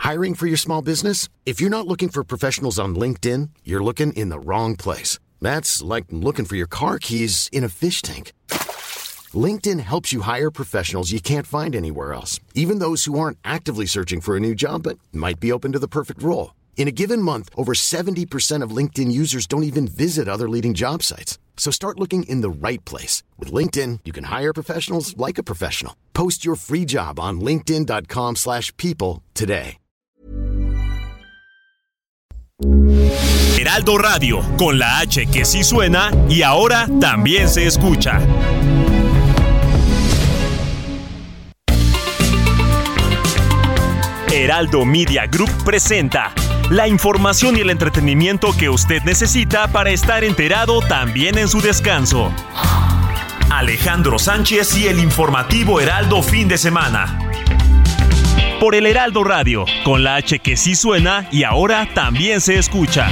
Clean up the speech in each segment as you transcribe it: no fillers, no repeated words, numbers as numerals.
Hiring for your small business? If you're not looking for professionals on LinkedIn, you're looking in the wrong place. That's like looking for your car keys in a fish tank. LinkedIn helps you hire professionals you can't find anywhere else, even those who aren't actively searching for a new job but might be open to the perfect role. In a given month, over 70% of LinkedIn users don't even visit other leading job sites. So start looking in the right place. With LinkedIn, you can hire professionals like a professional. Post your free job on linkedin.com/people today. Heraldo Radio, con la H que sí suena y ahora también se escucha. Heraldo Media Group presenta la información y el entretenimiento que usted necesita para estar enterado también en su descanso. Alejandro Sánchez y el informativo Heraldo fin de semana. Por el Heraldo Radio, con la H que sí suena y ahora también se escucha.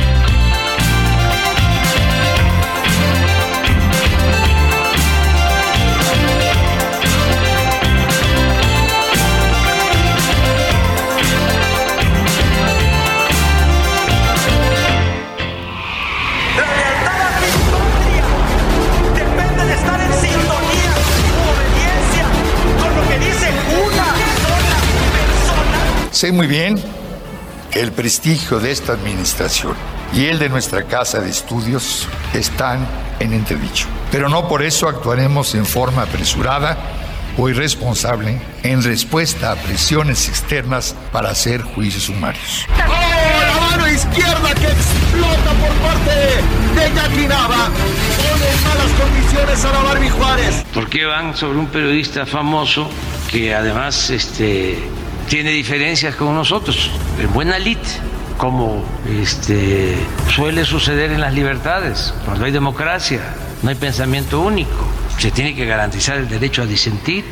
Sé muy bien que el prestigio de esta administración y el de nuestra casa de estudios están en entredicho. Pero no por eso actuaremos en forma apresurada o irresponsable en respuesta a presiones externas para hacer juicios sumarios. ¡Oh, la mano izquierda que explota por parte de Jackie Nava! Pone en malas condiciones a la Barbie Juárez. ¿Por qué van sobre un periodista famoso que además tiene diferencias con nosotros, en buena lid, como suele suceder en las libertades? Cuando hay democracia, no hay pensamiento único, se tiene que garantizar el derecho a disentir.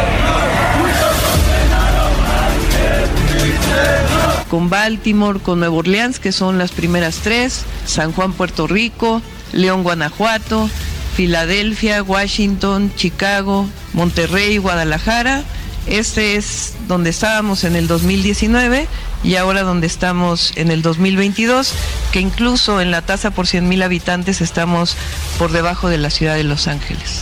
Con Baltimore, con Nueva Orleans, que son las primeras tres, San Juan, Puerto Rico, León, Guanajuato, Filadelfia, Washington, Chicago, Monterrey, Guadalajara. Este es donde estábamos en el 2019 y ahora donde estamos en el 2022, que incluso en la tasa por 100,000 habitantes estamos por debajo de la ciudad de Los Ángeles.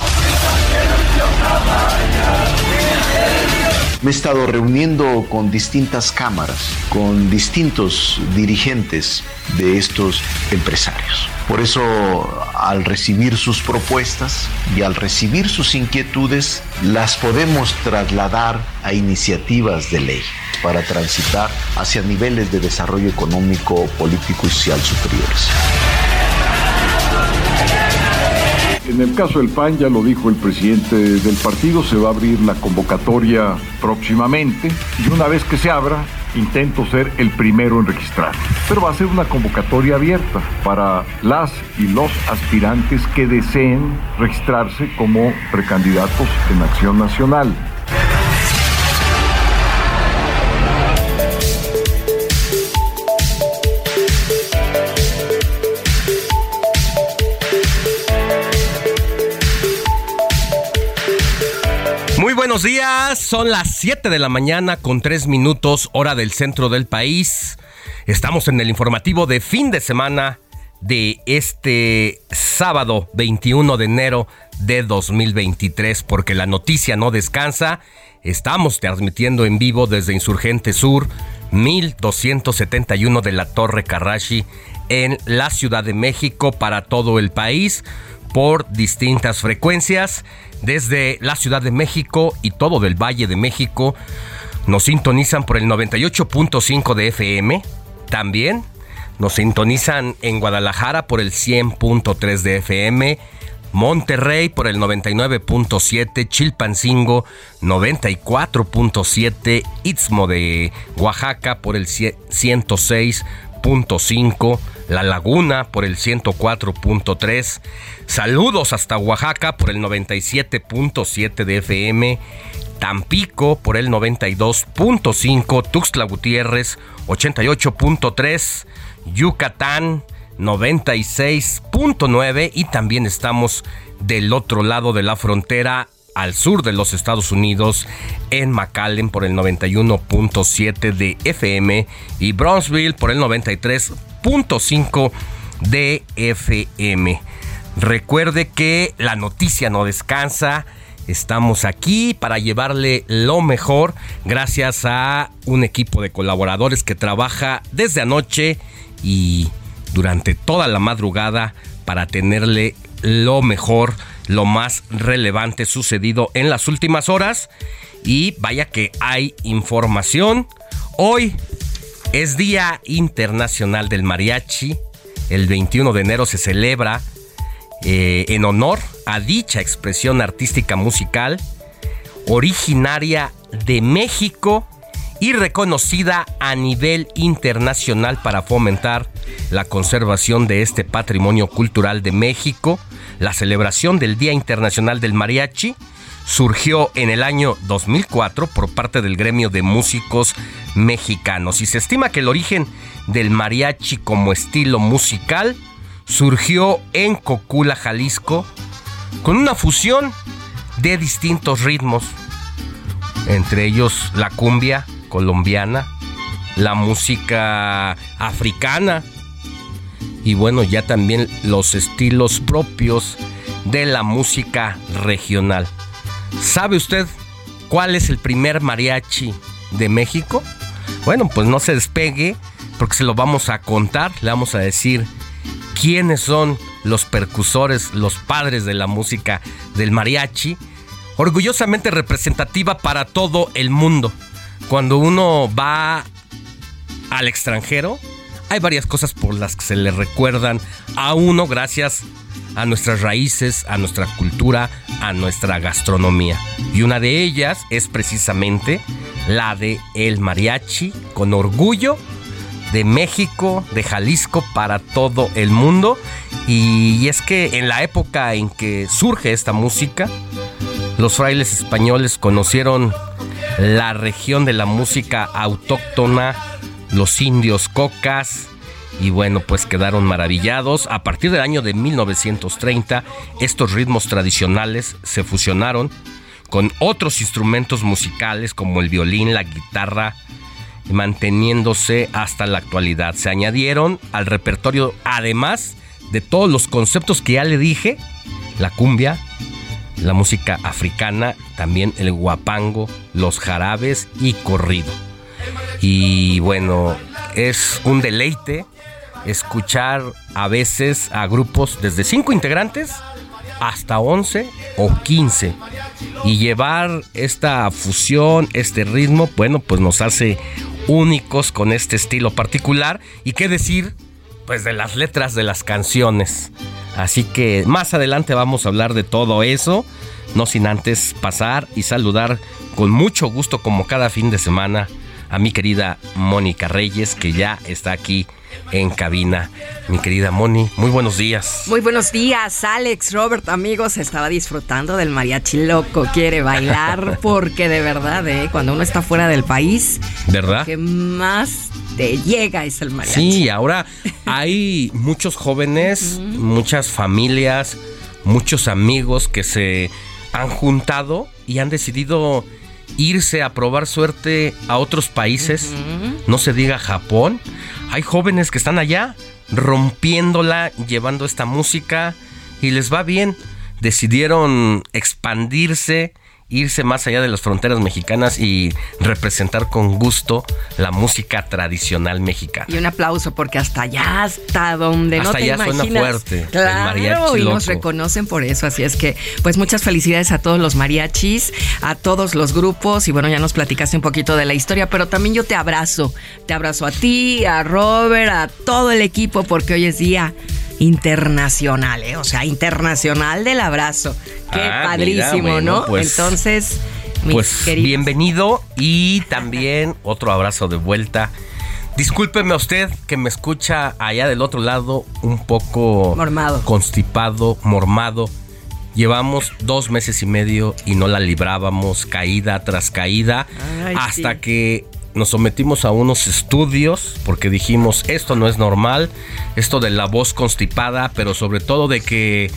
Me he estado reuniendo con distintas cámaras, con distintos dirigentes de estos empresarios. Por eso, al recibir sus propuestas y al recibir sus inquietudes, las podemos trasladar a iniciativas de ley para transitar hacia niveles de desarrollo económico, político y social superiores. En el caso del PAN, ya lo dijo el presidente del partido, se va a abrir la convocatoria próximamente y una vez que se abra, intento ser el primero en registrar. Pero va a ser una convocatoria abierta para las y los aspirantes que deseen registrarse como precandidatos en Acción Nacional. Muy buenos días, son las 7 de la mañana con 3 minutos, hora del centro del país. Estamos en el informativo de fin de semana de este sábado 21 de enero de 2023, porque la noticia no descansa. Estamos transmitiendo en vivo desde Insurgente Sur, 1271 de la Torre Carrashi, en la Ciudad de México, para todo el país, por distintas frecuencias. Desde la Ciudad de México y todo del Valle de México nos sintonizan por el 98.5 de FM. También nos sintonizan en Guadalajara por el 100.3 de FM, Monterrey por el 99.7, Chilpancingo 94.7, Istmo de Oaxaca por el 106.5, La Laguna por el 104.3, saludos hasta Oaxaca por el 97.7 de FM, Tampico por el 92.5, Tuxtla Gutiérrez 88.3, Yucatán 96.9 y también estamos del otro lado de la frontera al sur de los Estados Unidos, en McAllen por el 91.7 de FM y Brownsville por el 93.5 de FM. Recuerde que la noticia no descansa. Estamos aquí para llevarle lo mejor gracias a un equipo de colaboradores que trabaja desde anoche y durante toda la madrugada para tenerle lo mejor, lo más relevante sucedido en las últimas horas. Y vaya que hay información. Hoy es Día Internacional del Mariachi. El 21 de enero se celebra en honor a dicha expresión artística musical originaria de México y reconocida a nivel internacional para fomentar la conservación de este patrimonio cultural de México. La celebración del Día Internacional del Mariachi surgió en el año 2004 por parte del Gremio de Músicos Mexicanos y se estima que el origen del mariachi como estilo musical surgió en Cocula, Jalisco, con una fusión de distintos ritmos, entre ellos la cumbia colombiana, la música africana y bueno, ya también los estilos propios de la música regional. ¿Sabe usted cuál es el primer mariachi de México? Bueno, pues no se despegue porque se lo vamos a contar, le vamos a decir quiénes son los percusores, los padres de la música del mariachi, orgullosamente representativa para todo el mundo. Cuando uno va al extranjero, hay varias cosas por las que se le recuerdan a uno gracias a nuestras raíces, a nuestra cultura, a nuestra gastronomía. Y una de ellas es precisamente la de el mariachi, con orgullo de México, de Jalisco, para todo el mundo. Y es que en la época en que surge esta música, los frailes españoles conocieron la región de la música autóctona, los indios cocas, y bueno, pues quedaron maravillados. A partir del año de 1930, estos ritmos tradicionales se fusionaron con otros instrumentos musicales como el violín, la guitarra, manteniéndose hasta la actualidad. Se añadieron al repertorio, además de todos los conceptos que ya le dije, la cumbia, la música africana, también el guapango, los jarabes y corrido. Y bueno, es un deleite escuchar a veces a grupos desde 5 integrantes hasta 11 o 15 y llevar esta fusión, este ritmo, bueno, pues nos hace únicos con este estilo particular. Y qué decir, pues de las letras de las canciones. Así que más adelante vamos a hablar de todo eso, no sin antes pasar y saludar con mucho gusto, como cada fin de semana, a mi querida Mónica Reyes, que ya está aquí en cabina. Mi querida Moni, muy buenos días. Muy buenos días, Alex, Robert, amigos. Estaba disfrutando del mariachi loco, quiere bailar, porque de verdad, cuando uno está fuera del país, ¿verdad? Lo que más te llega es el mariachi. Sí, ahora hay muchos jóvenes, muchas familias, muchos amigos que se han juntado y han decidido irse a probar suerte a otros países, no se diga Japón. Hay jóvenes que están allá rompiéndola, llevando esta música y les va bien. Decidieron expandirse, irse más allá de las fronteras mexicanas y representar con gusto la música tradicional mexicana. Y un aplauso, porque hasta allá, hasta donde hasta no te imaginas. Hasta allá suena fuerte, claro, el mariachi y loco. Nos reconocen por eso, así es que pues muchas felicidades a todos los mariachis, a todos los grupos. Y bueno, ya nos platicaste un poquito de la historia, pero también yo te abrazo a ti, a Robert, a todo el equipo, porque hoy es día internacional, o sea, internacional del abrazo. Qué padrísimo, mira, bueno, ¿no? Pues, entonces, pues bienvenido y también otro abrazo de vuelta. Discúlpeme a usted que me escucha allá del otro lado un poco mormado, constipado, mormado. Llevamos 2 meses y medio y no la librábamos, caída tras caída. Ay, hasta sí. Que nos sometimos a unos estudios porque dijimos, esto no es normal, esto de la voz constipada, pero sobre todo de que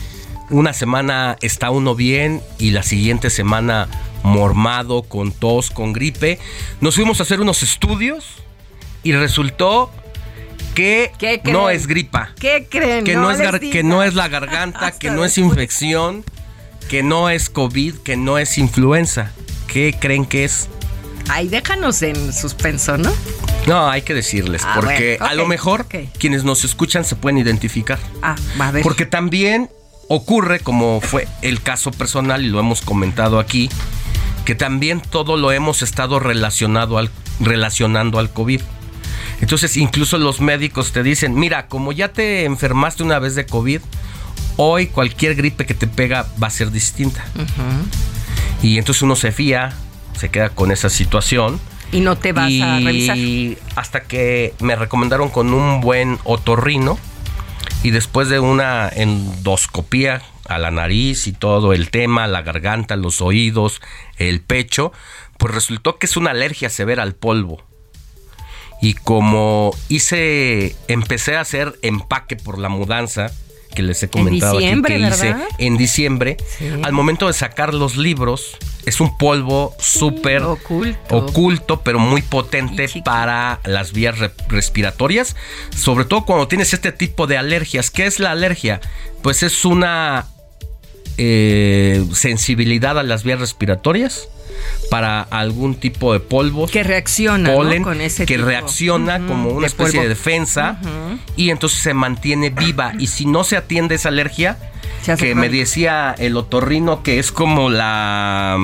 una semana está uno bien y la siguiente semana mormado, con tos, con gripe. Nos fuimos a hacer unos estudios y resultó que no es gripa. ¿Qué creen? Que no es la garganta, que no es infección, que no es COVID, que no es influenza. ¿Qué creen que es? Ay, déjanos en suspenso, ¿no? No, hay que decirles, porque a lo mejor quienes nos escuchan se pueden identificar. A ver. Porque también ocurre, como fue el caso personal y lo hemos comentado aquí, que también todo lo hemos estado relacionando al COVID. Entonces, incluso los médicos te dicen, mira, como ya te enfermaste una vez de COVID, hoy cualquier gripe que te pega va a ser distinta. Uh-huh. Y entonces uno se fía, se queda con esa situación. Y no te vas a revisar. Y hasta que me recomendaron con un buen otorrino, y después de una endoscopía a la nariz y todo el tema, la garganta, los oídos, el pecho, pues resultó que es una alergia severa al polvo. Y como empecé a hacer empaque por la mudanza, que les he comentado aquí que hice en diciembre, al momento de sacar los libros, es un polvo súper oculto, pero muy potente para las vías respiratorias, sobre todo cuando tienes este tipo de alergias. ¿Qué es la alergia? Pues es una sensibilidad a las vías respiratorias para algún tipo de polvos que reacciona, polen, ¿no? Con ese que tipo. Reacciona como una especie de defensa, y entonces se mantiene viva. Y si no se atiende esa alergia, que me decía el otorrino que es como la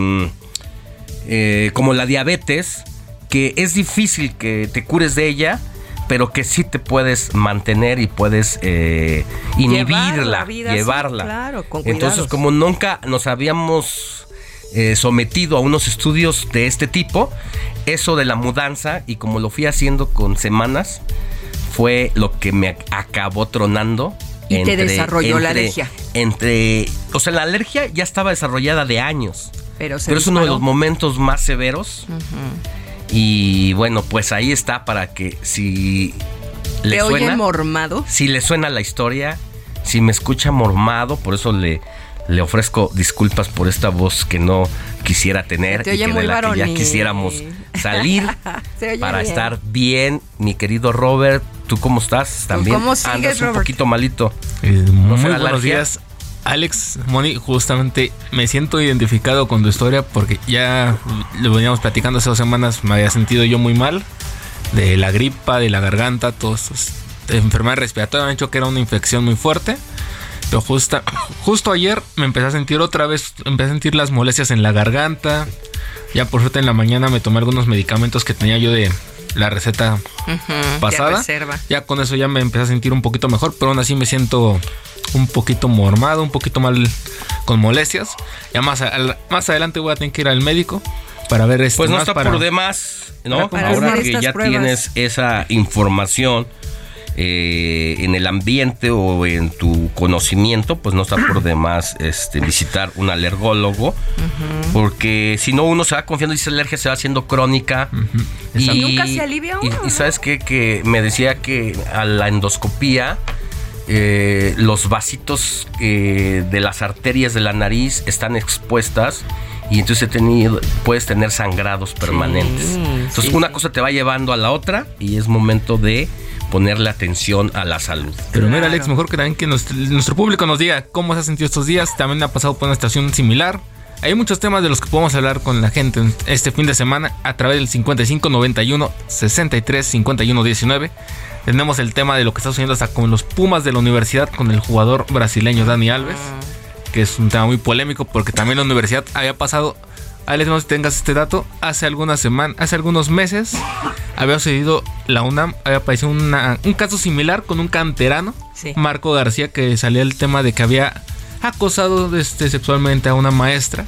diabetes, que es difícil que te cures de ella, pero que sí te puedes mantener y puedes inhibirla, llevarla. Sí, claro, con entonces, como nunca nos habíamos sometido a unos estudios de este tipo, eso de la mudanza, y como lo fui haciendo con semanas, fue lo que me acabó tronando. Y te desarrolló la alergia. O sea, la alergia ya estaba desarrollada de años, pero es uno de los momentos más severos. Y bueno, pues ahí está, para que si le suena, oye mormado, si le suena la historia, si me escucha mormado, por eso le ofrezco disculpas por esta voz que no quisiera tener y que de la que ya quisiéramos salir para estar bien. Mi querido Robert, ¿tú cómo estás? También ¿Cómo sigues, andas Robert? Un poquito malito. Muy buenos días, Alex, Moni. Justamente me siento identificado con tu historia, porque ya lo veníamos platicando hace 2 semanas. Me había sentido yo muy mal de la gripa, de la garganta, todas estas enfermedades respiratorias. Me han dicho que era una infección muy fuerte. Pero justo ayer me empecé a sentir otra vez, las molestias en la garganta. Ya por suerte en la mañana me tomé algunos medicamentos que tenía yo de la receta pasada. Ya con eso ya me empecé a sentir un poquito mejor, pero aún así me siento un poquito mormado, un poquito mal, con molestias. Ya más adelante voy a tener que ir al médico para ver esto. Pues no está por demás, ¿no? Ahora que ya tienes esa información en el ambiente o en tu conocimiento, pues no está por demás visitar un alergólogo, porque si no, uno se va confiando y esa alergia se va haciendo crónica, y nunca se alivia uno. Y sabes qué, que me decía que a la endoscopía los vasitos de las arterias de la nariz están expuestas, y entonces puedes tener sangrados permanentes. Entonces una cosa te va llevando a la otra, y es momento de ponerle atención a la salud. Pero mira, Alex, mejor que también que nuestro público nos diga cómo se ha sentido estos días. También ha pasado por una situación similar. Hay muchos temas de los que podemos hablar con la gente este fin de semana a través del 5591 63 51 19. Tenemos el tema de lo que está sucediendo hasta con los Pumas de la universidad, con el jugador brasileño Dani Alves, que es un tema muy polémico, porque también la universidad había pasado. Alex, no sé si tengas este dato, hace algunos meses había sucedido, la UNAM había aparecido un caso similar con un canterano, Marco García, que salía el tema de que había acosado sexualmente a una maestra,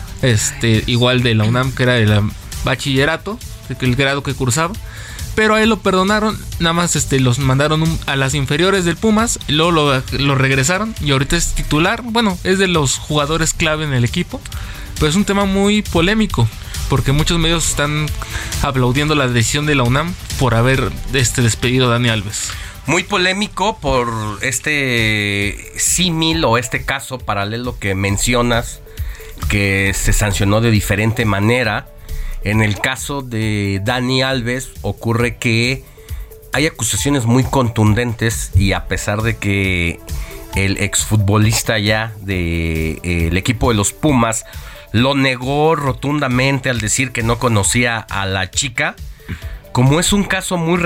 igual de la UNAM, que era del bachillerato, el grado que cursaba. Pero a él lo perdonaron, nada más los mandaron a las inferiores del Pumas, y luego lo regresaron, y ahorita es titular. Bueno, es de los jugadores clave en el equipo. Pero es un tema muy polémico, porque muchos medios están aplaudiendo la decisión de la UNAM por haber despedido a Dani Alves. Muy polémico por este símil o este caso paralelo que mencionas, que se sancionó de diferente manera. En el caso de Dani Alves ocurre que hay acusaciones muy contundentes y a pesar de que el exfutbolista ya del equipo de los Pumas lo negó rotundamente al decir que no conocía a la chica, como es un caso muy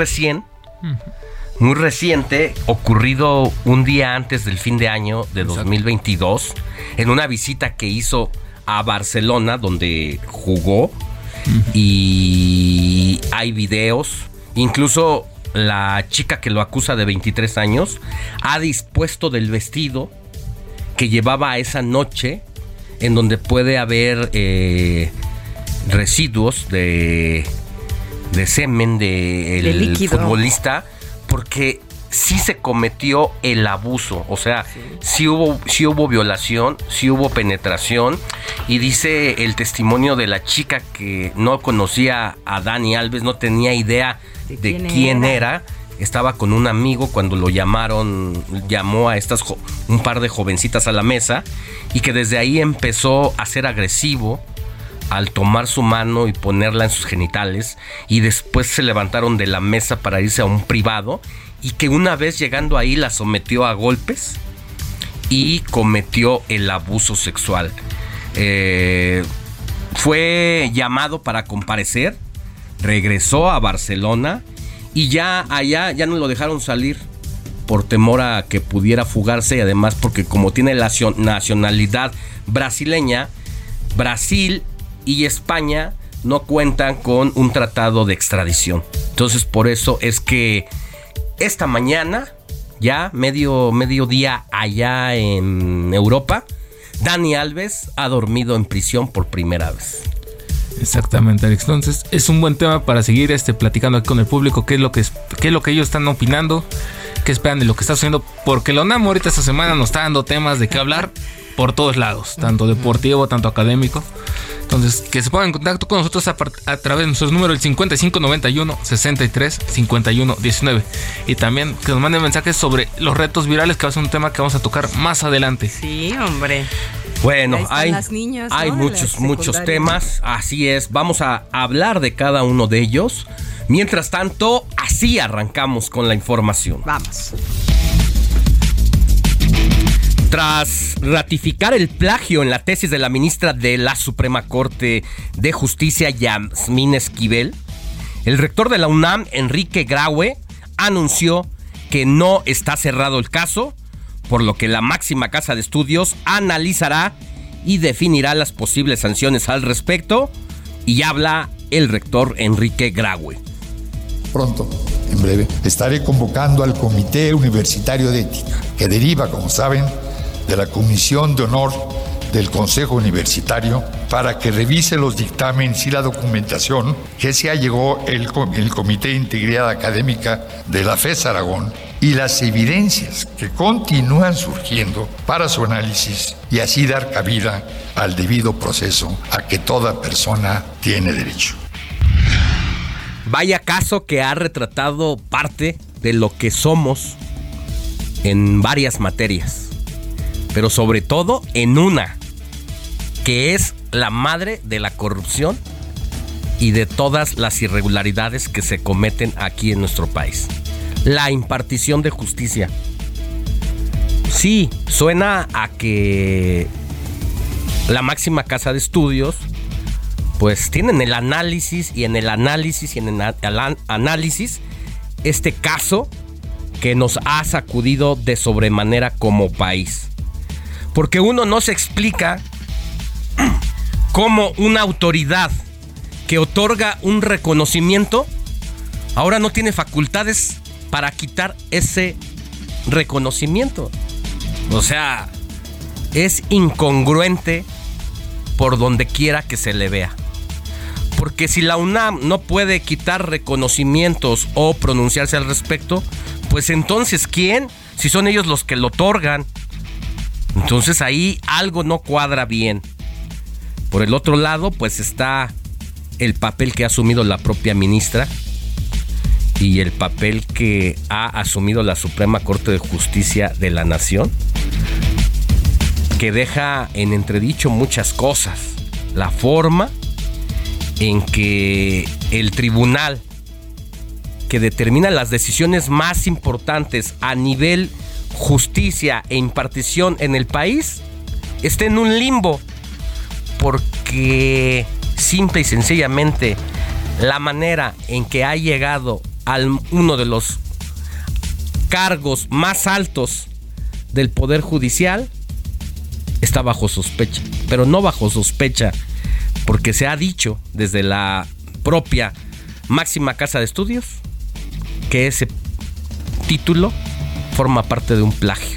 reciente, ocurrido un día antes del fin de año de 2022, en una visita que hizo a Barcelona, donde jugó, y hay videos, incluso la chica que lo acusa de 23 años ha dispuesto del vestido que llevaba esa noche, en donde puede haber residuos de semen del futbolista, porque sí se cometió el abuso, o sea, sí hubo violación, sí hubo penetración, y dice el testimonio de la chica que no conocía a Dani Alves, no tenía idea de quién era. Estaba con un amigo cuando lo llamó a estas un par de jovencitas a la mesa, y que desde ahí empezó a ser agresivo al tomar su mano y ponerla en sus genitales, y después se levantaron de la mesa para irse a un privado, y que una vez llegando ahí la sometió a golpes y cometió el abuso sexual. Fue llamado para comparecer, regresó a Barcelona y ya allá ya no lo dejaron salir por temor a que pudiera fugarse, y además porque como tiene la nacionalidad brasileña, Brasil y España no cuentan con un tratado de extradición. Entonces por eso es que esta mañana, ya mediodía allá en Europa, Dani Alves ha dormido en prisión por primera vez. Exactamente, Alex. Entonces es un buen tema para seguir platicando aquí con el público, qué es lo que ellos están opinando, qué esperan de lo que está sucediendo, porque la UNAM ahorita esta semana nos está dando temas de qué hablar por todos lados, tanto deportivo, tanto académico. Entonces, que se pongan en contacto con nosotros a través de nuestros números, el 5591 63 51 19, y también que nos manden mensajes sobre los retos virales, que va a ser un tema que vamos a tocar más adelante. Sí, hombre. Bueno, hay muchos temas, así es, vamos a hablar de cada uno de ellos. Mientras tanto, así arrancamos con la información. Vamos. Tras ratificar el plagio en la tesis de la ministra de la Suprema Corte de Justicia, Yasmín Esquivel, el rector de la UNAM, Enrique Graue, anunció que no está cerrado el caso, por lo que la máxima casa de estudios analizará y definirá las posibles sanciones al respecto, y habla el rector Enrique Graue. Pronto, en breve, estaré convocando al Comité Universitario de Ética, que deriva, como saben, de la Comisión de Honor del Consejo Universitario, para que revise los dictámenes y la documentación que se allegó el Comité de Integridad Académica de la FES Aragón y las evidencias que continúan surgiendo para su análisis, y así dar cabida al debido proceso a que toda persona tiene derecho. Vaya caso que ha retratado parte de lo que somos en varias materias, pero sobre todo en una, que es la madre de la corrupción y de todas las irregularidades que se cometen aquí en nuestro país: la impartición de justicia. Sí, suena a que la máxima casa de estudios pues tienen el análisis y en el análisis este caso que nos ha sacudido de sobremanera como país. Porque uno no se explica cómo una autoridad que otorga un reconocimiento ahora no tiene facultades para quitar ese reconocimiento. O sea, es incongruente por donde quiera que se le vea. Porque si la UNAM no puede quitar reconocimientos o pronunciarse al respecto, pues entonces ¿quién? Si son ellos los que lo otorgan. Entonces ahí algo no cuadra bien. Por el otro lado, pues está el papel que ha asumido la propia ministra, y el papel que ha asumido la Suprema Corte de Justicia de la Nación, que deja en entredicho muchas cosas. La forma en que el tribunal que determina las decisiones más importantes a nivel justicia e impartición en el país está en un limbo, porque simple y sencillamente la manera en que ha llegado a uno de los cargos más altos del Poder Judicial está bajo sospecha, pero no bajo sospecha porque se ha dicho desde la propia máxima casa de estudios que ese título forma parte de un plagio.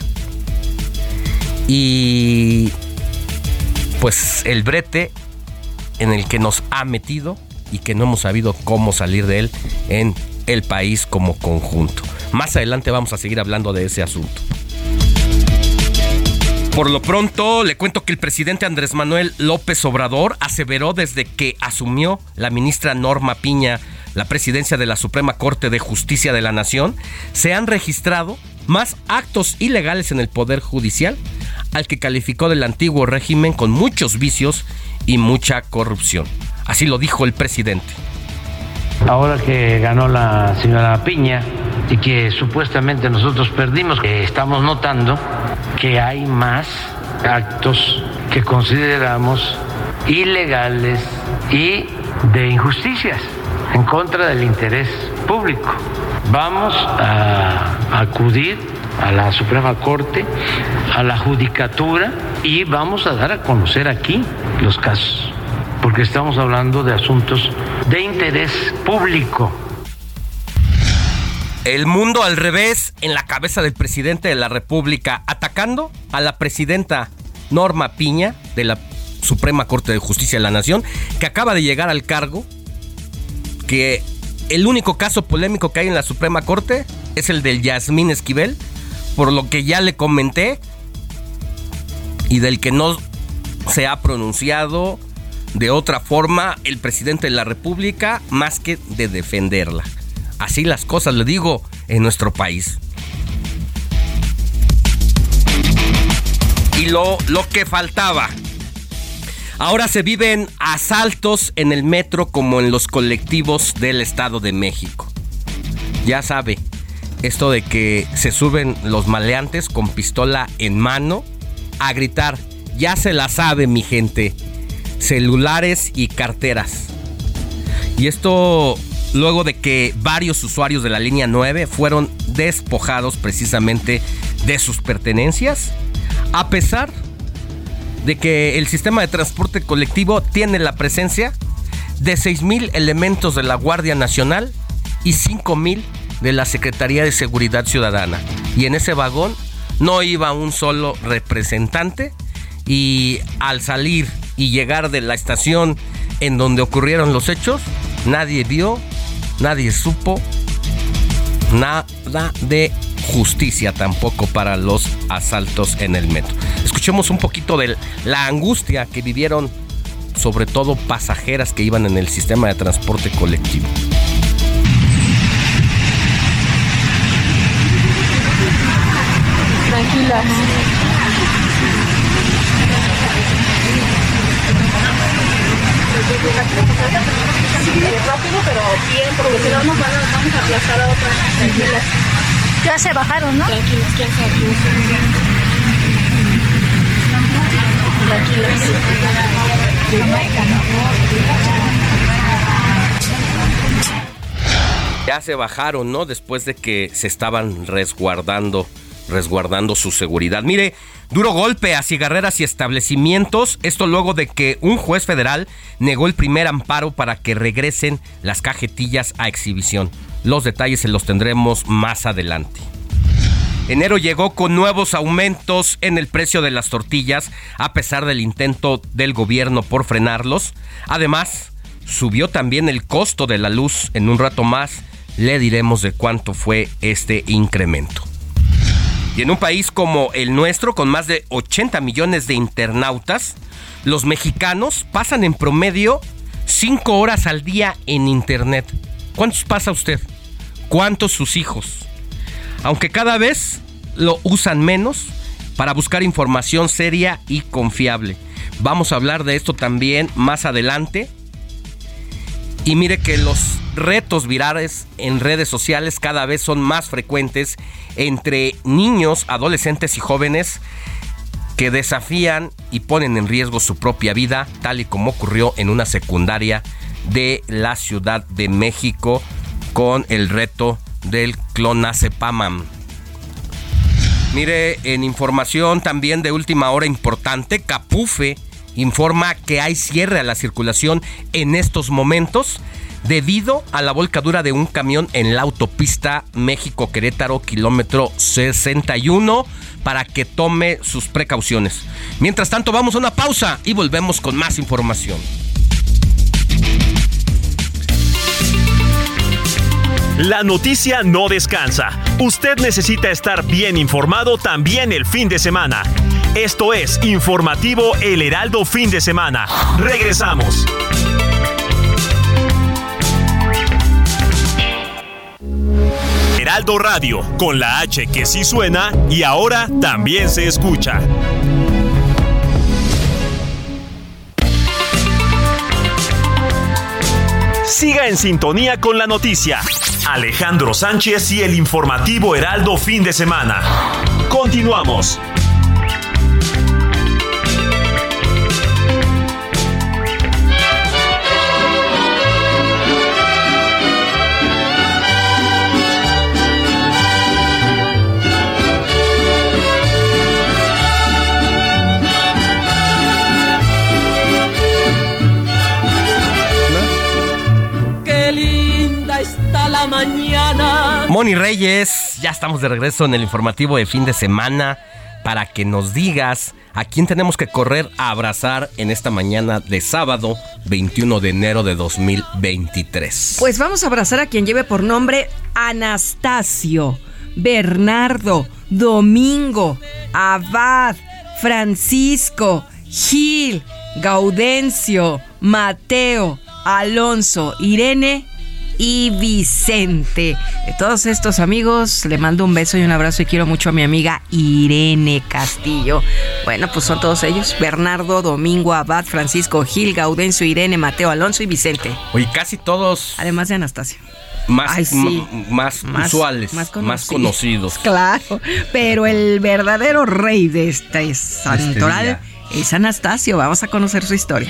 Y pues el brete en el que nos ha metido y que no hemos sabido cómo salir de él en el país como conjunto. Más adelante vamos a seguir hablando de ese asunto. Por lo pronto, le cuento que el presidente Andrés Manuel López Obrador aseveró desde que asumió la ministra Norma Piña la presidencia de la Suprema Corte de Justicia de la Nación, se han registrado más actos ilegales en el Poder Judicial, al que calificó del antiguo régimen con muchos vicios y mucha corrupción. Así lo dijo el presidente. Ahora que ganó la señora Piña y que supuestamente nosotros perdimos, estamos notando que hay más actos que consideramos ilegales y de injusticias en contra del interés público. Vamos a acudir a la Suprema Corte, a la Judicatura, y vamos a dar a conocer aquí los casos, porque estamos hablando de asuntos de interés público. El mundo al revés en la cabeza del presidente de la República, atacando a la presidenta Norma Piña de la Suprema Corte de Justicia de la Nación, que acaba de llegar al cargo, que el único caso polémico que hay en la Suprema Corte es el del Yasmín Esquivel, por lo que ya le comenté, y del que no se ha pronunciado de otra forma el presidente de la República más que de defenderla. Así las cosas, le digo, en nuestro país. Y lo que faltaba. Ahora se viven asaltos en el metro como en los colectivos del Estado de México. Ya sabe, esto de que se suben los maleantes con pistola en mano a gritar, ya se la sabe mi gente, celulares y carteras. Y esto luego de que varios usuarios de la línea 9 fueron despojados precisamente de sus pertenencias, a pesar de que el sistema de transporte colectivo tiene la presencia de 6,000 elementos de la Guardia Nacional y 5,000 de la Secretaría de Seguridad Ciudadana. Y en ese vagón no iba un solo representante, y al salir y llegar de la estación en donde ocurrieron los hechos, nadie vio, nadie supo nada de justicia tampoco para los asaltos en el metro. Escuchemos un poquito de la angustia que vivieron sobre todo pasajeras que iban en el sistema de transporte colectivo. Tranquilas. Rápido, pero bien, porque si no nos vamos a aplastar a otras. Tranquilas. Ya se bajaron, ¿no? Tranquilos, ¿quién sabe? Ya se bajaron, ¿no? Después de que se estaban resguardando su seguridad. Mire, duro golpe a cigarreras y establecimientos. Esto luego de que un juez federal negó el primer amparo para que regresen las cajetillas a exhibición. Los detalles se los tendremos más adelante. Enero llegó con nuevos aumentos en el precio de las tortillas, a pesar del intento del gobierno por frenarlos. Además, subió también el costo de la luz. En un rato más le diremos de cuánto fue este incremento. Y en un país como el nuestro, con más de 80 millones de internautas, los mexicanos pasan en promedio 5 horas al día en internet. ¿Cuántos pasa usted? cuántos sus hijos, aunque cada vez lo usan menos para buscar información seria y confiable. Vamos a hablar de esto también más adelante. Y mire que los retos virales en redes sociales cada vez son más frecuentes entre niños, adolescentes y jóvenes que desafían y ponen en riesgo su propia vida, tal y como ocurrió en una secundaria de la Ciudad de México con el reto del clonazepam. Mire, en información también de última hora importante, Capufe informa que hay cierre a la circulación en estos momentos debido a la volcadura de un camión en la autopista México-Querétaro, kilómetro 61, para que tome sus precauciones. Mientras tanto, vamos a una pausa y volvemos con más información. La noticia no descansa. Usted necesita estar bien informado también el fin de semana. Esto es Informativo El Heraldo Fin de Semana. Regresamos. Heraldo Radio, con la H que sí suena y ahora también se escucha. Siga en sintonía con la noticia. Alejandro Sánchez y el Informativo Heraldo Fin de Semana. Continuamos. La mañana. Moni Reyes, ya estamos de regreso en el informativo de fin de semana para que nos digas a quién tenemos que correr a abrazar en esta mañana de sábado 21 de enero de 2023. Pues vamos a abrazar a quien lleve por nombre Anastasio, Bernardo, Domingo, Abad, Francisco, Gil, Gaudencio, Mateo, Alonso, Irene y Vicente. De todos estos amigos le mando un beso y un abrazo y quiero mucho a mi amiga Irene Castillo. Bueno, pues son todos ellos: Bernardo, Domingo, Abad, Francisco, Gil, Gaudencio, Irene, Mateo, Alonso y Vicente. Oye, casi todos. Además de Anastasio. Más usuales, más conocidos. Claro, pero el verdadero rey de este santoral es Anastasio. Vamos a conocer su historia.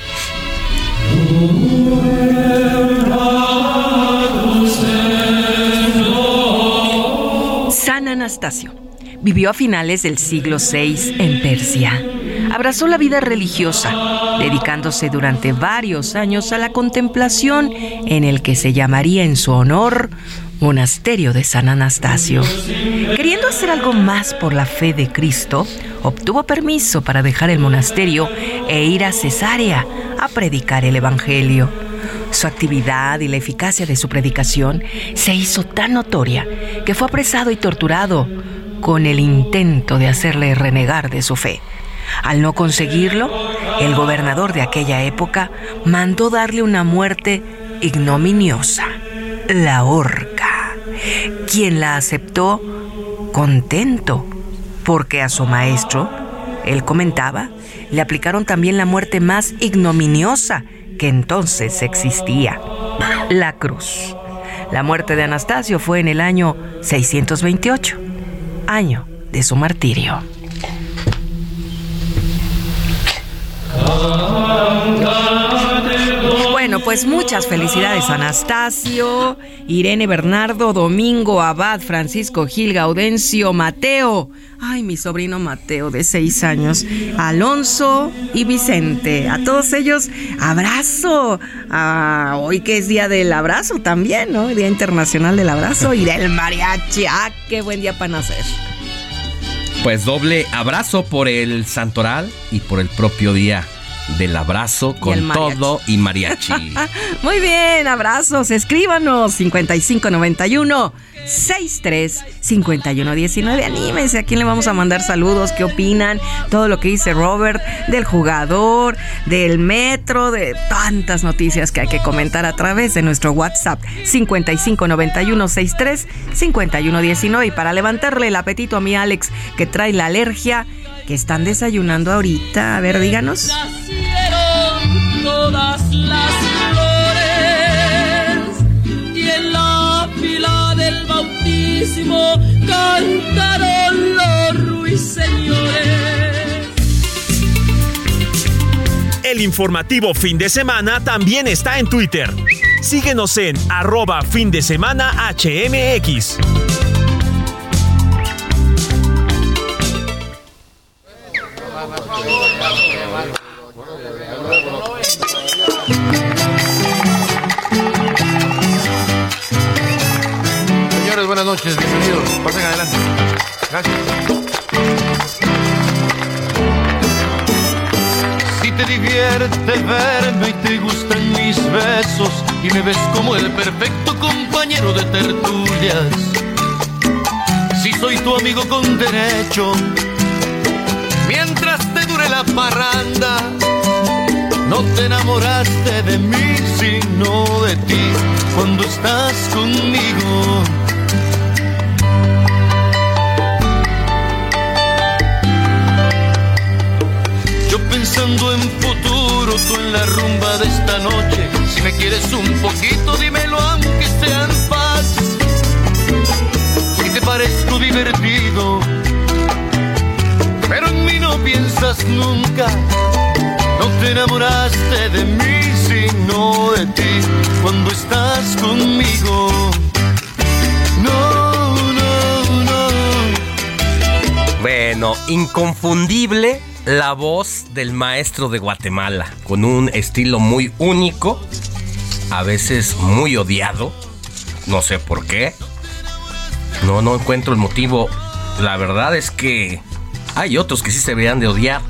San Anastasio vivió a finales del siglo VI en Persia. Abrazó la vida religiosa, dedicándose durante varios años a la contemplación en el que se llamaría en su honor Monasterio de San Anastasio. Queriendo hacer algo más por la fe de Cristo, obtuvo permiso para dejar el monasterio e ir a Cesarea a predicar el Evangelio. Su actividad y la eficacia de su predicación se hizo tan notoria que fue apresado y torturado con el intento de hacerle renegar de su fe. Al no conseguirlo, el gobernador de aquella época mandó darle una muerte ignominiosa, la horca, quien la aceptó contento, porque a su maestro, él comentaba, le aplicaron también la muerte más ignominiosa que entonces existía, la cruz. La muerte de Anastasio fue en el año 628, año de su martirio. Bueno, pues muchas felicidades, Anastasio, Irene, Bernardo, Domingo, Abad, Francisco, Gil, Gaudencio, Mateo. Ay, mi sobrino Mateo, de 6 años. Alonso y Vicente. A todos ellos, abrazo. Hoy que es día del abrazo también, ¿no? Día Internacional del Abrazo y del Mariachi. Qué buen día para nacer. Pues doble abrazo por el santoral y por el propio día del abrazo con todo y mariachi. Muy bien, abrazos. Escríbanos 5591 5119. Anímense, ¿a quién le vamos a mandar saludos? ¿Qué opinan? Todo lo que dice Robert del jugador, del metro, de tantas noticias que hay que comentar a través de nuestro WhatsApp 5591635119. Y para levantarle el apetito a mi Alex, que trae la alergia, que están desayunando ahorita, a ver, díganos. Nacieron todas las flores y en la fila del bautismo cantaron los ruiseñores. El informativo fin de semana también está en Twitter. Síguenos en @findesemanahmx. Señores, buenas noches, bienvenidos. Pasen adelante. Gracias. Si te divierte verme y te gustan mis besos y me ves como el perfecto compañero de tertulias, si soy tu amigo con derecho, mientras te dure la parranda, no te enamoraste de mí, sino de ti, cuando estás conmigo. Yo pensando en futuro, tú en la rumba de esta noche. Si me quieres un poquito, dímelo aunque sea en paz. Si te parezco divertido, pero en mí no piensas nunca. No te enamoraste de mí, sino de ti, cuando estás conmigo. No, no, no. Bueno, inconfundible la voz del maestro de Guatemala, con un estilo muy único, a veces muy odiado, no sé por qué. No encuentro el motivo. La verdad es que hay otros que sí se deberían de odiar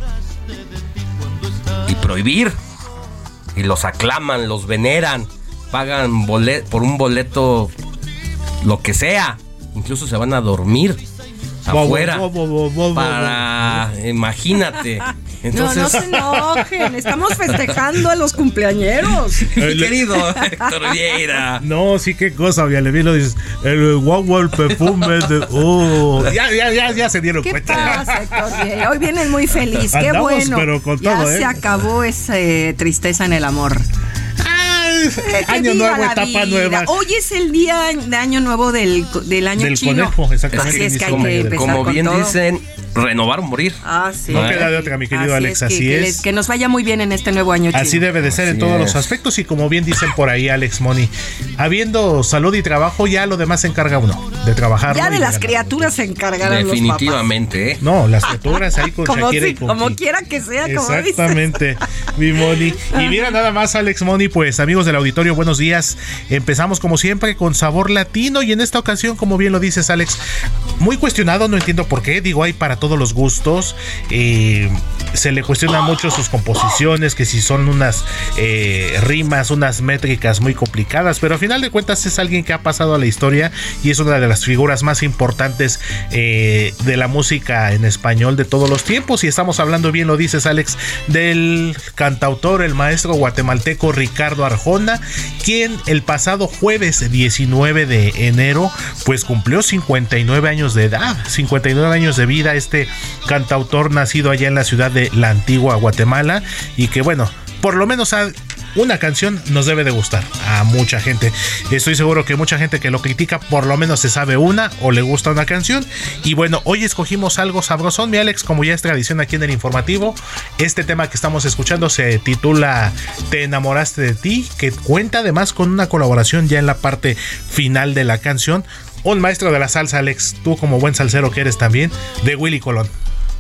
y prohibir, y los aclaman, los veneran, pagan por un boleto lo que sea, incluso se van a dormir afuera para, imagínate. Entonces... No se enojen, estamos festejando a los cumpleañeros. Querido Héctor Vieira. No, sí, qué cosa, Villalevilo, dices, el guau, el perfume de... ya se dieron cuenta. ¿Qué pasa, Héctor Vieira? Hoy vienen muy feliz, qué andamos, bueno. Pero con ya todo, se acabó esa tristeza en el amor. Año nuevo, etapa nueva. Hoy es el día de año nuevo del año del chino. Conejo, exactamente. Así es que hay que empezar como con bien todo. Dicen, renovar o morir. Sí. No queda de otra, mi querido Alex, así es. Que nos vaya muy bien en este nuevo año chino. Así debe de ser en todos los aspectos, y como bien dicen por ahí, Alex Moni, habiendo salud y trabajo, ya lo demás se encarga uno de trabajar. Ya de las criaturas se encargarán definitivamente, los papás. No, las criaturas ahí con Shakira y con como quiera que sea, como exactamente, mi Moni. Y mira nada más, Alex Moni, pues amigos del auditorio, buenos días. Empezamos como siempre con sabor latino, y en esta ocasión, como bien lo dices, Alex, muy cuestionado, no entiendo por qué, digo, hay para todos los gustos. Se le cuestiona mucho sus composiciones, que si son unas rimas, unas métricas muy complicadas, pero a final de cuentas es alguien que ha pasado a la historia y es una de las figuras más importantes de la música en español de todos los tiempos. Y estamos hablando, bien lo dices, Alex, del cantautor, el maestro guatemalteco Ricardo Arjona, quien el pasado jueves 19 de enero pues cumplió 59 años de edad, 59 años de vida, este cantautor nacido allá en la ciudad de la Antigua Guatemala, y que bueno, por lo menos una canción nos debe de gustar a mucha gente. Estoy seguro que mucha gente que lo critica por lo menos se sabe una o le gusta una canción. Y bueno, hoy escogimos algo sabrosón, mi Alex, como ya es tradición aquí en el informativo. Este tema que estamos escuchando se titula Te enamoraste de ti, que cuenta además con una colaboración ya en la parte final de la canción, un maestro de la salsa, Alex, tú como buen salsero que eres también, de Willy Colón.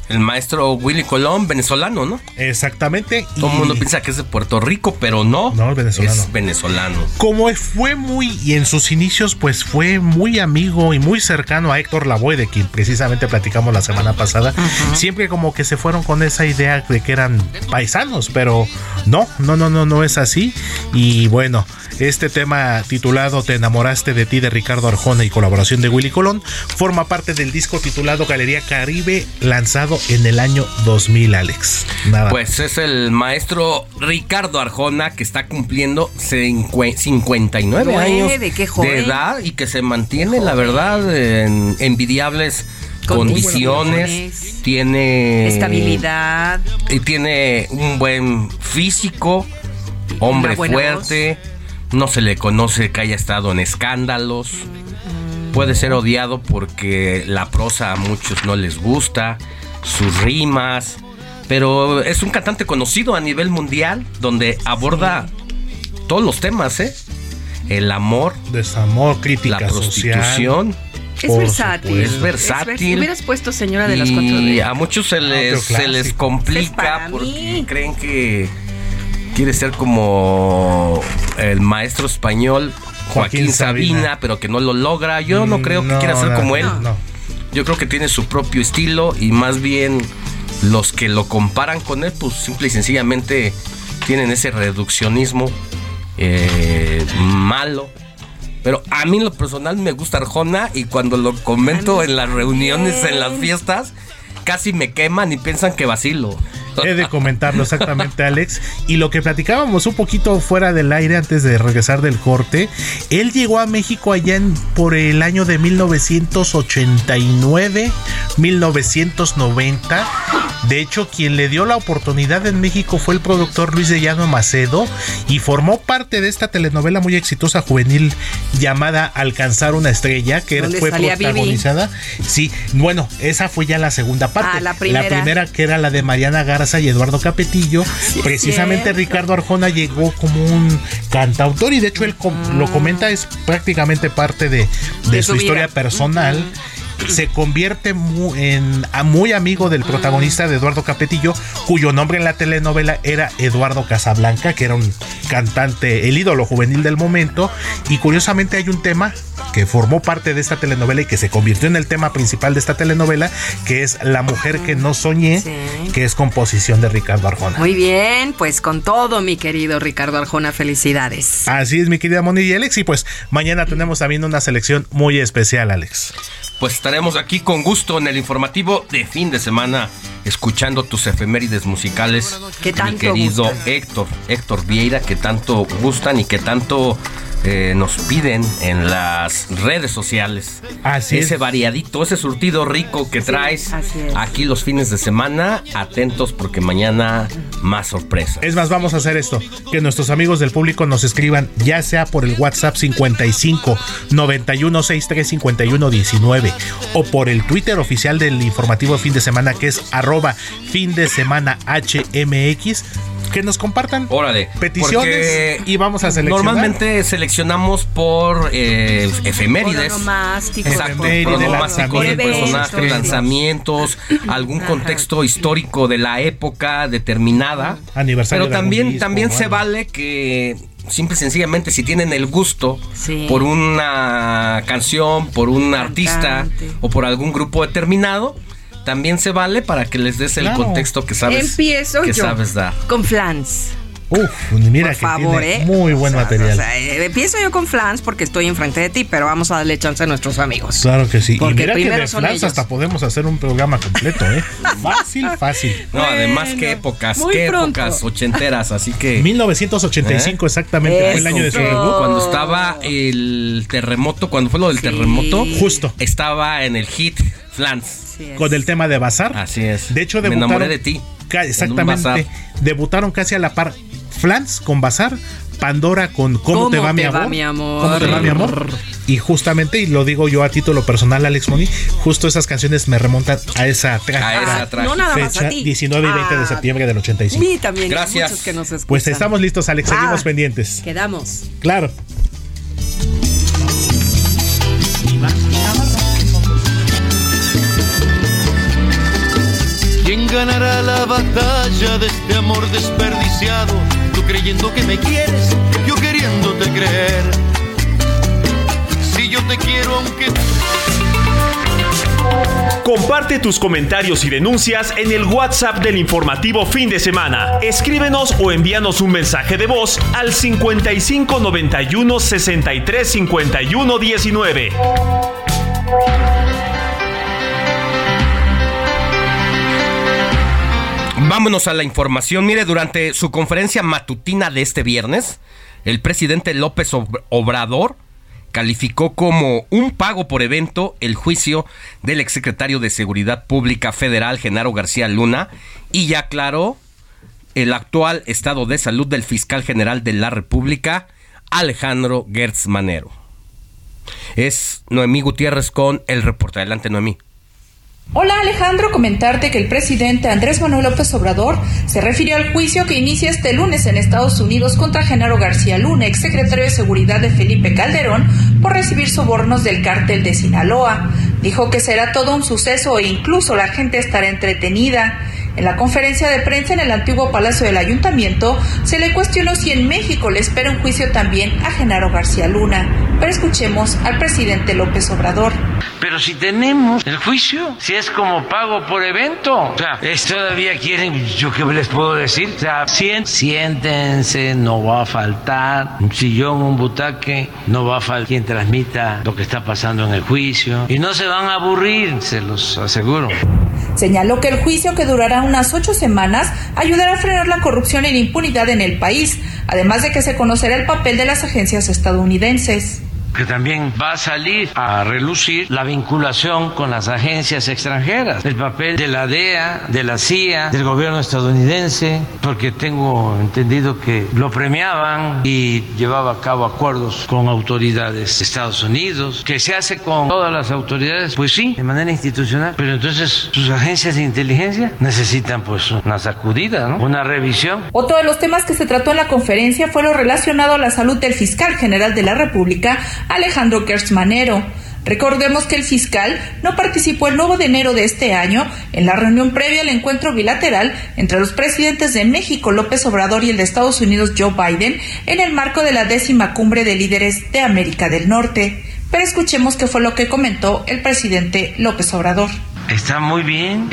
El maestro Willy Colón, venezolano, ¿no? Exactamente. Todo el mundo piensa que es de Puerto Rico, pero no. No, es venezolano. Es venezolano. Como fue y en sus inicios, pues fue muy amigo y muy cercano a Héctor Lavoe, de quien precisamente platicamos la semana pasada. Siempre como que se fueron con esa idea de que eran paisanos, pero no es así. Y bueno, este tema titulado Te enamoraste de ti, de Ricardo Arjona y colaboración de Willy Colón, forma parte del disco titulado Galería Caribe, lanzado en el año 2000, Alex. Pues es el maestro Ricardo Arjona, que está cumpliendo 59 años de edad y que se mantiene, la verdad, en envidiables condiciones. Tiene estabilidad y tiene un buen físico, hombre fuerte. No se le conoce que haya estado en escándalos. Puede ser odiado porque la prosa a muchos no les gusta, sus rimas, pero es un cantante conocido a nivel mundial, donde aborda todos los temas, el amor, desamor, crítica, la prostitución. Es versátil. Es versátil. Hubieras puesto Señora de las 4 D. Y a muchos se les complica porque creen que quiere ser como el maestro español Joaquín Sabina, pero que no lo logra. Yo no creo que quiera ser como él. Yo creo que tiene su propio estilo y más bien los que lo comparan con él, pues simple y sencillamente tienen ese reduccionismo malo. Pero a mí en lo personal me gusta Arjona y cuando lo comento en las reuniones, en las fiestas, casi me queman y piensan que vacilo. He de comentarlo exactamente, Alex. Y lo que platicábamos un poquito fuera del aire antes de regresar del corte, él llegó a México allá por el año de 1989, 1990. De hecho, quien le dio la oportunidad en México fue el productor Luis de Llano Macedo y formó parte de esta telenovela muy exitosa juvenil llamada Alcanzar una estrella, que fue protagonizada. Sí, bueno, esa fue ya la segunda parte. La primera que era la de Mariana Garza y Eduardo Capetillo. Precisamente Ricardo Arjona llegó como un cantautor y de hecho él lo comenta, es prácticamente parte de su historia personal. Se convierte muy amigo del protagonista de Eduardo Capetillo, cuyo nombre en la telenovela era Eduardo Casablanca, que era un cantante, el ídolo juvenil del momento. Y curiosamente hay un tema que formó parte de esta telenovela y que se convirtió en el tema principal de esta telenovela, que es La mujer que no soñé, que es composición de Ricardo Arjona. Muy bien, pues con todo, mi querido Ricardo Arjona, felicidades. Así es, mi querida Moni y Alex, y pues mañana tenemos también una selección muy especial, Alex. Pues estaremos aquí con gusto en el informativo de fin de semana, escuchando tus efemérides musicales, mi querido Héctor Vieira, que tanto gustan y que tanto nos piden en las redes sociales. Así ese variadito, ese surtido rico que traes aquí los fines de semana. Atentos porque mañana más sorpresas. Es más, vamos a hacer esto, que nuestros amigos del público nos escriban, ya sea por el WhatsApp 55 91 63 51 19 o por el Twitter oficial del informativo de fin de semana, que es @findesemanahmx, que nos compartan peticiones y vamos a seleccionar. Normalmente seleccionamos por efemérides, personajes, lanzamientos, algún contexto histórico de la época determinada. Aniversario. Pero también se vale que simple y sencillamente, si tienen el gusto por una canción, por un artista o por algún grupo determinado, también se vale para que les des el contexto que sabes, sabes dar. Con Flans. Mira, por favor, tiene muy buen material. Empiezo yo con Flans porque estoy enfrente de ti, pero vamos a darle chance a nuestros amigos. Claro que sí. Porque y mira que de Flans hasta podemos hacer un programa completo, Fácil. No, además qué épocas ochenteras, así que 1985 exactamente fue el año de su debut. Cuando estaba el terremoto, cuando fue lo del terremoto, justo estaba en el hit Flans. Con el tema de Bazar. Así es. De hecho, me enamoré de ti. Exactamente. Debutaron casi a la par Flans con Bazar, Pandora con ¿Cómo te va mi amor? ¿Cómo te va mi amor? Y justamente, y lo digo yo a título personal, Alex Moni, justo esas canciones me remontan a esa trágica fecha, 19 y 20 de septiembre del 85. Y también gracias. Muchos que nos escuchan. Pues estamos listos, Alex, seguimos pendientes. Quedamos. Claro. ganará la batalla de este amor desperdiciado? Tú creyendo que me quieres, yo queriéndote creer. Si yo te quiero aunque... Comparte tus comentarios y denuncias en el WhatsApp del informativo Fin de Semana. Escríbenos o envíanos un mensaje de voz al 55 91 63 51 19. Vámonos a la información. Mire, durante su conferencia matutina de este viernes, el presidente López Obrador calificó como un pago por evento el juicio del exsecretario de Seguridad Pública Federal, Genaro García Luna, y aclaró el actual estado de salud del fiscal general de la República, Alejandro Gertz Manero. Es Noemí Gutiérrez con el reporte. Adelante, Noemí. Hola Alejandro, comentarte que el presidente Andrés Manuel López Obrador se refirió al juicio que inicia este lunes en Estados Unidos contra Genaro García Luna, exsecretario de Seguridad de Felipe Calderón, por recibir sobornos del cártel de Sinaloa. Dijo que será todo un suceso e incluso la gente estará entretenida. En la conferencia de prensa en el antiguo Palacio del Ayuntamiento, se le cuestionó si en México le espera un juicio también a Genaro García Luna. Pero escuchemos al presidente López Obrador. Pero si tenemos el juicio, si es como pago por evento, o sea, todavía quieren, ¿yo qué les puedo decir? O sea, siéntense, no va a faltar un sillón, un butaque, no va a faltar quien transmita lo que está pasando en el juicio, y no se van a aburrir, se los aseguro. Señaló que el juicio, que durará unas 8 semanas, ayudará a frenar la corrupción y la impunidad en el país, además de que se conocerá el papel de las agencias estadounidenses. Que también va a salir a relucir la vinculación con las agencias extranjeras, el papel de la DEA, de la CIA, del gobierno estadounidense, porque tengo entendido que lo premiaban y llevaba a cabo acuerdos con autoridades de Estados Unidos, que se hace con todas las autoridades, pues sí, de manera institucional, pero entonces sus agencias de inteligencia necesitan pues una sacudida, ¿no? Una revisión. Otro de los temas que se trató en la conferencia fue lo relacionado a la salud del fiscal general de la República, Alejandro Gertz Manero. Recordemos que el fiscal no participó el 9 de enero de este año en la reunión previa al encuentro bilateral entre los presidentes de México, López Obrador, y el de Estados Unidos, Joe Biden, en el marco de la 10ª Cumbre de Líderes de América del Norte. Pero escuchemos qué fue lo que comentó el presidente López Obrador. Está muy bien.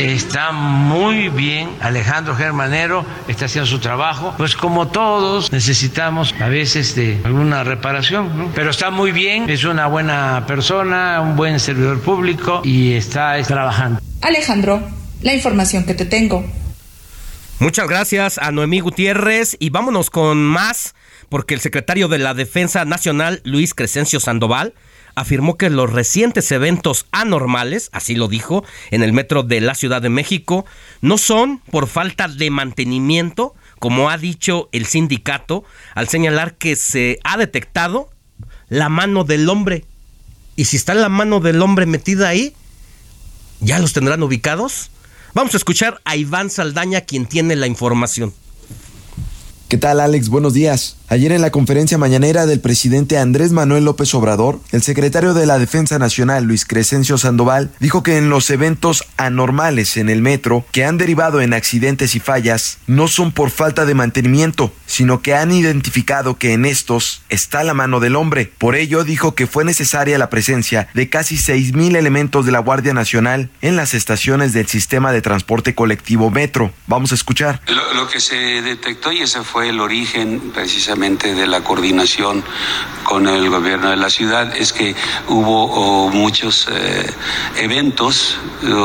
Alejandro Gertz Manero está haciendo su trabajo. Pues como todos necesitamos a veces de alguna reparación, ¿no? Pero está muy bien, es una buena persona, un buen servidor público y está trabajando. Alejandro, la información que te tengo. Muchas gracias a Noemí Gutiérrez y vámonos con más, porque el secretario de la Defensa Nacional, Luis Crescencio Sandoval, afirmó que los recientes eventos anormales, así lo dijo, en el metro de la Ciudad de México, no son por falta de mantenimiento, como ha dicho el sindicato, al señalar que se ha detectado la mano del hombre. Y si está la mano del hombre metida ahí, ¿ya los tendrán ubicados? Vamos a escuchar a Iván Saldaña, quien tiene la información. ¿Qué tal, Alex? Buenos días. Ayer en la conferencia mañanera del presidente Andrés Manuel López Obrador, el secretario de la Defensa Nacional, Luis Crescencio Sandoval, dijo que en los eventos anormales en el metro que han derivado en accidentes y fallas no son por falta de mantenimiento, sino que han identificado que en estos está la mano del hombre. Por ello, dijo que fue necesaria la presencia de casi 6,000 elementos de la Guardia Nacional en las estaciones del sistema de transporte colectivo Metro. Vamos a escuchar. Lo que se detectó, y ese fue el origen precisamente de la coordinación con el gobierno de la ciudad, es que hubo muchos eventos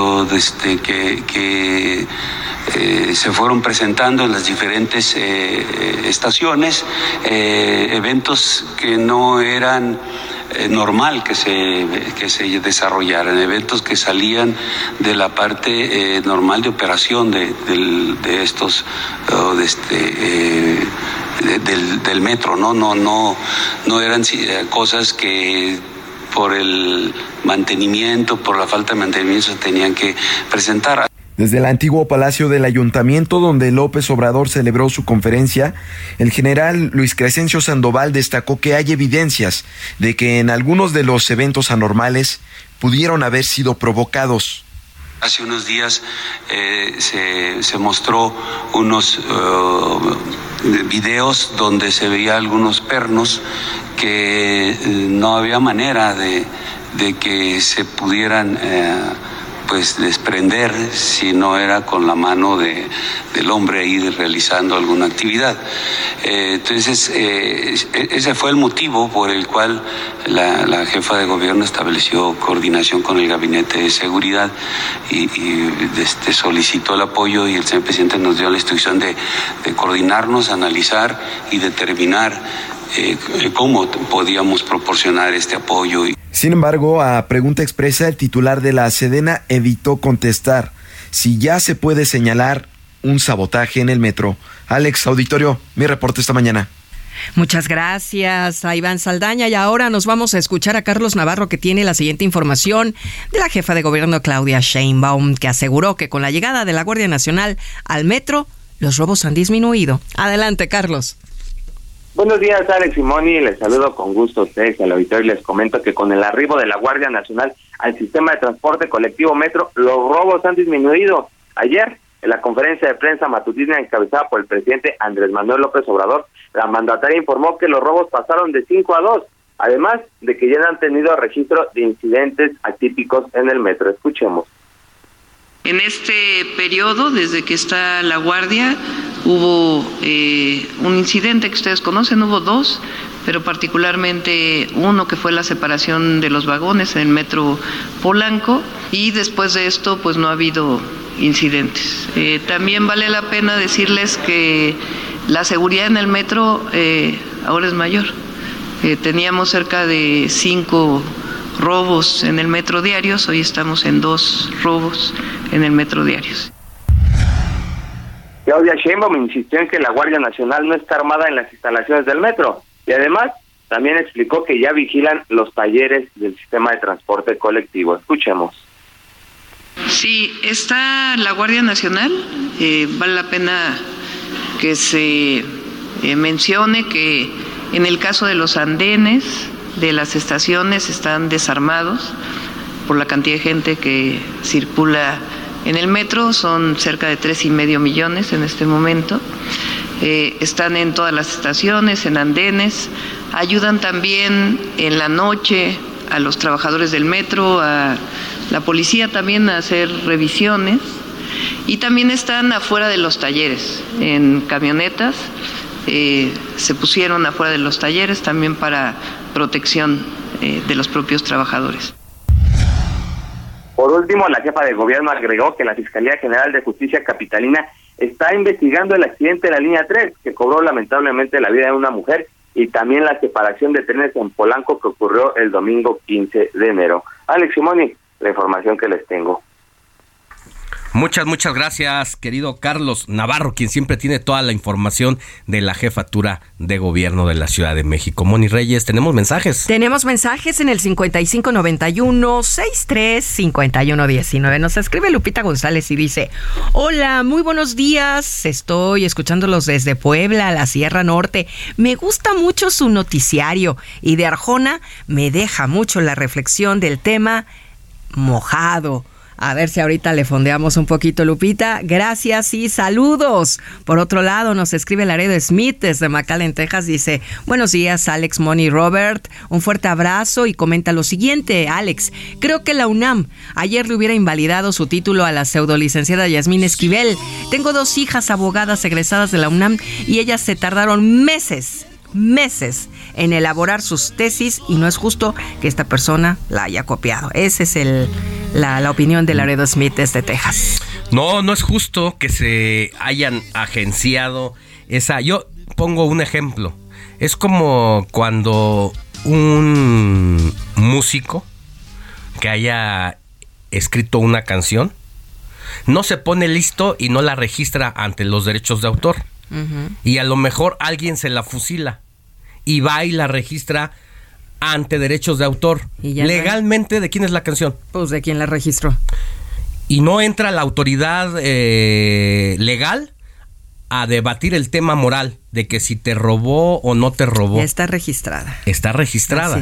que se fueron presentando en las diferentes estaciones, eventos que no eran normal que se desarrollaran, eventos que salían de la parte normal de operación de estos del metro, no eran cosas que por el mantenimiento, por la falta de mantenimiento se tenían que presentar. Desde el antiguo Palacio del Ayuntamiento, donde López Obrador celebró su conferencia, el general Luis Crescencio Sandoval destacó que hay evidencias de que en algunos de los eventos anormales pudieron haber sido provocados. Hace unos días se mostró unos videos donde se veía algunos pernos que no había manera de que se pudieran desprender si no era con la mano del hombre ahí realizando alguna actividad. Entonces, ese fue el motivo por el cual la jefa de gobierno estableció coordinación con el Gabinete de Seguridad y solicitó el apoyo, y el señor presidente nos dio la instrucción de coordinarnos, analizar y determinar cómo podíamos proporcionar este apoyo. Sin embargo, a pregunta expresa, el titular de la Sedena evitó contestar si ya se puede señalar un sabotaje en el metro. Alex, auditorio, mi reporte esta mañana. Muchas gracias a Iván Saldaña, y ahora nos vamos a escuchar a Carlos Navarro, que tiene la siguiente información de la jefa de gobierno Claudia Sheinbaum, que aseguró que con la llegada de la Guardia Nacional al metro, los robos han disminuido. Adelante, Carlos. Buenos días, Alex y Moni, les saludo con gusto a ustedes al auditorio y les comento que con el arribo de la Guardia Nacional al sistema de transporte colectivo metro, los robos han disminuido. Ayer, en la conferencia de prensa matutina encabezada por el presidente Andrés Manuel López Obrador, la mandataria informó que los robos pasaron de 5 a 2, además de que ya han tenido registro de incidentes atípicos en el metro. Escuchemos. En este periodo, desde que está la Guardia, hubo un incidente que ustedes conocen, hubo 2, pero particularmente uno que fue la separación de los vagones en el metro Polanco, y después de esto pues no ha habido incidentes. También vale la pena decirles que la seguridad en el metro ahora es mayor. Teníamos cerca de 5 robos en el metro diarios, hoy estamos en 2 robos en el metro diarios. Claudia Sheinbaum insistió en que la Guardia Nacional no está armada en las instalaciones del metro, y además también explicó que ya vigilan los talleres del sistema de transporte colectivo. Escuchemos. Sí, está la Guardia Nacional, vale la pena que se mencione que en el caso de los andenes de las estaciones están desarmados por la cantidad de gente que circula en el metro, son cerca de 3.5 millones en este momento. Están en todas las estaciones, en andenes, ayudan también en la noche a los trabajadores del metro, a la policía también a hacer revisiones, y también están afuera de los talleres, en camionetas, se pusieron afuera de los talleres también para protección de los propios trabajadores. Por último, la jefa de gobierno agregó que la Fiscalía General de Justicia Capitalina está investigando el accidente de la línea 3, que cobró lamentablemente la vida de una mujer, y también la separación de trenes en Polanco que ocurrió el domingo 15 de enero. Alex y Moni, la información que les tengo. Muchas gracias, querido Carlos Navarro, quien siempre tiene toda la información de la jefatura de gobierno de la Ciudad de México. Moni Reyes, ¿tenemos mensajes? Tenemos mensajes en el 5591-635119. Nos escribe Lupita González y dice: hola, muy buenos días, estoy escuchándolos desde Puebla, la Sierra Norte. Me gusta mucho su noticiario, y de Arjona me deja mucho la reflexión del tema mojado. A ver si ahorita le fondeamos un poquito, Lupita. Gracias y saludos. Por otro lado, nos escribe Laredo Smith desde McAllen, Texas. Dice: buenos días, Alex, Moni, Robert. Un fuerte abrazo, y comenta lo siguiente: Alex, creo que la UNAM ayer le hubiera invalidado su título a la pseudolicenciada Yasmín Esquivel. Tengo 2 hijas abogadas egresadas de la UNAM y ellas se tardaron meses en elaborar sus tesis, y no es justo que esta persona la haya copiado. Esa es la opinión de Laredo Smith desde Texas. No es justo que se hayan agenciado esa. Yo pongo un ejemplo. Es como cuando un músico que haya escrito una canción no se pone listo y no la registra ante los derechos de autor. Uh-huh. Y a lo mejor alguien se la fusila y va y la registra ante derechos de autor. Legalmente, no. ¿De quién es la canción? Pues de quién la registró. Y no entra la autoridad legal a debatir el tema moral de que si te robó o no te robó. Ya está registrada. Está registrada.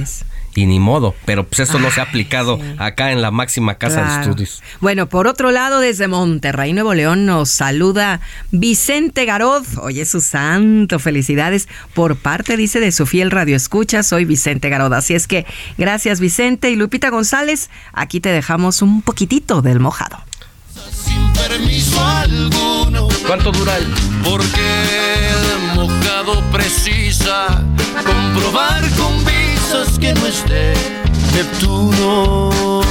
y ni modo, pero pues esto no se ha aplicado acá en la máxima casa de estudios. Bueno, por otro lado, desde Monterrey, Nuevo León, nos saluda Vicente Garoz. Oye, su santo, felicidades por parte, dice, de su fiel radioescucha. Soy Vicente Garoz, así es que gracias, Vicente. Y Lupita González, aquí te dejamos un poquitito del mojado. Sin permiso alguno. ¿Cuánto dura el? Porque el mojado precisa comprobar con visas que no es de Neptuno.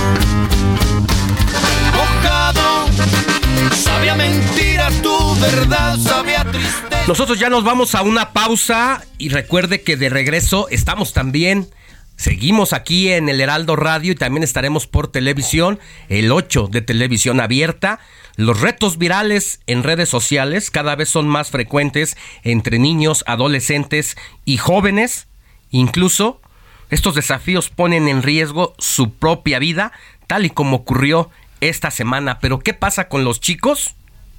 Mojado, sabía mentira, tu verdad sabía tristeza. Nosotros ya nos vamos a una pausa y recuerde que de regreso estamos también. Seguimos aquí en el Heraldo Radio y también estaremos por televisión, el 8 de televisión abierta. Los retos virales en redes sociales cada vez son más frecuentes entre niños, adolescentes y jóvenes. Incluso estos desafíos ponen en riesgo su propia vida, tal y como ocurrió esta semana. Pero ¿qué pasa con los chicos?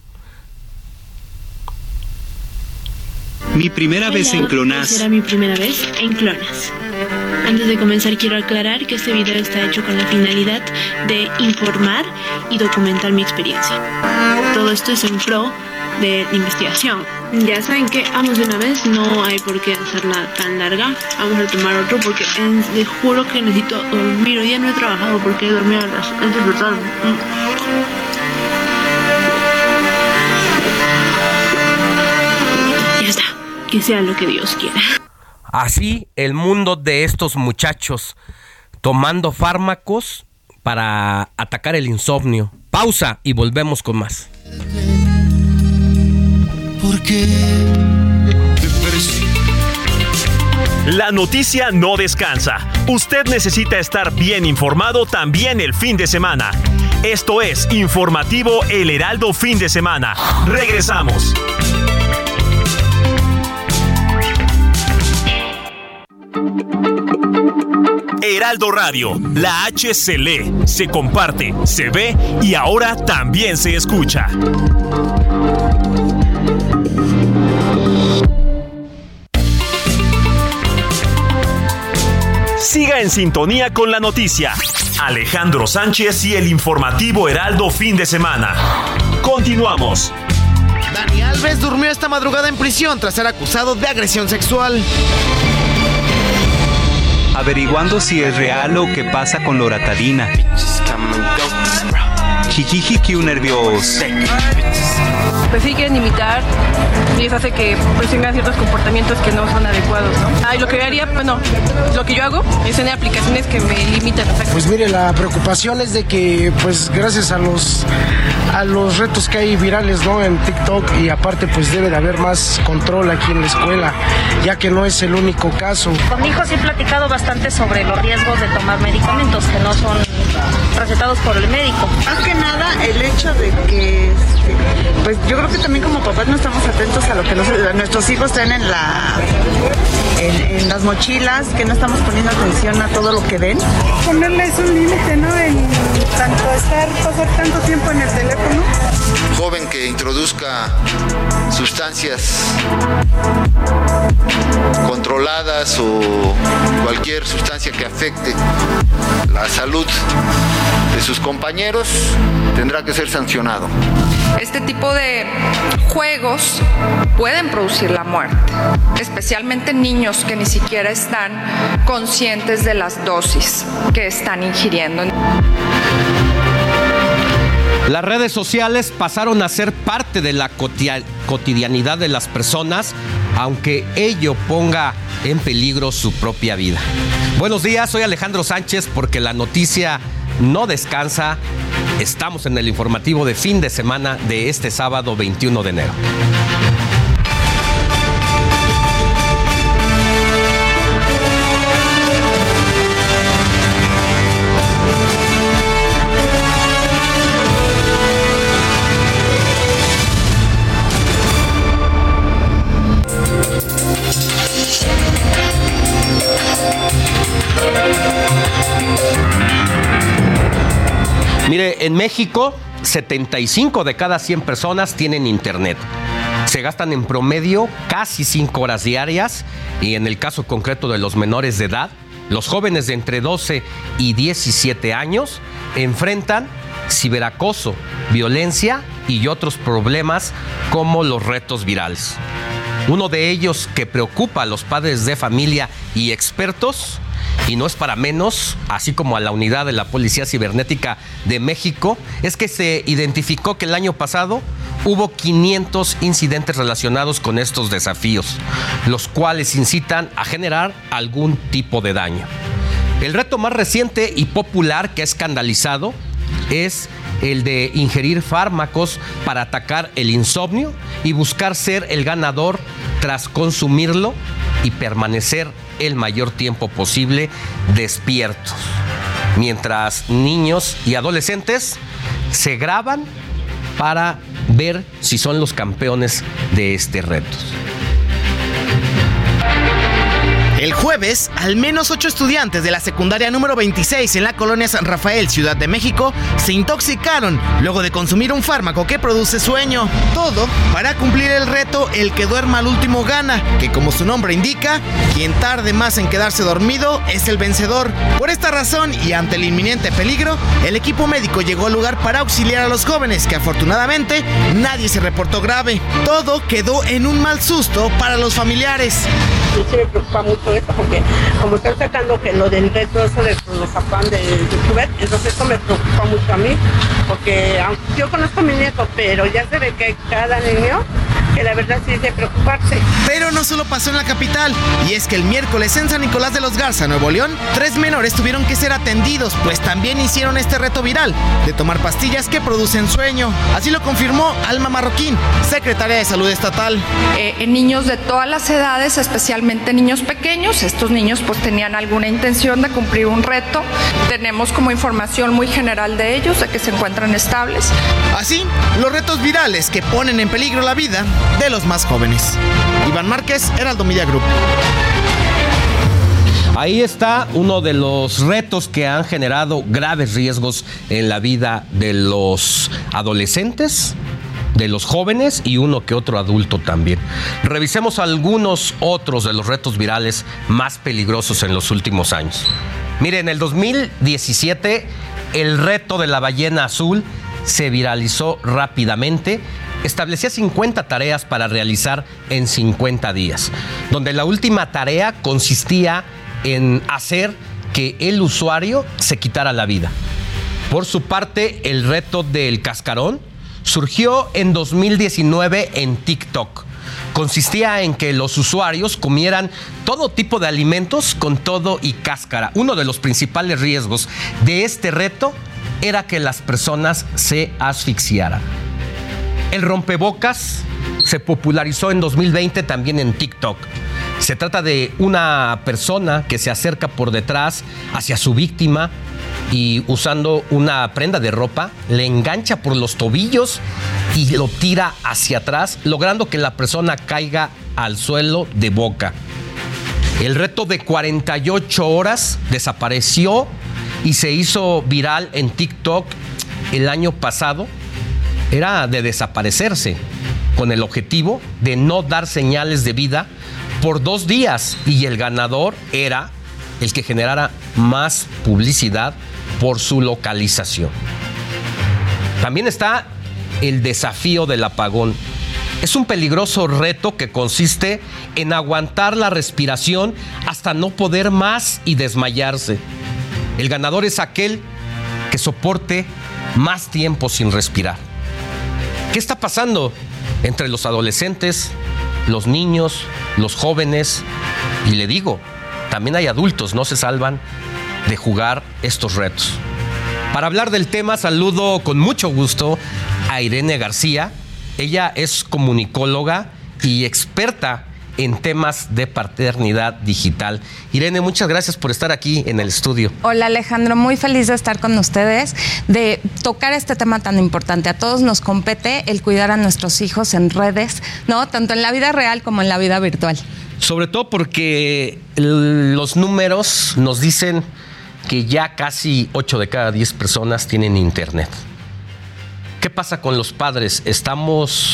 Mi primera vez en Clonas. Será mi primera vez en Clonas. Antes de comenzar, quiero aclarar que este video está hecho con la finalidad de informar y documentar mi experiencia. Todo esto es en pro de la investigación. Ya saben que vamos de una vez, no hay por qué hacerla tan larga. Vamos a tomar otro porque les juro que necesito dormir. Hoy ya no he trabajado porque he dormido antes de tarde. Ya está, que sea lo que Dios quiera. Así el mundo de estos muchachos tomando fármacos para atacar el insomnio. Pausa y volvemos con más. La noticia no descansa. Usted necesita estar bien informado también el fin de semana. Esto es Informativo El Heraldo Fin de Semana. Regresamos. Heraldo Radio, la H se lee, se comparte, se ve y ahora también se escucha. Siga en sintonía con la noticia. Alejandro Sánchez y el Informativo Heraldo Fin de Semana. Continuamos. Dani Alves durmió esta madrugada en prisión tras ser acusado de agresión sexual. Averiguando si es real lo que pasa con loratadina. Jijijiki, nervios. Pues sí quieren imitar y eso hace que pues tengan ciertos comportamientos que no son adecuados, ¿no? Y lo que yo haría, bueno, lo que yo hago es tener aplicaciones que me limitan. O sea, pues mire, la preocupación es de que pues gracias a los retos que hay virales, ¿no? En TikTok, y aparte pues debe de haber más control aquí en la escuela, ya que no es el único caso. Con mi hijo sí he platicado bastante sobre los riesgos de tomar medicamentos que no son recetados por el médico. Más que nada el hecho de que pues yo creo que también como papás no estamos atentos a lo que nuestros hijos traen en las mochilas, que no estamos poniendo atención a todo lo que ven. Ponerles un límite, ¿no? En pasar tanto tiempo en el teléfono. Joven que introduzca sustancias controladas o cualquier sustancia que afecte la salud de sus compañeros tendrá que ser sancionado. Este tipo de juegos pueden producir la muerte, especialmente en niños que ni siquiera están conscientes de las dosis que están ingiriendo. Las redes sociales pasaron a ser parte de la cotidianidad de las personas, aunque ello ponga en peligro su propia vida. Buenos días, soy Alejandro Sánchez porque la noticia no descansa. Estamos en el informativo de fin de semana de este sábado 21 de enero. Mire, en México, 75 de cada 100 personas tienen internet. Se gastan en promedio casi 5 horas diarias y en el caso concreto de los menores de edad, Los jóvenes de entre 12 y 17 años enfrentan ciberacoso, violencia y otros problemas como los retos virales. Uno de ellos que preocupa a los padres de familia y expertos, y no es para menos, así como a la unidad de la Policía Cibernética de México, es que se identificó que el año pasado hubo 500 incidentes relacionados con estos desafíos, los cuales incitan a generar algún tipo de daño. El reto más reciente y popular que ha escandalizado es el de ingerir fármacos para atacar el insomnio y buscar ser el ganador tras consumirlo y permanecer el mayor tiempo posible despiertos, mientras niños y adolescentes se graban para ver si son los campeones de este reto. El jueves, al menos 8 estudiantes de la secundaria número 26 en la colonia San Rafael, Ciudad de México, se intoxicaron luego de consumir un fármaco que produce sueño. Todo para cumplir el reto El que duerma al último gana, que como su nombre indica, quien tarde más en quedarse dormido es el vencedor. Por esta razón y ante el inminente peligro, el equipo médico llegó al lugar para auxiliar a los jóvenes, que afortunadamente nadie se reportó grave. Todo quedó en un mal susto para los familiares. Sí me preocupa mucho esto, porque como están sacando que lo del reto, eso de clonazepam del youtuber, entonces eso me preocupa mucho a mí, porque aunque yo conozco a mi nieto, pero ya se ve que cada niño, que la verdad sí es de preocuparse. Pero no solo pasó en la capital, y es que el miércoles en San Nicolás de los Garza, Nuevo León, 3 menores tuvieron que ser atendidos, pues también hicieron este reto viral de tomar pastillas que producen sueño. Así lo confirmó Alma Marroquín, secretaria de Salud Estatal. En niños de todas las edades, especialmente niños pequeños, estos niños pues tenían alguna intención de cumplir un reto. Tenemos como información muy general de ellos, de que se encuentran estables. Así, los retos virales que ponen en peligro la vida de los más jóvenes. Iván Márquez, Heraldo Media Group. Ahí está uno de los retos que han generado graves riesgos en la vida de los adolescentes, de los jóvenes y uno que otro adulto también. Revisemos algunos otros de los retos virales más peligrosos en los últimos años. Miren, en el 2017 el reto de la ballena azul se viralizó rápidamente. Establecía 50 tareas para realizar en 50 días, donde la última tarea consistía en hacer que el usuario se quitara la vida. Por su parte, el reto del cascarón surgió en 2019 en TikTok. Consistía en que los usuarios comieran todo tipo de alimentos con todo y cáscara. Uno de los principales riesgos de este reto era que las personas se asfixiaran. El rompebocas se popularizó en 2020 también en TikTok. Se trata de una persona que se acerca por detrás hacia su víctima y usando una prenda de ropa le engancha por los tobillos y lo tira hacia atrás, logrando que la persona caiga al suelo de boca. El reto de 48 horas desapareció y se hizo viral en TikTok el año pasado. Era de desaparecerse, con el objetivo de no dar señales de vida por 2 días, y el ganador era el que generara más publicidad por su localización. También está el desafío del apagón. Es un peligroso reto que consiste en aguantar la respiración hasta no poder más y desmayarse. El ganador es aquel que soporte más tiempo sin respirar. ¿Qué está pasando entre los adolescentes, los niños, los jóvenes? Y le digo, también hay adultos, no se salvan de jugar estos retos. Para hablar del tema, saludo con mucho gusto a Irene García. Ella es comunicóloga y experta en temas de paternidad digital. Irene, muchas gracias por estar aquí en el estudio. Hola Alejandro, muy feliz de estar con ustedes, de tocar este tema tan importante. A todos nos compete el cuidar a nuestros hijos en redes, ¿no? Tanto en la vida real como en la vida virtual. Sobre todo porque los números nos dicen que ya casi 8 de cada 10 personas tienen internet. ¿Qué pasa con los padres? ¿Están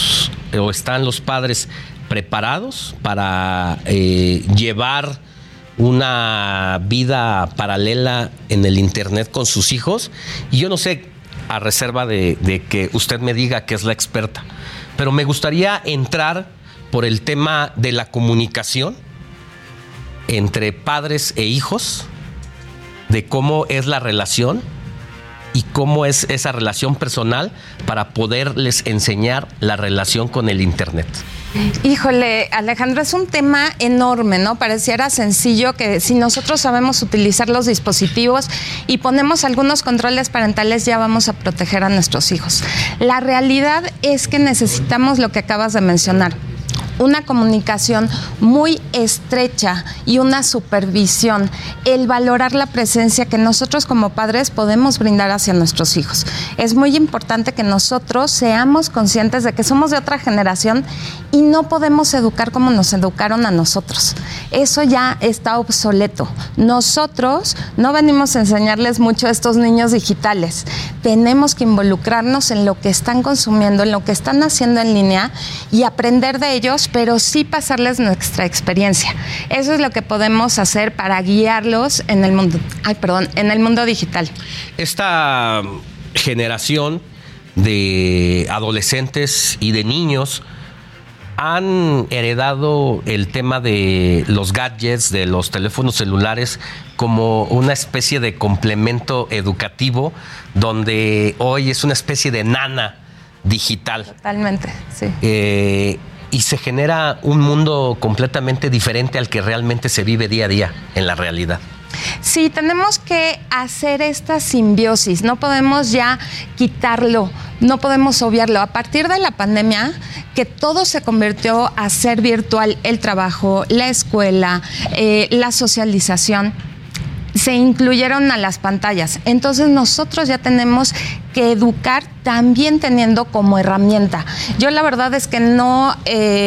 los padres preparados para llevar una vida paralela en el internet con sus hijos. Y yo no sé, a reserva de que usted me diga que es la experta, pero me gustaría entrar por el tema de la comunicación entre padres e hijos, de cómo es la relación y cómo es esa relación personal para poderles enseñar la relación con el internet. Híjole, Alejandro, es un tema enorme, ¿no? Pareciera sencillo que si nosotros sabemos utilizar los dispositivos y ponemos algunos controles parentales, ya vamos a proteger a nuestros hijos. La realidad es que necesitamos lo que acabas de mencionar: una comunicación muy estrecha y una supervisión, el valorar la presencia que nosotros como padres podemos brindar hacia nuestros hijos. Es muy importante que nosotros seamos conscientes de que somos de otra generación y no podemos educar como nos educaron a nosotros. Eso ya está obsoleto. Nosotros no venimos a enseñarles mucho a estos niños digitales. Tenemos que involucrarnos en lo que están consumiendo, en lo que están haciendo en línea y aprender de ellos, pero sí pasarles nuestra experiencia. Eso es lo que podemos hacer para guiarlos en el mundo digital. Esta generación de adolescentes y de niños han heredado el tema de los gadgets, de los teléfonos celulares, como una especie de complemento educativo, donde hoy es una especie de nana digital. Totalmente, sí. Y se genera un mundo completamente diferente al que realmente se vive día a día en la realidad. Sí, tenemos que hacer esta simbiosis, no podemos ya quitarlo, no podemos obviarlo. A partir de la pandemia, que todo se convirtió a ser virtual, el trabajo, la escuela, la socialización, se incluyeron a las pantallas. Entonces nosotros ya tenemos que educar también teniendo como herramienta. Yo la verdad es que no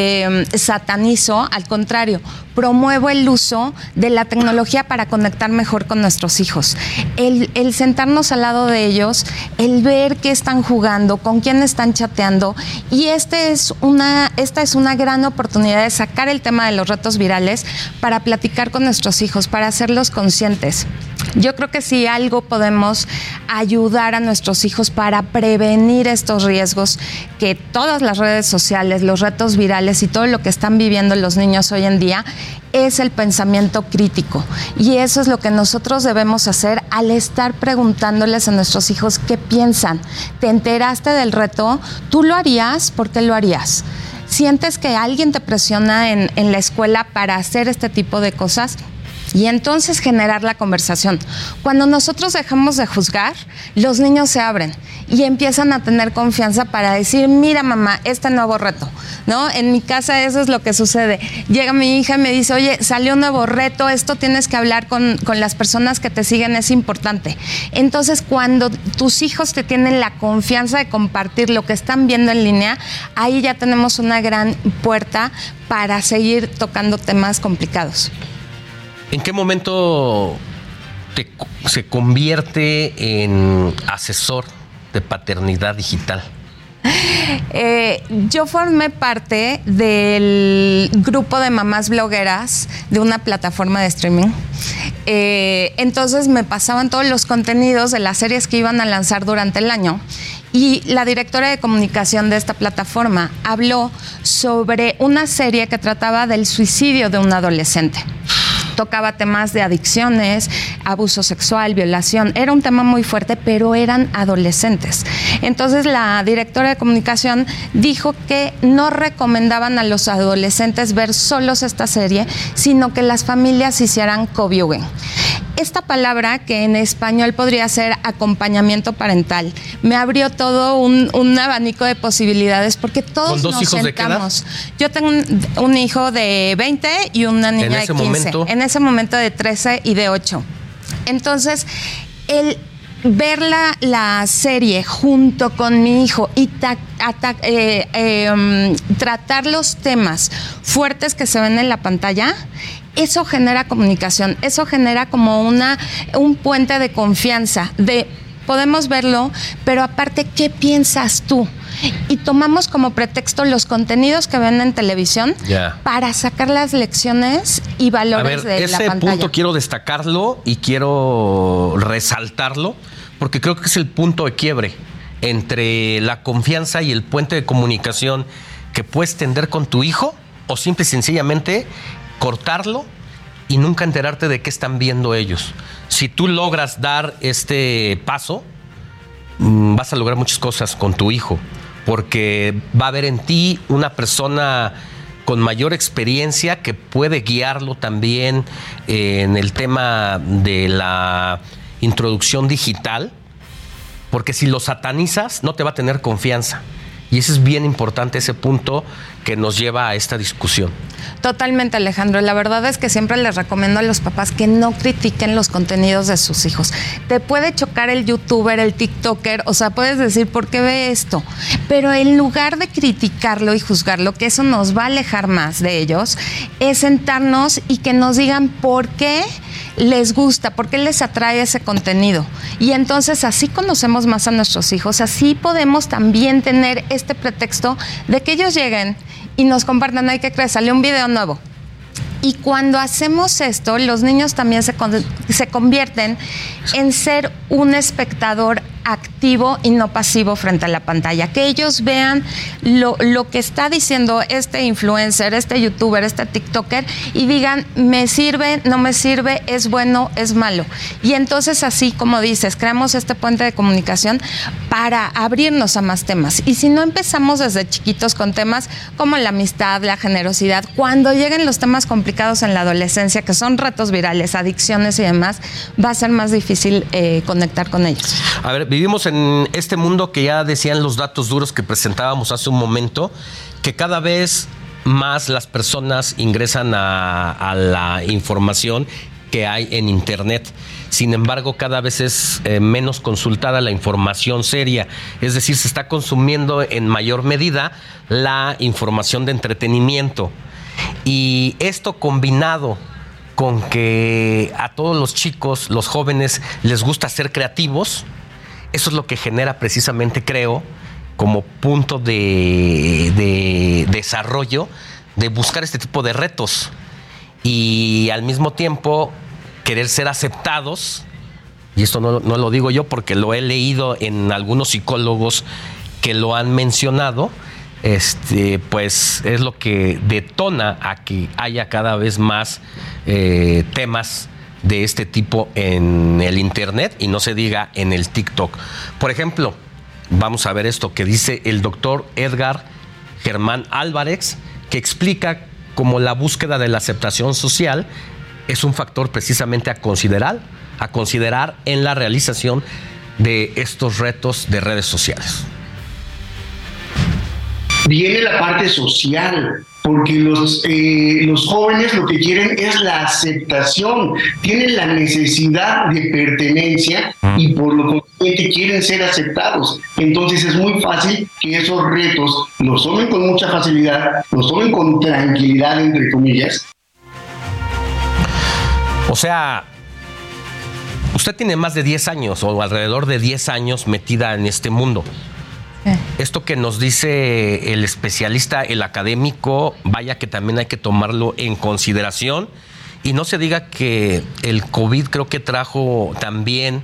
satanizo, al contrario, promuevo el uso de la tecnología para conectar mejor con nuestros hijos. El sentarnos al lado de ellos, el ver qué están jugando, con quién están chateando, y esta es una gran oportunidad de sacar el tema de los retos virales para platicar con nuestros hijos, para hacerlos conscientes. Yo creo que si algo podemos ayudar a nuestros hijos para prevenir estos riesgos que todas las redes sociales, los retos virales y todo lo que están viviendo los niños hoy en día, es el pensamiento crítico. Y eso es lo que nosotros debemos hacer al estar preguntándoles a nuestros hijos qué piensan. ¿Te enteraste del reto? ¿Tú lo harías? ¿Por qué lo harías? ¿Sientes que alguien te presiona en la escuela para hacer este tipo de cosas? Y entonces generar la conversación. Cuando nosotros dejamos de juzgar, los niños se abren y empiezan a tener confianza para decir: mira mamá, este nuevo reto, ¿no? En mi casa eso es lo que sucede. Llega mi hija y me dice: oye, salió un nuevo reto, esto tienes que hablar con las personas que te siguen, es importante. Entonces, cuando tus hijos te tienen la confianza de compartir lo que están viendo en línea, ahí ya tenemos una gran puerta para seguir tocando temas complicados. ¿En qué momento se convierte en asesor de paternidad digital? Yo formé parte del grupo de mamás blogueras de una plataforma de streaming. Entonces me pasaban todos los contenidos de las series que iban a lanzar durante el año. Y la directora de comunicación de esta plataforma habló sobre una serie que trataba del suicidio de un adolescente. Tocaba temas de adicciones, abuso sexual, violación. Era un tema muy fuerte, pero eran adolescentes. Entonces la directora de comunicación dijo que no recomendaban a los adolescentes ver solos esta serie, sino que las familias hicieran co-viewing. Esta palabra, que en español podría ser acompañamiento parental, me abrió todo un abanico de posibilidades, porque todos nos sentamos. ¿De qué edad? Yo tengo un hijo de 20 y una niña de 15. En ese momento de 13 y de 8. Entonces, el ver la serie junto con mi hijo y tratar los temas fuertes que se ven en la pantalla, eso genera comunicación, eso genera como un puente de confianza, podemos verlo, pero aparte, ¿qué piensas tú? y tomamos como pretexto los contenidos que ven en televisión para sacar las lecciones y valores de la pantalla. Ese punto quiero destacarlo y quiero resaltarlo, porque creo que es el punto de quiebre entre la confianza y el puente de comunicación que puedes tender con tu hijo, o simple y sencillamente cortarlo y nunca enterarte de qué están viendo ellos. Si tú logras dar este paso, vas a lograr muchas cosas con tu hijo, porque va a ver en ti una persona con mayor experiencia que puede guiarlo también en el tema de la introducción digital, porque si lo satanizas no te va a tener confianza. Y ese es bien importante, ese punto que nos lleva a esta discusión. Totalmente, Alejandro. La verdad es que siempre les recomiendo a los papás que no critiquen los contenidos de sus hijos. Te puede chocar el youtuber, el tiktoker, o sea, puedes decir, ¿por qué ve esto? Pero en lugar de criticarlo y juzgarlo, que eso nos va a alejar más de ellos, es sentarnos y que nos digan por qué les gusta, por qué les atrae ese contenido. Y entonces así conocemos más a nuestros hijos, así podemos también tener este pretexto de que ellos lleguen y nos compartan, ay, ¿qué crees? Salió un video nuevo. Y cuando hacemos esto, los niños también se convierten en ser un espectador activo y no pasivo frente a la pantalla. Que ellos vean lo que está diciendo este influencer, este youtuber, este tiktoker y digan, me sirve, no me sirve, es bueno, es malo. Y entonces así, como dices, creamos este puente de comunicación para abrirnos a más temas. Y si no empezamos desde chiquitos con temas como la amistad, la generosidad, cuando lleguen los temas complicados en la adolescencia, que son retos virales, adicciones y demás, va a ser más difícil conectar con ellos. A ver, vivimos en este mundo que ya decían los datos duros que presentábamos hace un momento, que cada vez más las personas ingresan a la información que hay en Internet. Sin embargo, cada vez es menos consultada la información seria. Es decir, se está consumiendo en mayor medida la información de entretenimiento. Y esto combinado con que a todos los chicos, los jóvenes, les gusta ser creativos, eso es lo que genera precisamente, creo, como punto de desarrollo, de buscar este tipo de retos y al mismo tiempo querer ser aceptados. Y esto no lo digo yo porque lo he leído en algunos psicólogos que lo han mencionado. Pues es lo que detona a que haya cada vez más temas de este tipo en el Internet y no se diga en el TikTok. Por ejemplo, vamos a ver esto que dice el doctor Edgar Germán Álvarez, que explica cómo la búsqueda de la aceptación social es un factor precisamente a considerar en la realización de estos retos de redes sociales. Viene la parte social, porque los jóvenes lo que quieren es la aceptación, tienen la necesidad de pertenencia y por lo consiguiente quieren ser aceptados. Entonces es muy fácil que esos retos los tomen con mucha facilidad, los tomen con tranquilidad, entre comillas. O sea, usted tiene más de 10 años o alrededor de 10 años metida en este mundo. Esto que nos dice el especialista, el académico, vaya que también hay que tomarlo en consideración. Y no se diga que el COVID creo que trajo también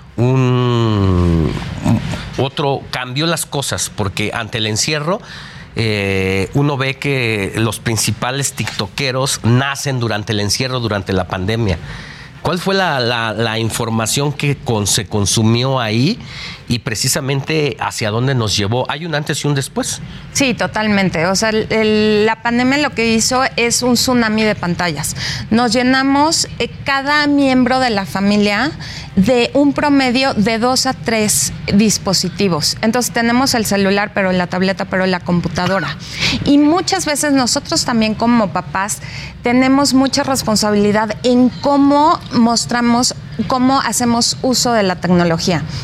cambió las cosas, porque ante el encierro uno ve que los principales tiktokeros nacen durante el encierro, durante la pandemia. ¿Cuál fue la información que se consumió ahí y precisamente hacia dónde nos llevó? ¿Hay un antes y un después? Sí, totalmente. O sea, la pandemia lo que hizo es un tsunami de pantallas. Nos llenamos cada miembro de la familia de un promedio de 2 a 3 dispositivos. Entonces tenemos el celular, pero la tableta, pero la computadora. Y muchas veces nosotros también como papás tenemos mucha responsabilidad en cómo mostramos, cómo hacemos uso de la tecnología.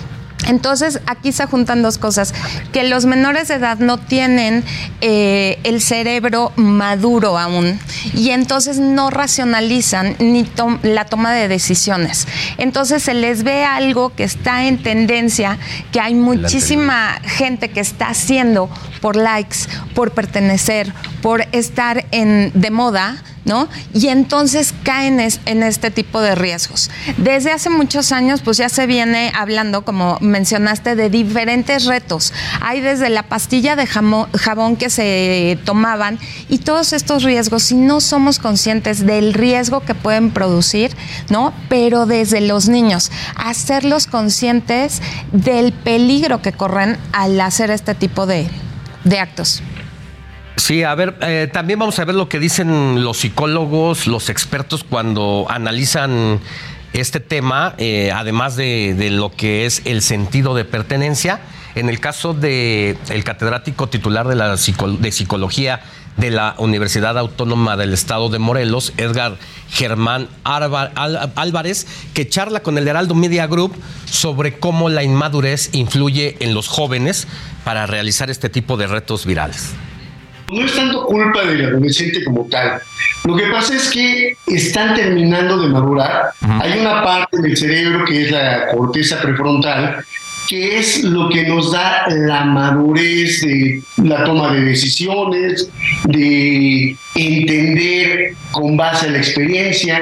Entonces, aquí se juntan dos cosas, que los menores de edad no tienen el cerebro maduro aún y entonces no racionalizan ni la toma de decisiones. Entonces, se les ve algo que está en tendencia, que hay muchísima gente que está haciendo por likes, por pertenecer, por estar de moda, ¿no? Y entonces caen en este tipo de riesgos. Desde hace muchos años, pues ya se viene hablando, como mencionaste, de diferentes retos. Hay desde la pastilla de jabón que se tomaban y todos estos riesgos, si no somos conscientes del riesgo que pueden producir, ¿no? Pero desde los niños, hacerlos conscientes del peligro que corren al hacer este tipo de actos. Sí, a ver, también vamos a ver lo que dicen los psicólogos, los expertos cuando analizan este tema, además de lo que es el sentido de pertenencia. En el caso del catedrático titular de Psicología de la Universidad Autónoma del Estado de Morelos, Edgar Germán Álvarez, que charla con el Heraldo Media Group sobre cómo la inmadurez influye en los jóvenes para realizar este tipo de retos virales. No es tanto culpa del adolescente como tal. Lo que pasa es que están terminando de madurar. Hay una parte del cerebro que es la corteza prefrontal, que es lo que nos da la madurez de la toma de decisiones, de entender con base a la experiencia.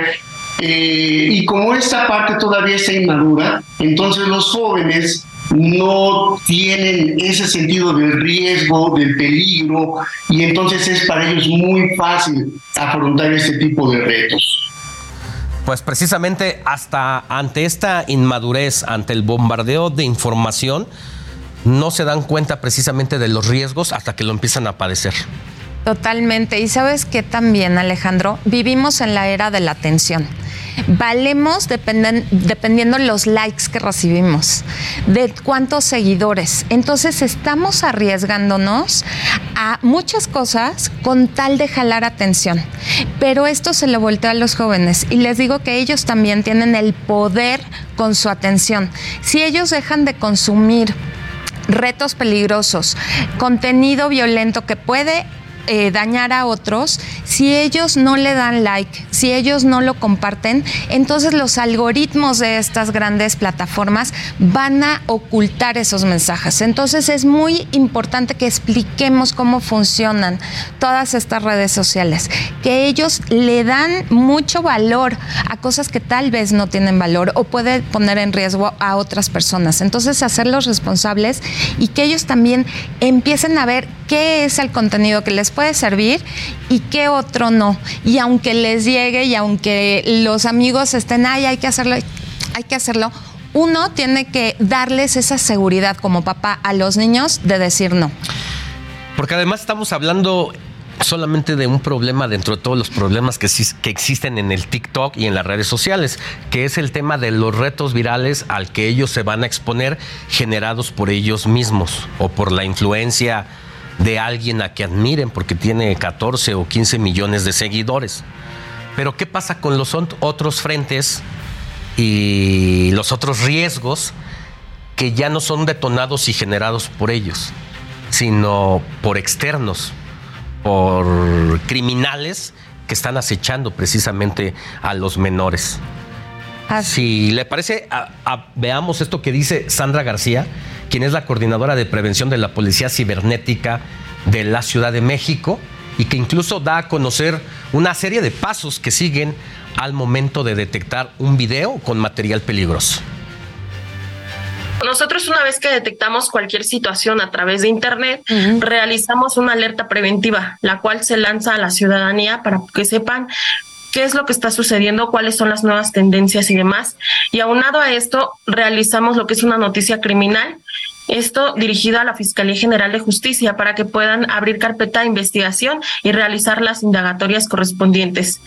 Y como esta parte todavía está inmadura, entonces los jóvenes no tienen ese sentido del riesgo, del peligro, y entonces es para ellos muy fácil afrontar este tipo de retos. Pues precisamente hasta ante esta inmadurez, ante el bombardeo de información, no se dan cuenta precisamente de los riesgos hasta que lo empiezan a padecer. Totalmente. Y sabes que también, Alejandro, vivimos en la era de la atención. Valemos dependiendo los likes que recibimos, de cuántos seguidores. Entonces estamos arriesgándonos a muchas cosas con tal de jalar atención. Pero esto se lo voltea a los jóvenes y les digo que ellos también tienen el poder con su atención. Si ellos dejan de consumir retos peligrosos, contenido violento que puede dañar a otros, si ellos no le dan like, si ellos no lo comparten, entonces los algoritmos de estas grandes plataformas van a ocultar esos mensajes. Entonces es muy importante que expliquemos cómo funcionan todas estas redes sociales, que ellos le dan mucho valor a cosas que tal vez no tienen valor o puede poner en riesgo a otras personas. Entonces hacerlos responsables y que ellos también empiecen a ver qué es el contenido que les puede servir y qué otro no. Y aunque les llegue y aunque los amigos estén, hay que hacerlo, uno tiene que darles esa seguridad como papá a los niños de decir no. Porque además estamos hablando solamente de un problema dentro de todos los problemas que existen en el TikTok y en las redes sociales, que es el tema de los retos virales al que ellos se van a exponer, generados por ellos mismos o por la influencia de alguien a que admiren porque tiene 14 o 15 millones de seguidores. Pero ¿qué pasa con los otros frentes y los otros riesgos que ya no son detonados y generados por ellos, sino por externos, por criminales que están acechando precisamente a los menores? Si le parece, veamos esto que dice Sandra García, quien es la coordinadora de prevención de la Policía Cibernética de la Ciudad de México y que incluso da a conocer una serie de pasos que siguen al momento de detectar un video con material peligroso. Nosotros, una vez que detectamos cualquier situación a través de Internet, realizamos una alerta preventiva, la cual se lanza a la ciudadanía para que sepan qué es lo que está sucediendo, cuáles son las nuevas tendencias y demás. Y aunado a esto, realizamos lo que es una noticia criminal, esto dirigido a la Fiscalía General de Justicia para que puedan abrir carpeta de investigación y realizar las indagatorias correspondientes.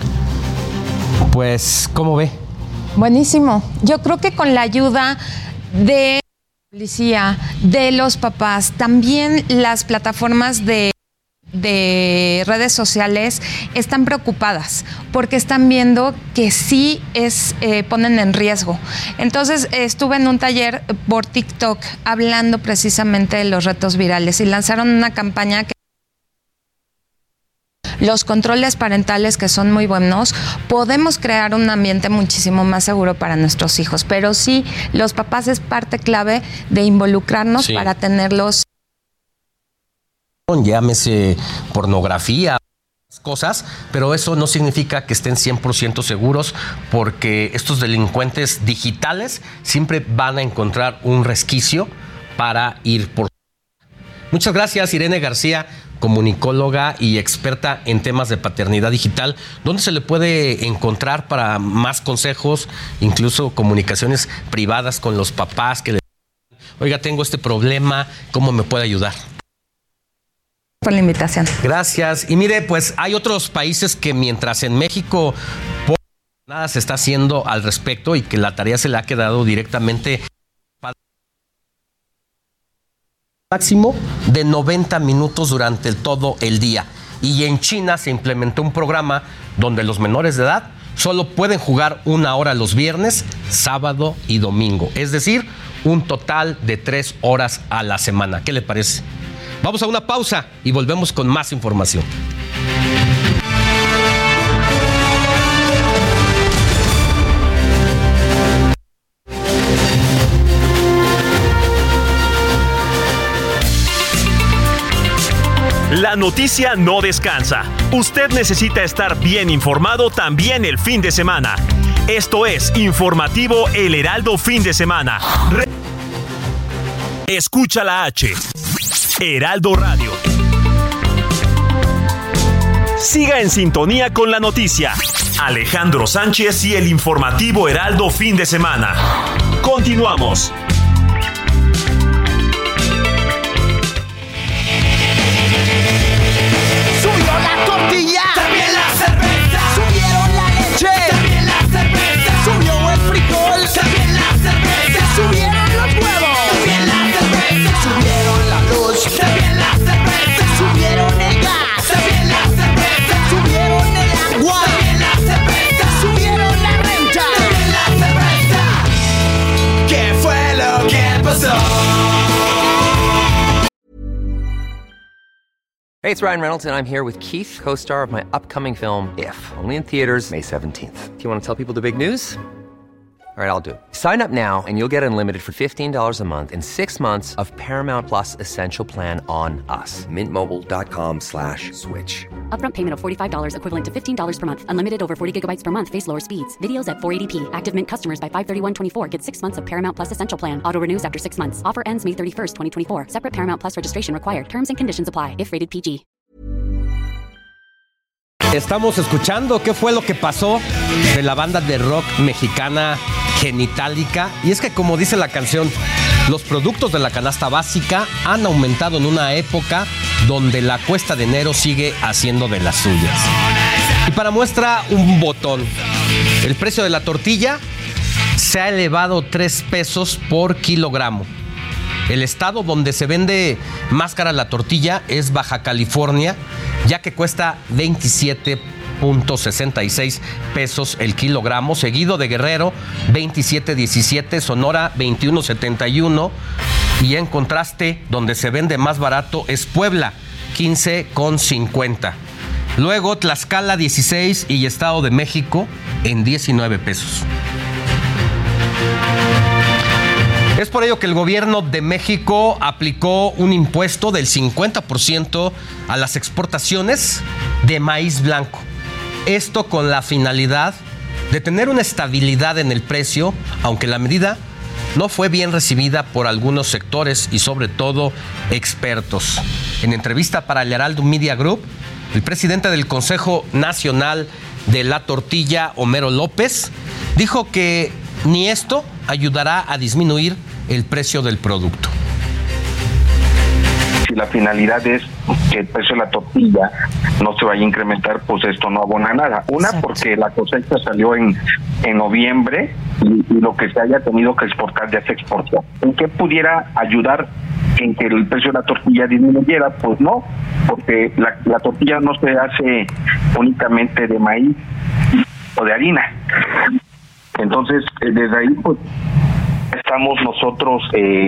Pues, ¿cómo ve? Buenísimo. Yo creo que con la ayuda de la policía, de los papás, también las plataformas de de redes sociales están preocupadas porque están viendo que sí ponen en riesgo. Entonces estuve en un taller por TikTok hablando precisamente de los retos virales y lanzaron una campaña que los controles parentales, que son muy buenos, podemos crear un ambiente muchísimo más seguro para nuestros hijos, pero sí, los papás es parte clave de involucrarnos para tenerlos. Llámese pornografía, cosas, pero eso no significa que estén 100% seguros, porque estos delincuentes digitales siempre van a encontrar un resquicio para ir por. Muchas gracias, Irene García, comunicóloga y experta en temas de paternidad digital. ¿Dónde se le puede encontrar para más consejos, incluso comunicaciones privadas con los papás que le digan, oiga, tengo este problema, ¿cómo me puede ayudar? Por la invitación. Gracias. Y mire, pues hay otros países que mientras en México nada se está haciendo al respecto y que la tarea se le ha quedado directamente máximo de 90 minutos durante todo el día. Y en China se implementó un programa donde los menores de edad solo pueden jugar 1 hora los viernes, sábado y domingo. Es decir, un total de 3 horas a la semana. ¿Qué le parece? Vamos a una pausa y volvemos con más información. La noticia no descansa. Usted necesita estar bien informado también el fin de semana. Esto es Informativo El Heraldo Fin de Semana. Escucha la H. Heraldo Radio. Siga en sintonía con la noticia. Alejandro Sánchez y el Informativo Heraldo Fin de Semana. Continuamos. Subió la tortilla, también la cerveza. Subieron la leche, también la cerveza. Subió el frijol, también la cerveza. Subieron los huevos, también la cerveza. Subieron la luz, también la cerveza. Subieron el gas, también la cerveza. Subieron el agua, también la cerveza. Subieron la renta, también la cerveza. ¿Qué fue lo que pasó? Hey, it's Ryan Reynolds, and I'm here with Keith, co-star of my upcoming film, If, only in theaters May 17th. Do you want to tell people the big news? All right, I'll do it. Sign up now and you'll get unlimited for $15 a month and 6 months of Paramount Plus Essential Plan on us. MintMobile.com/switch. Upfront payment of $45 equivalent to $15 per month. Unlimited over 40 gigabytes per month. Face lower speeds. Videos at 480p. Active Mint customers by 531.24 get 6 months of Paramount Plus Essential Plan. Auto renews after 6 months. Offer ends May 31st, 2024. Separate Paramount Plus registration required. Terms and conditions apply if rated PG. Estamos escuchando qué fue lo que pasó de la banda de rock mexicana Genitalica. Y es que, como dice la canción, los productos de la canasta básica han aumentado en una época donde la cuesta de enero sigue haciendo de las suyas. Y para muestra, un botón. El precio de la tortilla se ha elevado 3 pesos por kilogramo. El estado donde se vende más cara la tortilla es Baja California, ya que cuesta 27.66 pesos el kilogramo, seguido de Guerrero 27.17, Sonora 21.71, y en contraste donde se vende más barato es Puebla 15.50. Luego Tlaxcala 16 y Estado de México en 19 pesos. Es por ello que el gobierno de México aplicó un impuesto del 50% a las exportaciones de maíz blanco. Esto con la finalidad de tener una estabilidad en el precio, aunque la medida no fue bien recibida por algunos sectores y sobre todo expertos. En entrevista para el Heraldo Media Group, el presidente del Consejo Nacional de la Tortilla, Homero López, dijo que ni esto ayudará a disminuir el precio del producto. Si la finalidad es que el precio de la tortilla no se vaya a incrementar, pues esto no abona nada. Una, porque la cosecha salió en noviembre y lo que se haya tenido que exportar ya se exportó. ¿En qué pudiera ayudar en que el precio de la tortilla disminuyera, pues no, porque la tortilla no se hace únicamente de maíz o de harina. Entonces, desde ahí, pues, estamos nosotros,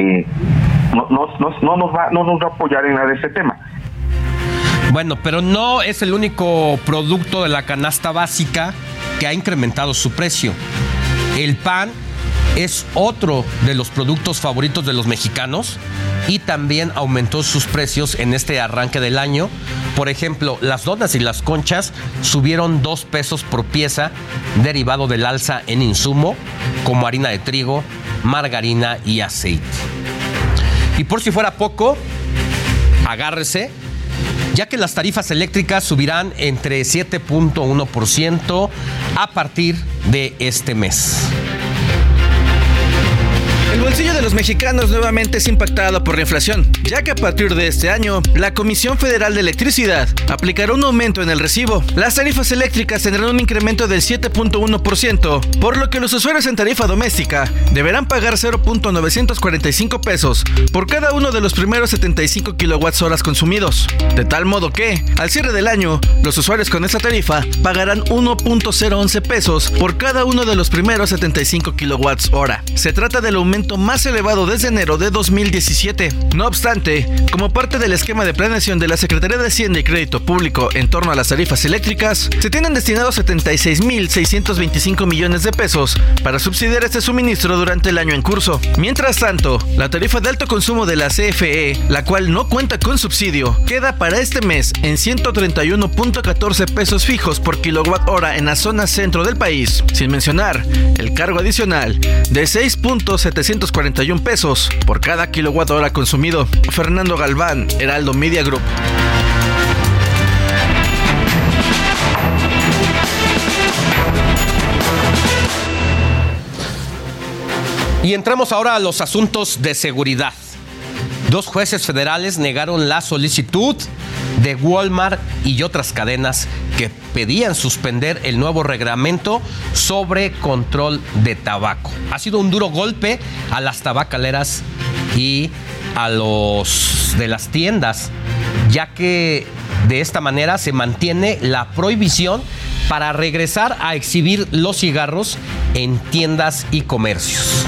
no nos va a apoyar en nada de este tema. Bueno, pero no es el único producto de la canasta básica que ha incrementado su precio. El pan es otro de los productos favoritos de los mexicanos y también aumentó sus precios en este arranque del año. Por ejemplo, las donas y las conchas subieron 2 pesos por pieza, derivado del alza en insumo como harina de trigo, margarina y aceite. Y por si fuera poco, agárrese, ya que las tarifas eléctricas subirán entre 7.1% a partir de este mes. El bolsillo de los mexicanos nuevamente es impactado por la inflación, ya que a partir de este año, la Comisión Federal de Electricidad aplicará un aumento en el recibo. Las tarifas eléctricas tendrán un incremento del 7.1%, por lo que los usuarios en tarifa doméstica deberán pagar 0.945 pesos por cada uno de los primeros 75 kWh consumidos. De tal modo que, al cierre del año, los usuarios con esta tarifa pagarán 1.011 pesos por cada uno de los primeros 75 kWh. Se trata del aumento más elevado desde enero de 2017. No obstante, como parte del esquema de planeación de la Secretaría de Hacienda y Crédito Público en torno a las tarifas eléctricas, se tienen destinados 76.625 millones de pesos para subsidiar este suministro durante el año en curso. Mientras tanto, la tarifa de alto consumo de la CFE, la cual no cuenta con subsidio, queda para este mes en 131.14 pesos fijos por kilowatt-hora en la zona centro del país, sin mencionar el cargo adicional de 6.741 pesos por cada kilowatt-hora consumido. Fernando Galván, Heraldo Media Group. Y entramos ahora a los asuntos de seguridad. 2 jueces federales negaron la solicitud de Walmart y otras cadenas que pedían suspender el nuevo reglamento sobre control de tabaco. Ha sido un duro golpe a las tabacaleras y a los de las tiendas, ya que de esta manera se mantiene la prohibición para regresar a exhibir los cigarros en tiendas y comercios.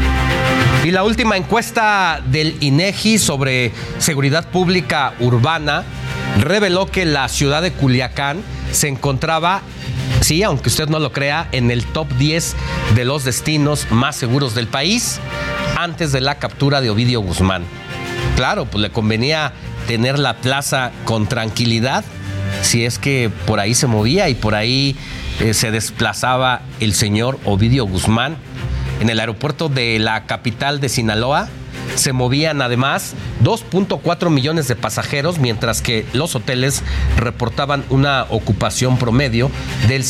Y la última encuesta del INEGI sobre seguridad pública urbana reveló que la ciudad de Culiacán se encontraba, sí, aunque usted no lo crea, en el top 10 de los destinos más seguros del país antes de la captura de Ovidio Guzmán. Claro, pues le convenía tener la plaza con tranquilidad si es que por ahí se movía y por ahí se desplazaba el señor Ovidio Guzmán. En el aeropuerto de la capital de Sinaloa se movían además 2.4 millones de pasajeros, mientras que los hoteles reportaban una ocupación promedio del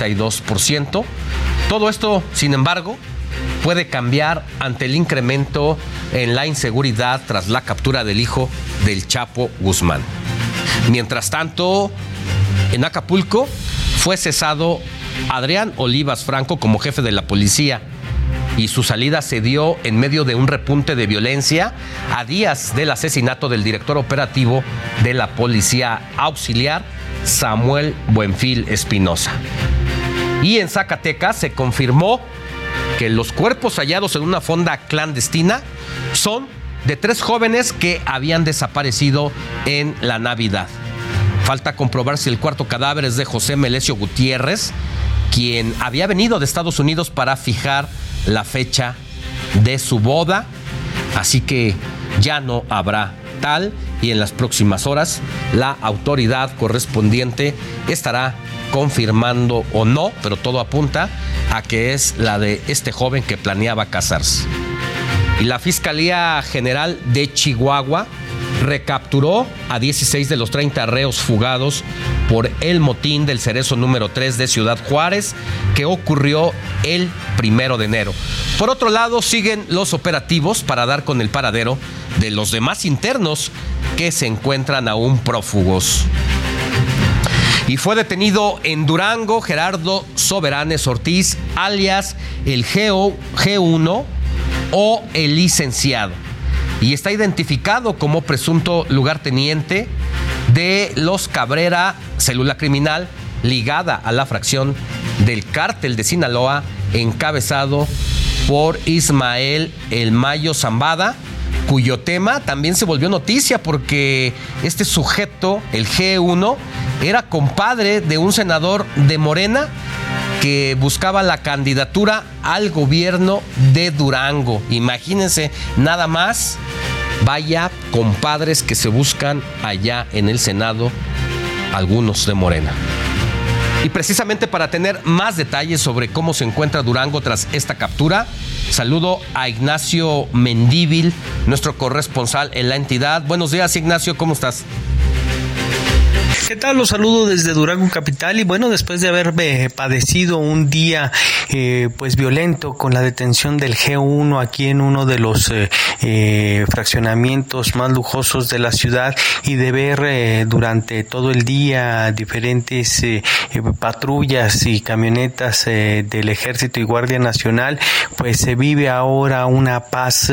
52%. Todo esto, sin embargo, puede cambiar ante el incremento en la inseguridad tras la captura del hijo del Chapo Guzmán. Mientras tanto, en Acapulco fue cesado Adrián Olivas Franco como jefe de la policía, y su salida se dio en medio de un repunte de violencia a días del asesinato del director operativo de la Policía Auxiliar, Samuel Buenfil Espinosa. Y en Zacatecas se confirmó que los cuerpos hallados en una fonda clandestina son de 3 jóvenes que habían desaparecido en la Navidad. Falta comprobar si el cuarto cadáver es de José Melesio Gutiérrez, quien había venido de Estados Unidos para fijar la fecha de su boda, así que ya no habrá tal, y en las próximas horas la autoridad correspondiente estará confirmando o no, pero todo apunta a que es la de este joven que planeaba casarse. Y la Fiscalía General de Chihuahua recapturó a 16 de los 30 reos fugados por el motín del Cerezo número 3 de Ciudad Juárez, que ocurrió el 1 de enero. Por otro lado, siguen los operativos para dar con el paradero de los demás internos que se encuentran aún prófugos. Y fue detenido en Durango Gerardo Soberanes Ortiz, alias el G1 o el licenciado, y está identificado como presunto lugarteniente de los Cabrera, célula criminal ligada a la fracción del Cártel de Sinaloa, encabezado por Ismael El Mayo Zambada, cuyo tema también se volvió noticia porque este sujeto, el G1, era compadre de un senador de Morena que buscaba la candidatura al gobierno de Durango. Imagínense nada más, vaya compadres que se buscan allá en el Senado, algunos de Morena. Y precisamente para tener más detalles sobre cómo se encuentra Durango tras esta captura, saludo a Ignacio Mendívil, nuestro corresponsal en la entidad. Buenos días, Ignacio, ¿cómo estás? ¿Qué tal? Los saludo desde Durango capital y bueno, después de haber padecido un día pues violento con la detención del G1 aquí en uno de los fraccionamientos más lujosos de la ciudad y de ver durante todo el día diferentes patrullas y camionetas del Ejército y Guardia Nacional, pues se vive ahora una paz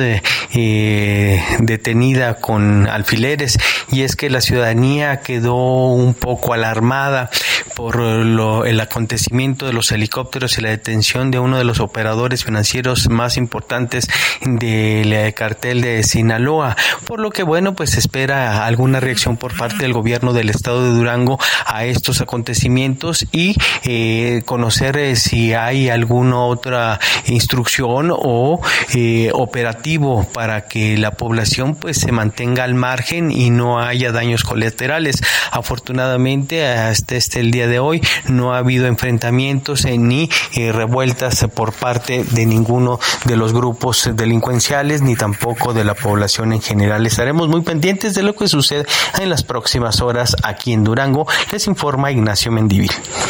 detenida con alfileres, y es que la ciudadanía quedó un poco alarmada por el acontecimiento de los helicópteros y la detención de uno de los operadores financieros más importantes del cartel de Sinaloa, por lo que bueno, pues se espera alguna reacción por parte del gobierno del estado de Durango a estos acontecimientos y conocer si hay alguna otra instrucción o operativo para que la población pues se mantenga al margen y no haya daños colaterales. Afortunadamente hasta el día de hoy no ha habido enfrentamientos ni revueltas por parte de ninguno de los grupos delincuenciales ni tampoco de la población en general. Estaremos muy pendientes de lo que sucede en las próximas horas aquí en Durango. Les informa Ignacio Mendívil.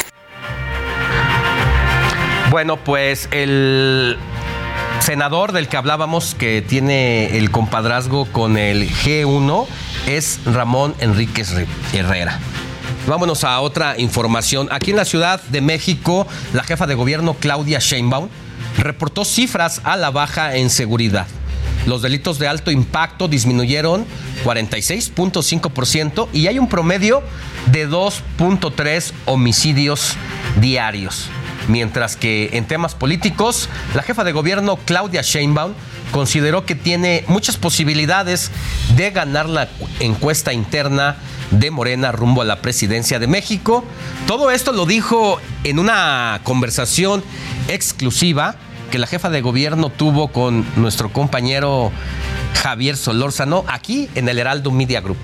Bueno, pues el senador del que hablábamos, que tiene el compadrazgo con el G1, es Ramón Enríquez Herrera. Vámonos a otra información. Aquí en la Ciudad de México, la jefa de gobierno Claudia Sheinbaum reportó cifras a la baja en seguridad. Los delitos de alto impacto disminuyeron 46.5% y hay un promedio de 2.3 homicidios diarios. Mientras que en temas políticos, la jefa de gobierno Claudia Sheinbaum consideró que tiene muchas posibilidades de ganar la encuesta interna de Morena rumbo a la presidencia de México. Todo esto lo dijo en una conversación exclusiva que la jefa de gobierno tuvo con nuestro compañero Javier Solórzano aquí en el Heraldo Media Group.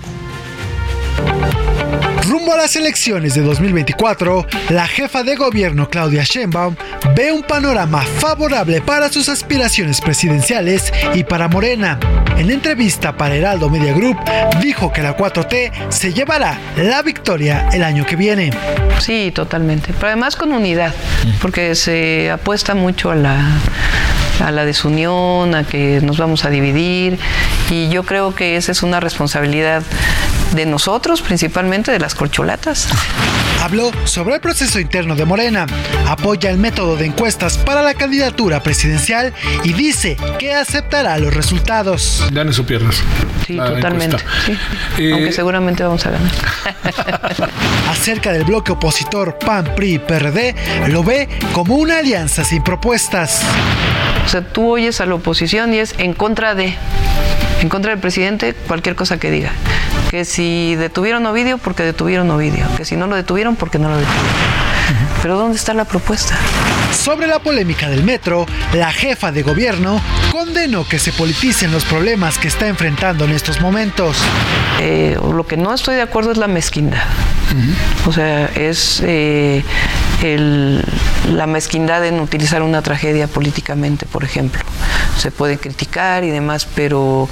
Rumbo a las elecciones de 2024, la jefa de gobierno Claudia Sheinbaum ve un panorama favorable para sus aspiraciones presidenciales y para Morena. En entrevista para Heraldo Media Group, dijo que la 4T se llevará la victoria el año que viene. Sí, totalmente, pero además con unidad, porque se apuesta mucho a la desunión, a que nos vamos a dividir, y yo creo que esa es una responsabilidad de nosotros, principalmente de las corcholatas. Habló sobre el proceso interno de Morena, apoya el método de encuestas para la candidatura presidencial y dice que aceptará los resultados. Ganes o pierdas. Sí, totalmente. Sí. Aunque seguramente vamos a ganar. Acerca del bloque opositor PAN, PRI, PRD, lo ve como una alianza sin propuestas. O sea, tú oyes a la oposición y es en contra del presidente cualquier cosa que diga. Que si detuvieron a Ovidio, porque detuvieron a Ovidio. Que si no lo detuvieron, porque no lo detuvieron. Pero ¿dónde está la propuesta? Sobre la polémica del metro, la jefa de gobierno condenó que se politicen los problemas que está enfrentando en estos momentos. Lo que no estoy de acuerdo es la mezquindad. O sea, es la mezquindad en utilizar una tragedia políticamente, por ejemplo. Se puede criticar y demás, pero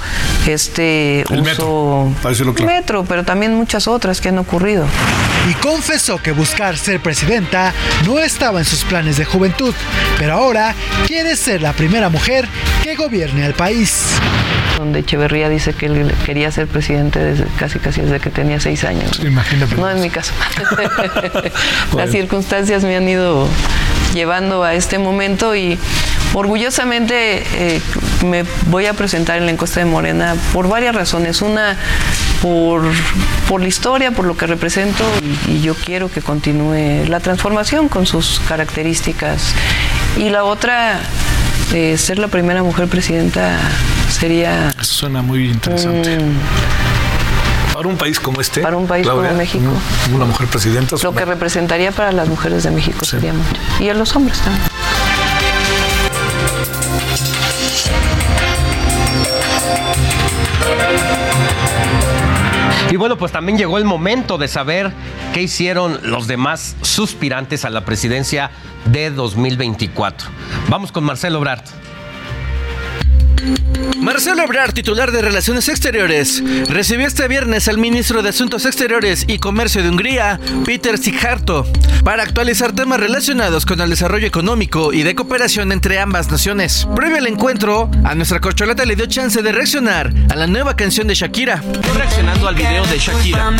metro, pero también muchas otras que han ocurrido. Y confesó que buscar ser presidenta no estaba en sus planes de juventud, pero ahora quiere ser la primera mujer que gobierne al país. Donde Echeverría dice que él quería ser presidente casi desde que tenía 6 años. Imagínate. No es mi caso. Las circunstancias me han ido llevando a este momento y orgullosamente me voy a presentar en la encuesta de Morena por varias razones. Una, por la historia, por lo que represento y yo quiero que continúe la transformación con sus características. Y la otra, ser la primera mujer presidenta sería... Eso suena muy interesante. Para un país como este, para un país Claudia, como México, una mujer presidenta. Lo que representaría para las mujeres de México sería mucho. Y a los hombres también. Y bueno, pues también llegó el momento de saber qué hicieron los demás suspirantes a la presidencia de 2024. Vamos con Marcelo Ebrard. Marcelo Ebrard, titular de Relaciones Exteriores, recibió este viernes al ministro de Asuntos Exteriores y Comercio de Hungría, Péter Szijjártó, para actualizar temas relacionados con el desarrollo económico y de cooperación entre ambas naciones. Previo al encuentro, a nuestra corcholata le dio chance de reaccionar a la nueva canción de Shakira. Estoy reaccionando al video de Shakira.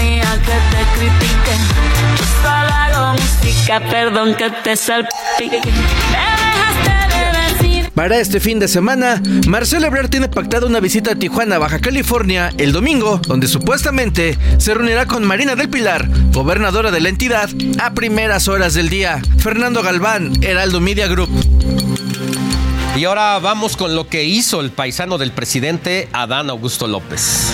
Para este fin de semana, Marcelo Ebrard tiene pactada una visita a Tijuana, Baja California, el domingo, donde supuestamente se reunirá con Marina del Pilar, gobernadora de la entidad, a primeras horas del día. Fernando Galván, Heraldo Media Group. Y ahora vamos con lo que hizo el paisano del presidente, Adán Augusto López.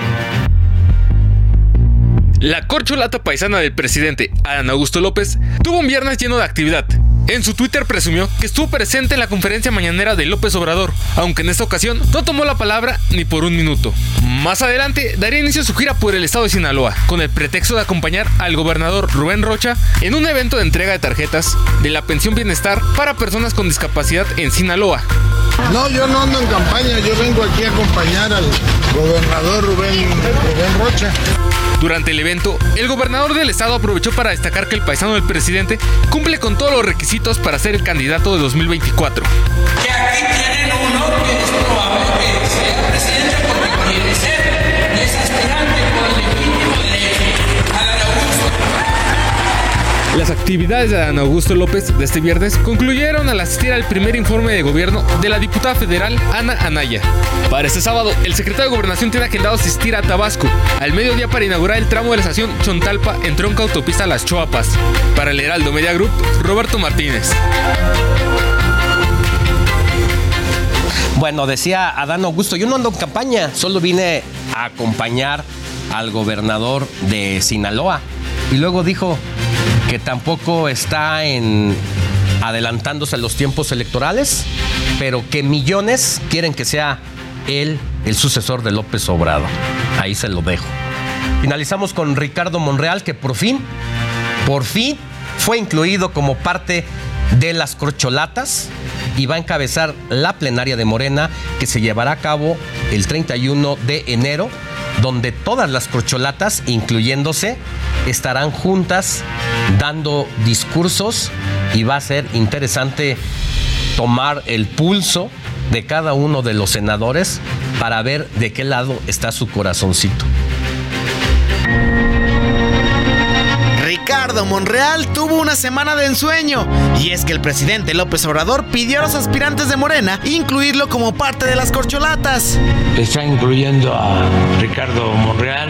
La corcholata paisana del presidente, Adán Augusto López, tuvo un viernes lleno de actividad. En su Twitter presumió que estuvo presente en la conferencia mañanera de López Obrador, aunque en esta ocasión no tomó la palabra ni por un minuto. Más adelante daría inicio a su gira por el estado de Sinaloa, con el pretexto de acompañar al gobernador Rubén Rocha en un evento de entrega de tarjetas de la pensión bienestar para personas con discapacidad en Sinaloa. No, yo no ando en campaña, yo vengo aquí a acompañar al gobernador Rubén Rocha. Durante el evento, el gobernador del estado aprovechó para destacar que el paisano del presidente cumple con todos los requisitos para ser el candidato de 2024. Que aquí tienen uno que es probable que sea presidente porque quiere ser, y es aspirante por legítimo derecho, Adán Augusto. Las actividades de Adán Augusto López de este viernes concluyeron al asistir al primer informe de gobierno de la diputada federal Ana Anaya. Para este sábado, el secretario de Gobernación tiene agendado asistir a Tabasco al mediodía para inaugurar el tramo de la estación Chontalpa en tronca autopista Las Choapas. Para el Heraldo Media Group, Roberto Martínez. Bueno, decía Adán Augusto, yo no ando en campaña, solo vine a acompañar al gobernador de Sinaloa. Y luego dijo que tampoco está adelantándose a los tiempos electorales, pero que millones quieren que sea él el sucesor de López Obrador. Ahí se lo dejo. Finalizamos con Ricardo Monreal, que por fin fue incluido como parte de las corcholatas y va a encabezar la plenaria de Morena, que se llevará a cabo el 31 de enero, donde todas las corcholatas, incluyéndose, estarán juntas dando discursos y va a ser interesante tomar el pulso de cada uno de los senadores para ver de qué lado está su corazoncito. Ricardo Monreal tuvo una semana de ensueño, y es que el presidente López Obrador pidió a los aspirantes de Morena incluirlo como parte de las corcholatas. Están incluyendo a Ricardo Monreal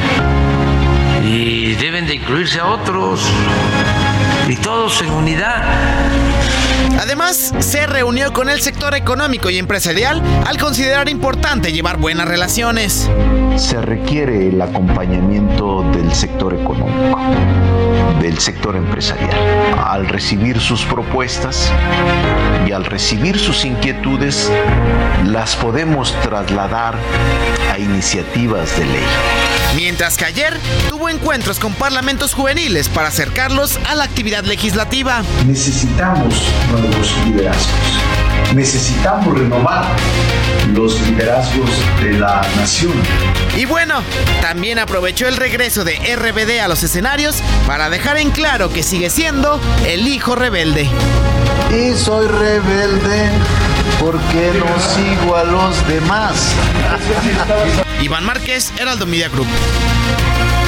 y deben de incluirse a otros, y todos en unidad. Además, se reunió con el sector económico y empresarial al considerar importante llevar buenas relaciones. Se requiere el acompañamiento del sector económico, del sector empresarial. Al recibir sus propuestas y al recibir sus inquietudes, las podemos trasladar a iniciativas de ley. Mientras que ayer tuvo encuentros con parlamentos juveniles para acercarlos a la actividad legislativa. Necesitamos nuevos liderazgos. Necesitamos renovar los liderazgos de la nación. Y bueno, también aprovechó el regreso de RBD a los escenarios para dejar en claro que sigue siendo el hijo rebelde. Y soy rebelde porque no sigo a los demás. Iván Márquez, Heraldo Media Group.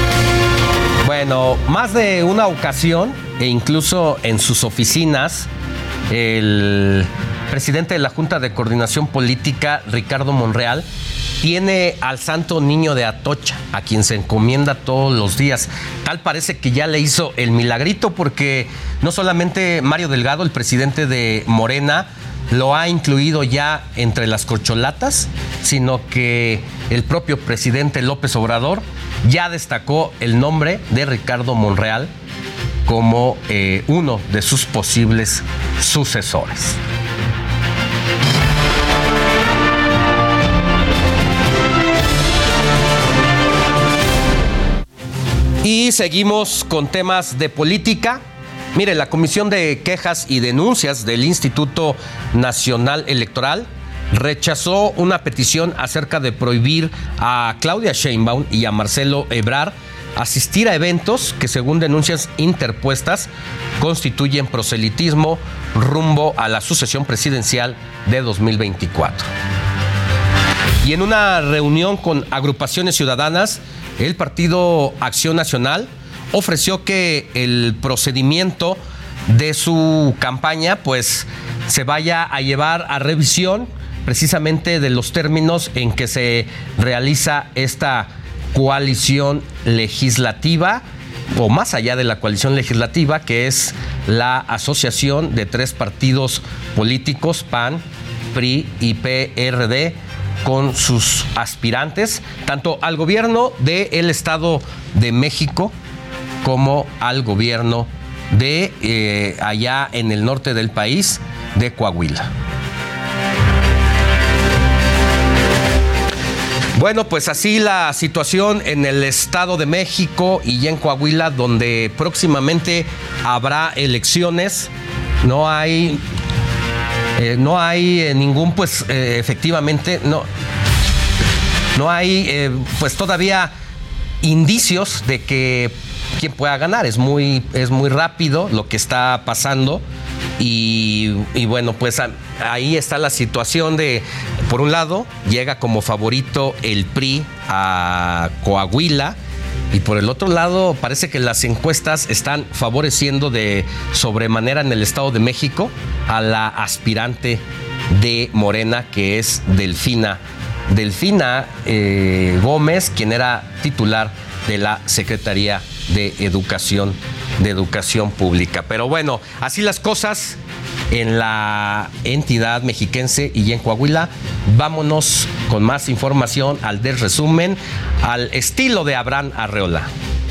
Bueno, más de una ocasión e incluso en sus oficinas, el presidente de la Junta de Coordinación Política, Ricardo Monreal, tiene al Santo Niño de Atocha, a quien se encomienda todos los días. Tal parece que ya le hizo el milagrito, porque no solamente Mario Delgado, el presidente de Morena, lo ha incluido ya entre las corcholatas, sino que el propio presidente López Obrador ya destacó el nombre de Ricardo Monreal como uno de sus posibles sucesores. Y seguimos con temas de política. Mire, la Comisión de Quejas y Denuncias del Instituto Nacional Electoral rechazó una petición acerca de prohibir a Claudia Sheinbaum y a Marcelo Ebrard asistir a eventos que, según denuncias interpuestas, constituyen proselitismo rumbo a la sucesión presidencial de 2024. Y en una reunión con agrupaciones ciudadanas, el Partido Acción Nacional ofreció que el procedimiento de su campaña pues se vaya a llevar a revisión, precisamente de los términos en que se realiza esta coalición legislativa, o más allá de la coalición legislativa, que es la asociación de 3 partidos políticos, PAN, PRI y PRD, con sus aspirantes, tanto al gobierno del Estado de México como al gobierno de allá en el norte del país, de Coahuila. Bueno, pues así la situación en el Estado de México y en Coahuila, donde próximamente habrá elecciones. No hay ningún, pues efectivamente, no hay pues todavía indicios de que quién pueda ganar. Es muy rápido lo que está pasando y bueno, pues ahí está la situación de, por un lado, llega como favorito el PRI a Coahuila, y por el otro lado parece que las encuestas están favoreciendo de sobremanera en el Estado de México a la aspirante de Morena, que es Delfina Gómez, quien era titular de la Secretaría de Educación Pública. Pero bueno, así las cosas en la entidad mexiquense y en Coahuila. Vámonos con más información al resumen, al estilo de Abraham Arreola.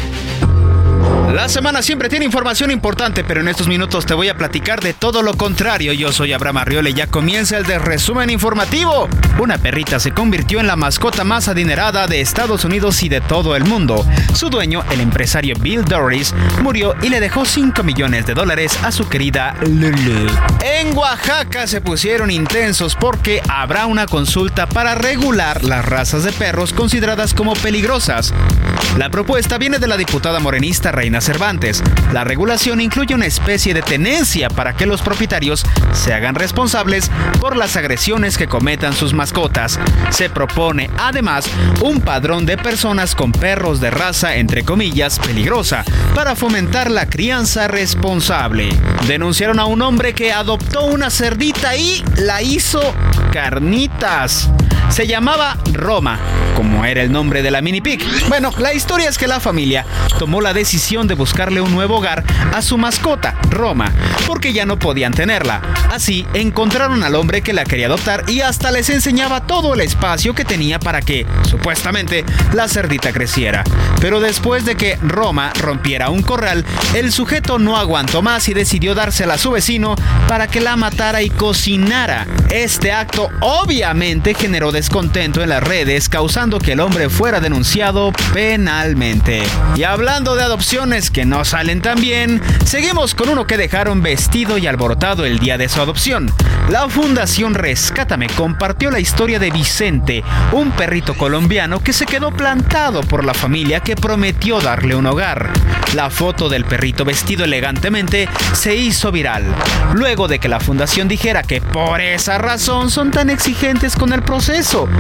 La semana siempre tiene información importante, pero en estos minutos te voy a platicar de todo lo contrario. Yo soy Abraham Arriola y ya comienza el resumen informativo. Una perrita se convirtió en la mascota más adinerada de Estados Unidos y de todo el mundo. Su dueño, el empresario Bill Doris, murió y le dejó $5 millones a su querida Lulu. En Oaxaca se pusieron intensos porque habrá una consulta para regular las razas de perros consideradas como peligrosas. La propuesta viene de la diputada morenista Reina Cervantes. La regulación incluye una especie de tenencia para que los propietarios se hagan responsables por las agresiones que cometan sus mascotas. Se propone además un padrón de personas con perros de raza, entre comillas, peligrosa, para fomentar la crianza responsable. Denunciaron a un hombre que adoptó una cerdita y la hizo carnitas. Se llamaba Roma, como era el nombre de la mini pig. Bueno, la historia es que la familia tomó la decisión de buscarle un nuevo hogar a su mascota, Roma, porque ya no podían tenerla. Así encontraron al hombre que la quería adoptar y hasta les enseñaba todo el espacio que tenía para que, supuestamente, la cerdita creciera. Pero después de que Roma rompiera un corral, el sujeto no aguantó más y decidió dársela a su vecino para que la matara y cocinara. Este acto obviamente generó descontento en las redes, causando que el hombre fuera denunciado penalmente. Y hablando de adopciones que no salen tan bien, seguimos con uno que dejaron vestido y alborotado el día de su adopción. La Fundación Rescátame compartió la historia de Vicente, un perrito colombiano que se quedó plantado por la familia que prometió darle un hogar. La foto del perrito vestido elegantemente se hizo viral, luego de que la fundación dijera que por esa razón son tan exigentes con el proceso. Pero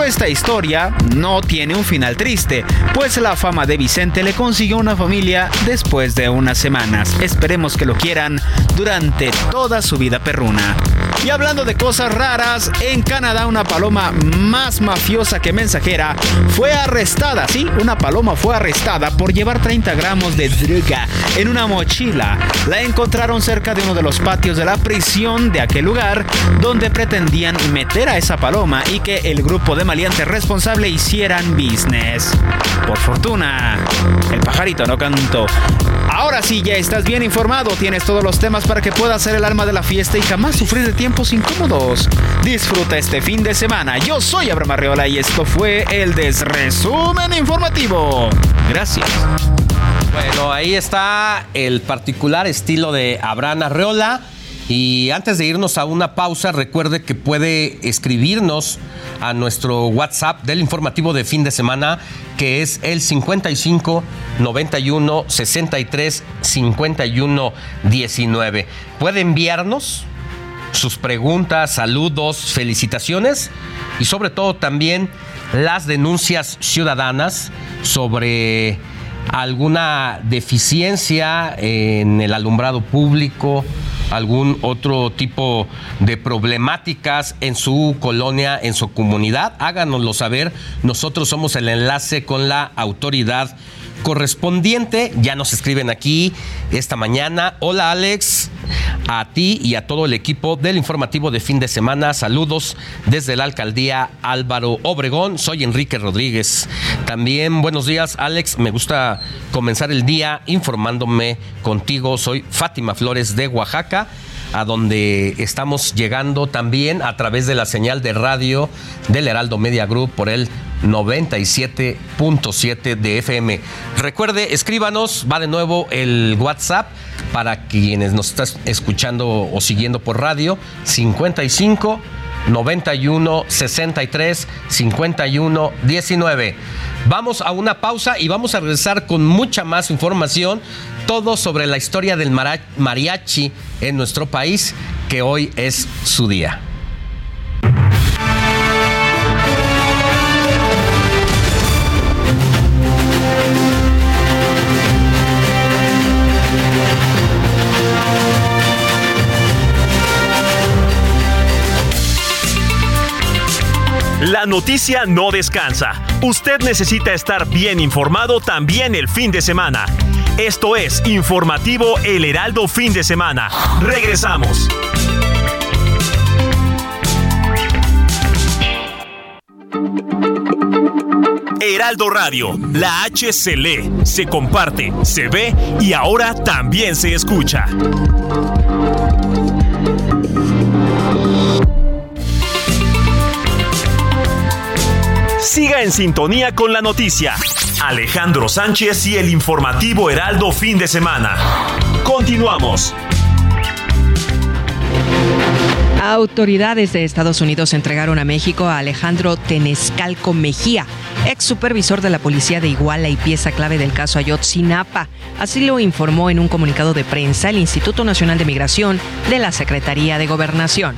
Pero esta historia no tiene un final triste, pues la fama de Vicente le consiguió una familia después de unas semanas. Esperemos que lo quieran durante toda su vida perruna. Y hablando de cosas raras, en Canadá una paloma más mafiosa que mensajera fue arrestada. Sí, una paloma fue arrestada por llevar 30 gramos de droga en una mochila. La encontraron cerca de uno de los patios de la prisión de aquel lugar, donde pretendían meter a esa paloma y que el grupo de maleantes responsable hicieran business. Por fortuna, el pajarito no cantó. Ahora sí, ya estás bien informado, tienes todos los temas para que puedas ser el alma de la fiesta y jamás sufrir de tiempos incómodos. Disfruta este fin de semana. Yo soy Abraham Arreola y esto fue el Desresumen Informativo. Gracias. Bueno, ahí está el particular estilo de Abraham Arreola. Y antes de irnos a una pausa, recuerde que puede escribirnos a nuestro WhatsApp del informativo de fin de semana, que es el 55 91 63 51 19. Puede enviarnos sus preguntas, saludos, felicitaciones y sobre todo también las denuncias ciudadanas sobre alguna deficiencia en el alumbrado público, algún otro tipo de problemáticas en su colonia, en su comunidad. Háganoslo saber. Nosotros somos el enlace con la autoridad correspondiente. Ya nos escriben aquí esta mañana. Hola, Alex, a ti y a todo el equipo del informativo de fin de semana. Saludos desde la alcaldía Álvaro Obregón. Soy Enrique Rodríguez. También buenos días, Alex. Me gusta comenzar el día informándome contigo. Soy Fátima Flores de Oaxaca, a donde estamos llegando también a través de la señal de radio del Heraldo Media Group por el 97.7 de FM. Recuerde, escríbanos, va de nuevo el WhatsApp para quienes nos están escuchando o siguiendo por radio, 55 91 63 51 19. Vamos a una pausa y vamos a regresar con mucha más información, todo sobre la historia del mariachi en nuestro país, que hoy es su día. La noticia no descansa. Usted necesita estar bien informado también el fin de semana. Esto es Informativo El Heraldo Fin de Semana. Regresamos. Heraldo Radio, la H se lee, se comparte, se ve y ahora también se escucha. Siga en sintonía con la noticia. Alejandro Sánchez y el informativo Heraldo Fin de Semana. Continuamos. Autoridades de Estados Unidos entregaron a México a Alejandro Tenescalco Mejía, ex supervisor de la policía de Iguala y pieza clave del caso Ayotzinapa. Así lo informó en un comunicado de prensa el Instituto Nacional de Migración de la Secretaría de Gobernación.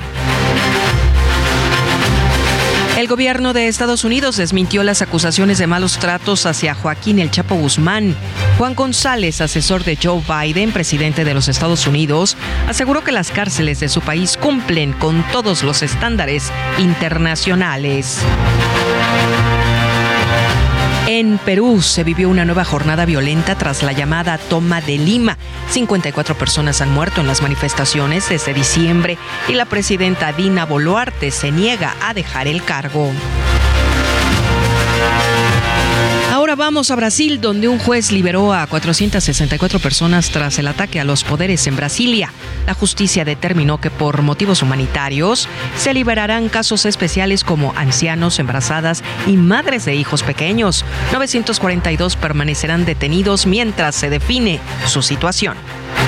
El gobierno de Estados Unidos desmintió las acusaciones de malos tratos hacia Joaquín El Chapo Guzmán. Juan González, asesor de Joe Biden, presidente de los Estados Unidos, aseguró que las cárceles de su país cumplen con todos los estándares internacionales. En Perú se vivió una nueva jornada violenta tras la llamada Toma de Lima. 54 personas han muerto en las manifestaciones desde diciembre y la presidenta Dina Boluarte se niega a dejar el cargo. Ahora vamos a Brasil, donde un juez liberó a 464 personas tras el ataque a los poderes en Brasilia. La justicia determinó que por motivos humanitarios se liberarán casos especiales como ancianos, embarazadas y madres de hijos pequeños. 942 permanecerán detenidos mientras se define su situación.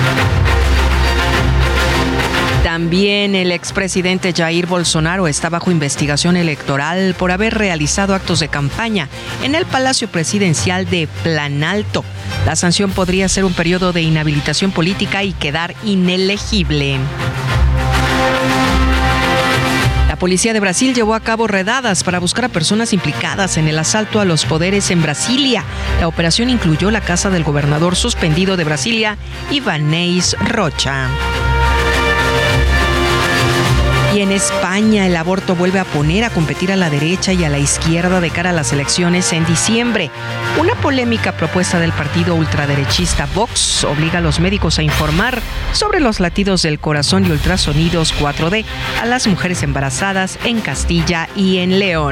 También el expresidente Jair Bolsonaro está bajo investigación electoral por haber realizado actos de campaña en el Palacio Presidencial de Planalto. La sanción podría ser un periodo de inhabilitación política y quedar inelegible. La policía de Brasil llevó a cabo redadas para buscar a personas implicadas en el asalto a los poderes en Brasilia. La operación incluyó la casa del gobernador suspendido de Brasilia, Ibanez Rocha. Y en España el aborto vuelve a poner a competir a la derecha y a la izquierda de cara a las elecciones en diciembre. Una polémica propuesta del partido ultraderechista Vox obliga a los médicos a informar sobre los latidos del corazón y ultrasonidos 4D a las mujeres embarazadas en Castilla y en León.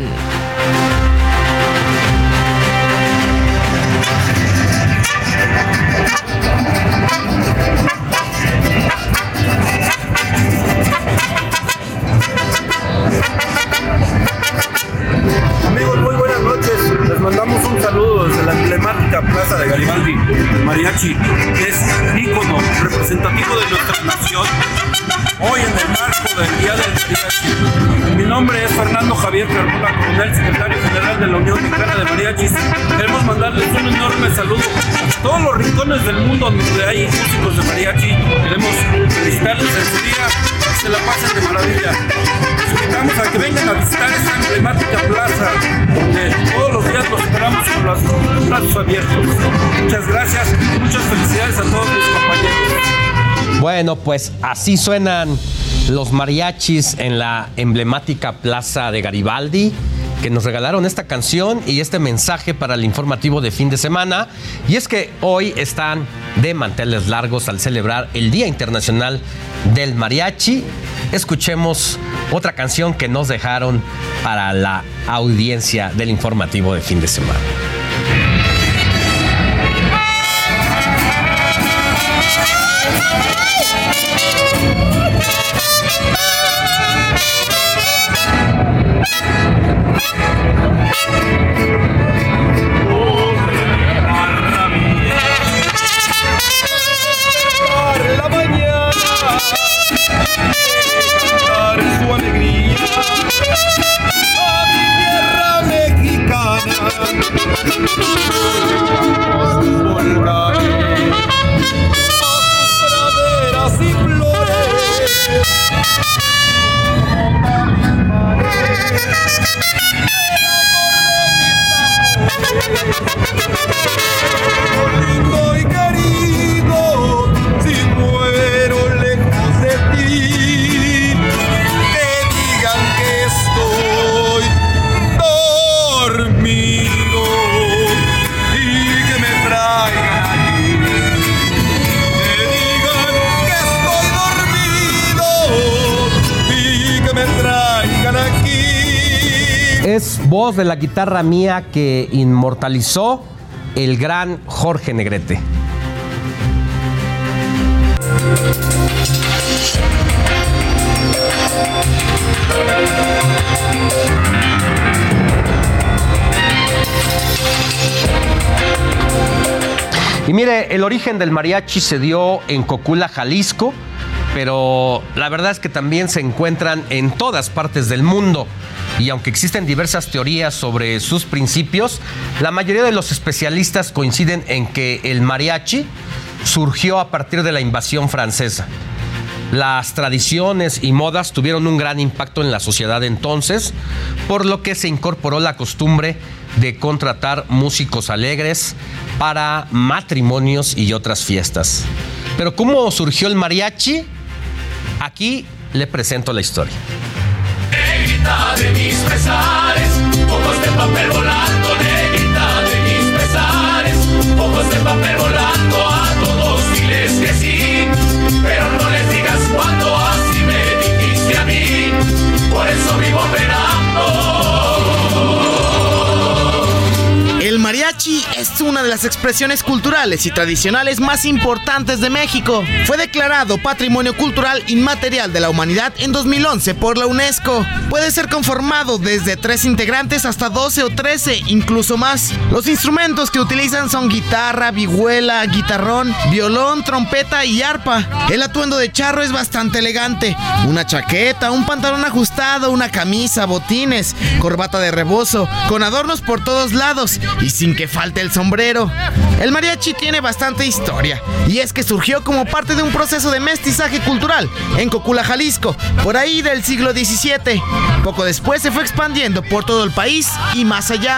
Amigos, muy buenas noches. Les mandamos un saludo desde la emblemática Plaza de Garibaldi. El mariachi es ícono representativo de nuestra nación. Hoy en el marco del Día del Mariachi. Mi nombre es Fernando Javier Carmona, coronel secretario general de la Unión Mexicana de Mariachis. Queremos mandarles un enorme saludo a todos los rincones del mundo donde hay músicos de mariachi. Queremos felicitarles en su día, que se la pasen de maravilla. Los invitamos a que vengan a visitar esta emblemática plaza, donde todos los días los esperamos con los brazos abiertos. Muchas gracias y muchas felicidades a todos mis compañeros. Bueno, pues así suenan los mariachis en la emblemática Plaza de Garibaldi, que nos regalaron esta canción y este mensaje para el informativo de fin de semana. Y es que hoy están de manteles largos al celebrar el Día Internacional del Mariachi. Escuchemos otra canción que nos dejaron para la audiencia del informativo de fin de semana. La mañana, cantar su alegría a mi tierra mexicana. Volcaré a sus praderas y flores, lindo y querido, si muero lejos de ti, que digan que estoy dormido y que me traigan aquí, que digan que estoy dormido y que me traigan aquí. Es voz de la guitarra mía que inmortalizó el gran Jorge Negrete. Y mire, el origen del mariachi se dio en Cocula, Jalisco, pero la verdad es que también se encuentran en todas partes del mundo. Y aunque existen diversas teorías sobre sus principios, la mayoría de los especialistas coinciden en que el mariachi surgió a partir de la invasión francesa. Las tradiciones y modas tuvieron un gran impacto en la sociedad entonces, por lo que se incorporó la costumbre de contratar músicos alegres para matrimonios y otras fiestas. Pero ¿cómo surgió el mariachi? Aquí le presento la historia. Negrita de mis pesares, ojos de papel volando, negrita de mis pesares, ojos de papel volando, a todos diles que sí, pero no les digas cuando así me dijiste a mí, por eso vivo penando. El mariachi es una de las expresiones culturales y tradicionales más importantes de México. Fue declarado Patrimonio Cultural Inmaterial de la Humanidad en 2011 por la UNESCO. Puede ser conformado desde 3 integrantes hasta 12 o 13, incluso más. Los instrumentos que utilizan son guitarra, vihuela, guitarrón, violón, trompeta y arpa. El atuendo de charro es bastante elegante. Una chaqueta, un pantalón ajustado, una camisa, botines, corbata de rebozo, con adornos por todos lados y sin que falte el sombrero. El mariachi tiene bastante historia, y es que surgió como parte de un proceso de mestizaje cultural en Cocula, Jalisco, por ahí del siglo XVII. Poco después se fue expandiendo por todo el país y más allá.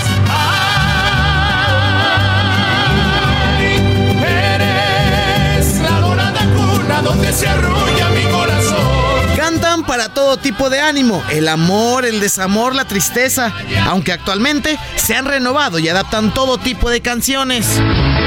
Eres la dorada cuna donde se arrulla mi corazón. Cantan para todo tipo de ánimo, el amor, el desamor, la tristeza, aunque actualmente se han renovado y adaptan todo tipo de canciones.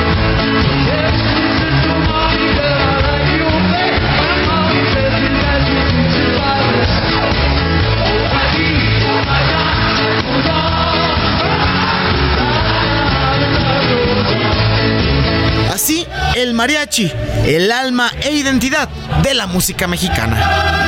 Así, el mariachi, el alma e identidad de la música mexicana.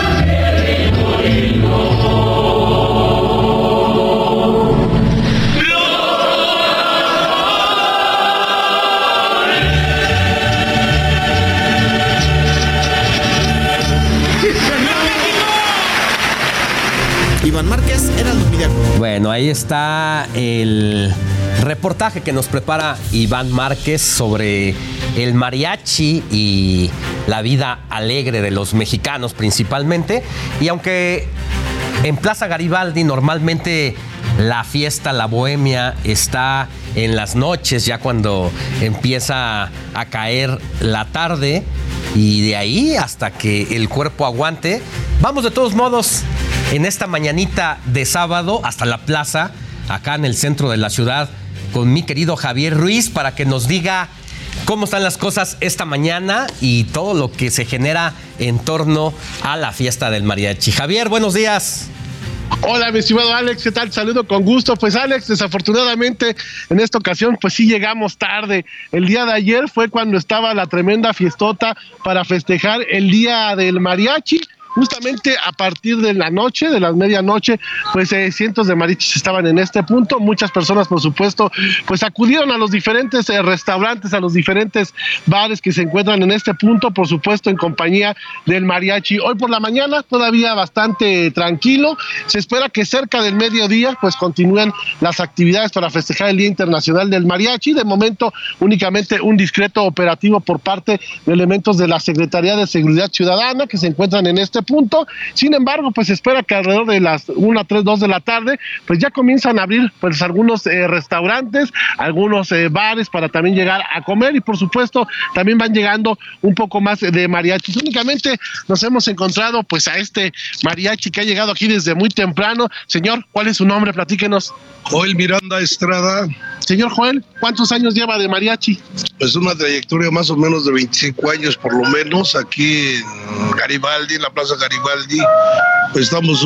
Iván Márquez, Heraldo Media. Bueno, ahí está el reportaje que nos prepara Iván Márquez sobre el mariachi y la vida alegre de los mexicanos principalmente. Y aunque en Plaza Garibaldi normalmente la fiesta, la bohemia está en las noches, ya cuando empieza a caer la tarde, y de ahí hasta que el cuerpo aguante, vamos de todos modos en esta mañanita de sábado hasta la plaza, acá en el centro de la ciudad, con mi querido Javier Ruiz, para que nos diga cómo están las cosas esta mañana y todo lo que se genera en torno a la fiesta del mariachi. Javier, buenos días. Hola, mi estimado Alex, ¿qué tal? Saludo con gusto. Pues Alex, desafortunadamente en esta ocasión pues sí llegamos tarde. El día de ayer fue cuando estaba la tremenda fiestota para festejar el día del mariachi. Justamente a partir de la noche, de la medianoche, pues cientos de mariachis estaban en este punto. Muchas personas, por supuesto, pues acudieron a los diferentes restaurantes, a los diferentes bares que se encuentran en este punto, por supuesto, en compañía del mariachi. Hoy por la mañana todavía bastante tranquilo. Se espera que cerca del mediodía, pues continúen las actividades para festejar el Día Internacional del Mariachi. De momento, únicamente un discreto operativo por parte de elementos de la Secretaría de Seguridad Ciudadana que se encuentran en este punto. Sin embargo, pues se espera que alrededor de las 1, 3, 2 de la tarde, pues ya comienzan a abrir pues algunos restaurantes, algunos bares para también llegar a comer, y por supuesto también van llegando un poco más de mariachis. Únicamente nos hemos encontrado pues a este mariachi que ha llegado aquí desde muy temprano. Señor, ¿cuál es su nombre? Platíquenos. Joel Miranda Estrada. Señor Joel, ¿cuántos años lleva de mariachi? Pues una trayectoria más o menos de 25 años por lo menos, aquí en Garibaldi, en la Plaza Garibaldi. Pues estamos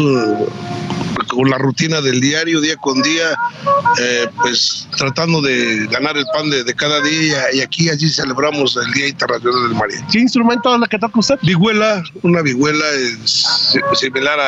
con la rutina del diario, día con día, pues tratando de ganar el pan de cada día, y aquí allí celebramos el Día Internacional del Mariachi. ¿Qué instrumento es la que toca usted? Vihuela, una vihuela similar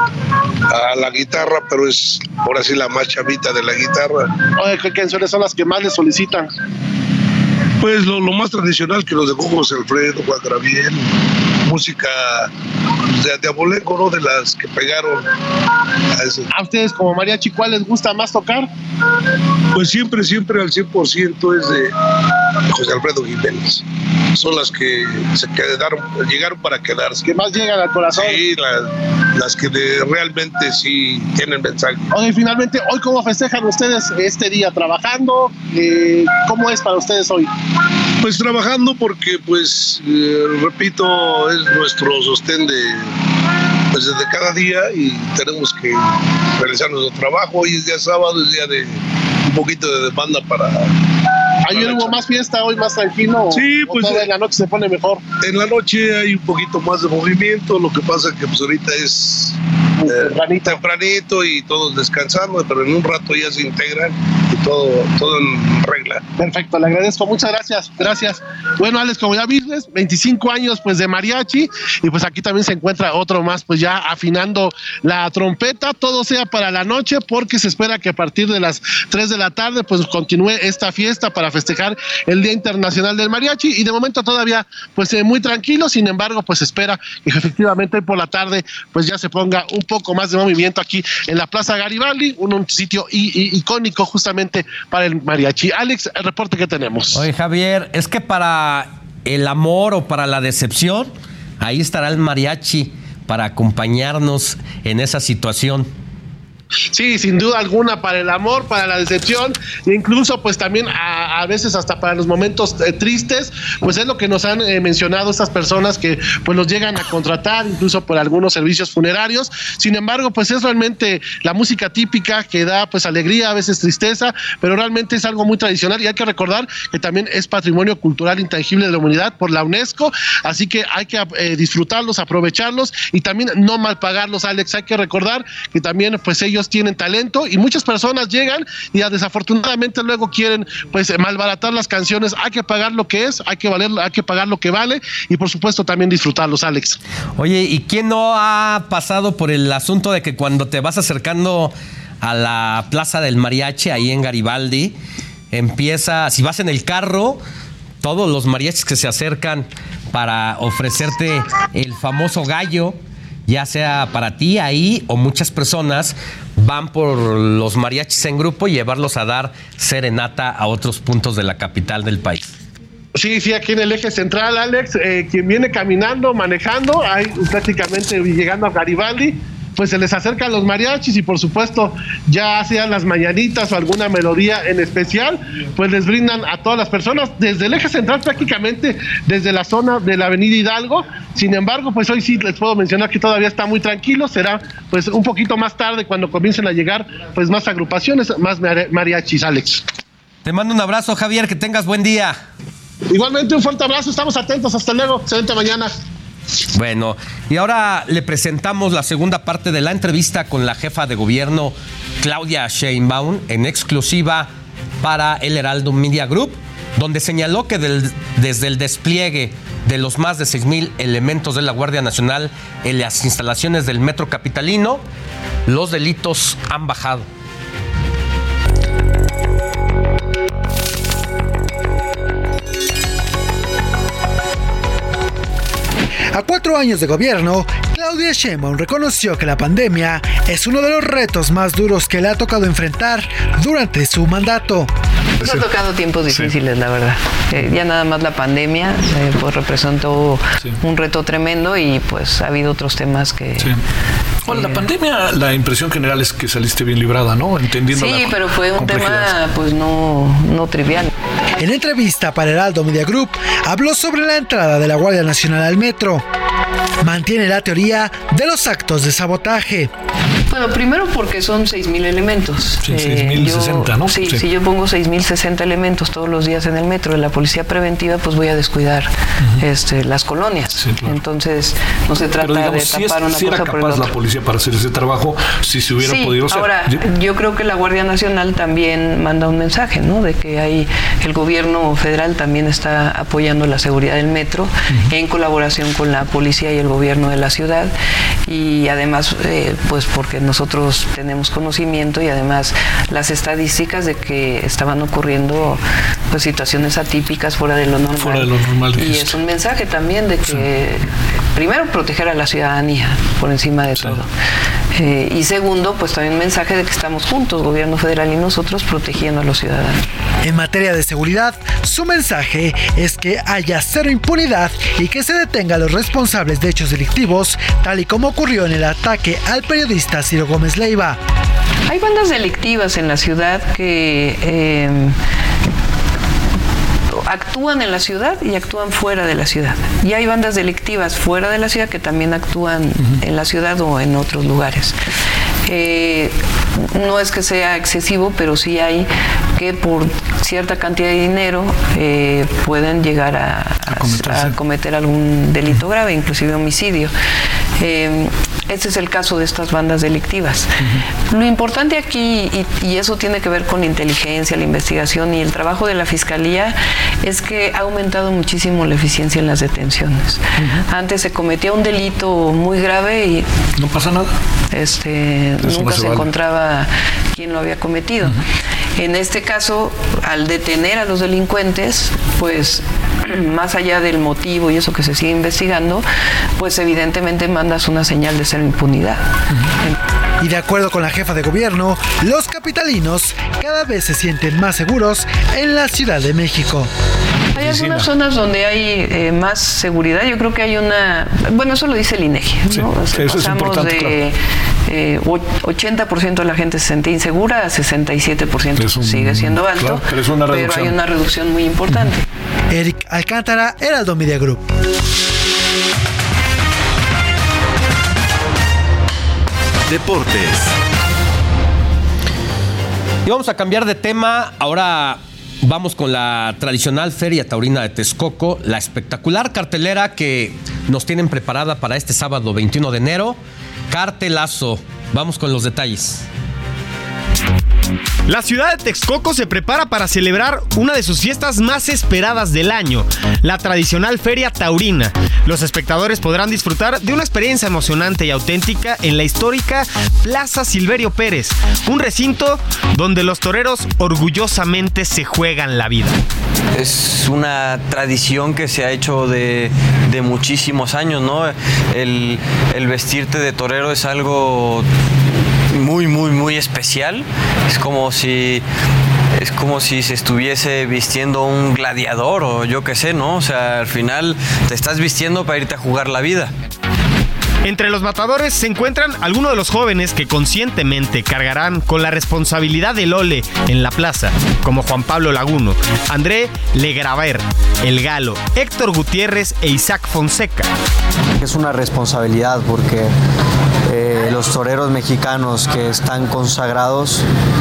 a la guitarra, pero es ahora sí la más chavita de la guitarra. Oye, ¿qué canciones son las que más le solicitan? Pues lo más tradicional que nos dejó José Alfredo, Juan Gabriel, música de abolengo, ¿no? De las que pegaron a eso. ¿A ustedes como mariachi cuál les gusta más tocar? Pues siempre al 100% es de José Alfredo Jiménez. Son las que llegaron para quedarse. ¿Que más llegan al corazón? Sí, las que realmente sí tienen mensaje. Oye, finalmente, ¿hoy cómo festejan ustedes este día? ¿Trabajando? ¿Cómo es para ustedes hoy? Pues trabajando porque, pues, repito, es nuestro sostén desde cada día, y tenemos que realizar nuestro trabajo. Hoy es día sábado, es día de un poquito de demanda para... ¿Ayer hubo más fiesta, hoy más tranquilo? Sí, pues en la noche se pone mejor. En la noche hay un poquito más de movimiento, lo que pasa es que pues ahorita es tempranito y todos descansando, pero en un rato ya se integran y todo en regla. Perfecto, le agradezco, muchas gracias. Gracias. Bueno, Alex, como ya viste, 25 años pues de mariachi, y pues aquí también se encuentra otro más pues ya afinando la trompeta. Todo sea para la noche, porque se espera que a partir de las 3 de la tarde pues continúe esta fiesta para festejar el Día Internacional del Mariachi, y de momento todavía pues muy tranquilo. Sin embargo, pues se espera que efectivamente hoy por la tarde pues ya se ponga un poco más de movimiento aquí en la Plaza Garibaldi, un sitio icónico justamente para el mariachi. Alex, el reporte que tenemos. Oye, Javier, es que para el amor o para la decepción, ahí estará el mariachi, para acompañarnos en esa situación. Sí, sin duda alguna, para el amor, para la decepción e incluso pues también a veces hasta para los momentos tristes, pues es lo que nos han mencionado estas personas que pues los llegan a contratar incluso por algunos servicios funerarios. Sin embargo, pues es realmente la música típica que da pues alegría, a veces tristeza, pero realmente es algo muy tradicional y hay que recordar que también es patrimonio cultural intangible de la humanidad por la UNESCO, así que hay que disfrutarlos, aprovecharlos y también no mal pagarlos, Alex. Hay que recordar que también pues ellos tienen talento y muchas personas llegan y desafortunadamente luego quieren pues malbaratar las canciones. Hay que pagar lo que es, hay que pagar lo que vale y por supuesto también disfrutarlos, Alex. Oye, ¿y quién no ha pasado por el asunto de que cuando te vas acercando a la Plaza del Mariachi ahí en Garibaldi, si vas en el carro, todos los mariachis que se acercan para ofrecerte el famoso gallo, ya sea para ti ahí o muchas personas van por los mariachis en grupo y llevarlos a dar serenata a otros puntos de la capital del país? Sí, aquí en el eje central, Alex, quien viene caminando, manejando, ahí prácticamente llegando a Garibaldi, pues se les acercan los mariachis y por supuesto ya sean las mañanitas o alguna melodía en especial, pues les brindan a todas las personas desde el eje central, prácticamente desde la zona de la avenida Hidalgo. Sin embargo, pues hoy sí les puedo mencionar que todavía está muy tranquilo, será pues un poquito más tarde cuando comiencen a llegar pues más agrupaciones, más mariachis, Alex. Te mando un abrazo, Javier, que tengas buen día. Igualmente un fuerte abrazo, estamos atentos, hasta luego, excelente mañana. Bueno, y ahora le presentamos la segunda parte de la entrevista con la jefa de gobierno Claudia Sheinbaum en exclusiva para el Heraldo Media Group, donde señaló que desde el despliegue de los más de 6,000 elementos de la Guardia Nacional en las instalaciones del Metro Capitalino, los delitos han bajado. A 4 años de gobierno, Claudia Sheinbaum reconoció que la pandemia es uno de los retos más duros que le ha tocado enfrentar durante su mandato. Nos ha tocado tiempos difíciles, la verdad. Ya nada más la pandemia pues representó un reto tremendo y pues ha habido otros temas que... Sí. Bueno, la pandemia, la impresión general es que saliste bien librada, ¿no? Entendiendo Sí, pero fue un tema pues no trivial. En entrevista para Heraldo Media Group, habló sobre la entrada de la Guardia Nacional al metro. Mantiene la teoría de los actos de sabotaje. Bueno, primero porque son 6,000 elementos. Sí, 6,060, ¿no? Sí, si yo pongo 6,060 elementos todos los días en el metro de la policía preventiva, pues voy a descuidar las colonias. Sí, claro. Entonces, no se trata de tapar una cosa por el otro. La policía para hacer ese trabajo, si se hubiera podido hacer. Ahora, yo creo que la Guardia Nacional también manda un mensaje, ¿no? De que el gobierno federal también está apoyando la seguridad del metro en colaboración con la policía y el gobierno de la ciudad. Y además, pues porque nosotros tenemos conocimiento y además las estadísticas de que estaban ocurriendo pues situaciones atípicas fuera de lo normal. Fuera de lo normal. Y es un mensaje también de que primero proteger a la ciudadanía por encima de todo. Y segundo, pues también un mensaje de que estamos juntos, gobierno federal y nosotros, protegiendo a los ciudadanos. En materia de seguridad, su mensaje es que haya cero impunidad y que se detenga a los responsables de hechos delictivos, tal y como ocurrió en el ataque al periodista Ciro Gómez Leiva. Hay bandas delictivas en la ciudad que actúan en la ciudad y actúan fuera de la ciudad. Y hay bandas delictivas fuera de la ciudad que también actúan en la ciudad o en otros lugares. No es que sea excesivo, pero sí hay que por cierta cantidad de dinero pueden llegar a cometer algún delito grave, inclusive homicidio. Ese es el caso de estas bandas delictivas. Lo importante aquí, y eso tiene que ver con la inteligencia, la investigación y el trabajo de la Fiscalía, es que ha aumentado muchísimo la eficiencia en las detenciones. Antes se cometía un delito muy grave y no pasa nada. Nunca se encontraba quién lo había cometido. En este caso, al detener a los delincuentes, pues más allá del motivo y eso que se sigue investigando, pues evidentemente mandas una señal de cero impunidad. Y de acuerdo con la jefa de gobierno, los capitalinos cada vez se sienten más seguros en la Ciudad de México. Hay algunas zonas donde hay más seguridad. Yo creo que hay una... Bueno, eso lo dice el INEGI, ¿no? Sí, eso es importante, de 80% de la gente se sentía insegura, a 67% sigue siendo alto, claro, pero hay una reducción muy importante. Eric Alcántara, Heraldo Media Group. Deportes. Y vamos a cambiar de tema. Ahora vamos con la tradicional Feria Taurina de Texcoco, la espectacular cartelera que nos tienen preparada para este sábado 21 de enero. Cartelazo. Vamos con los detalles. La ciudad de Texcoco se prepara para celebrar una de sus fiestas más esperadas del año, la tradicional Feria Taurina. Los espectadores podrán disfrutar de una experiencia emocionante y auténtica en la histórica Plaza Silverio Pérez, un recinto donde los toreros orgullosamente se juegan la vida. Es una tradición que se ha hecho de muchísimos años, ¿no? El vestirte de torero es algo muy especial. Es como si se estuviese vistiendo un gladiador o yo qué sé, ¿no? O sea, al final te estás vistiendo para irte a jugar la vida. Entre los matadores se encuentran algunos de los jóvenes que conscientemente cargarán con la responsabilidad del ole en la plaza, como Juan Pablo Laguno, André Legraver, El Galo, Héctor Gutiérrez e Isaac Fonseca. Es una responsabilidad porque los toreros mexicanos que están consagrados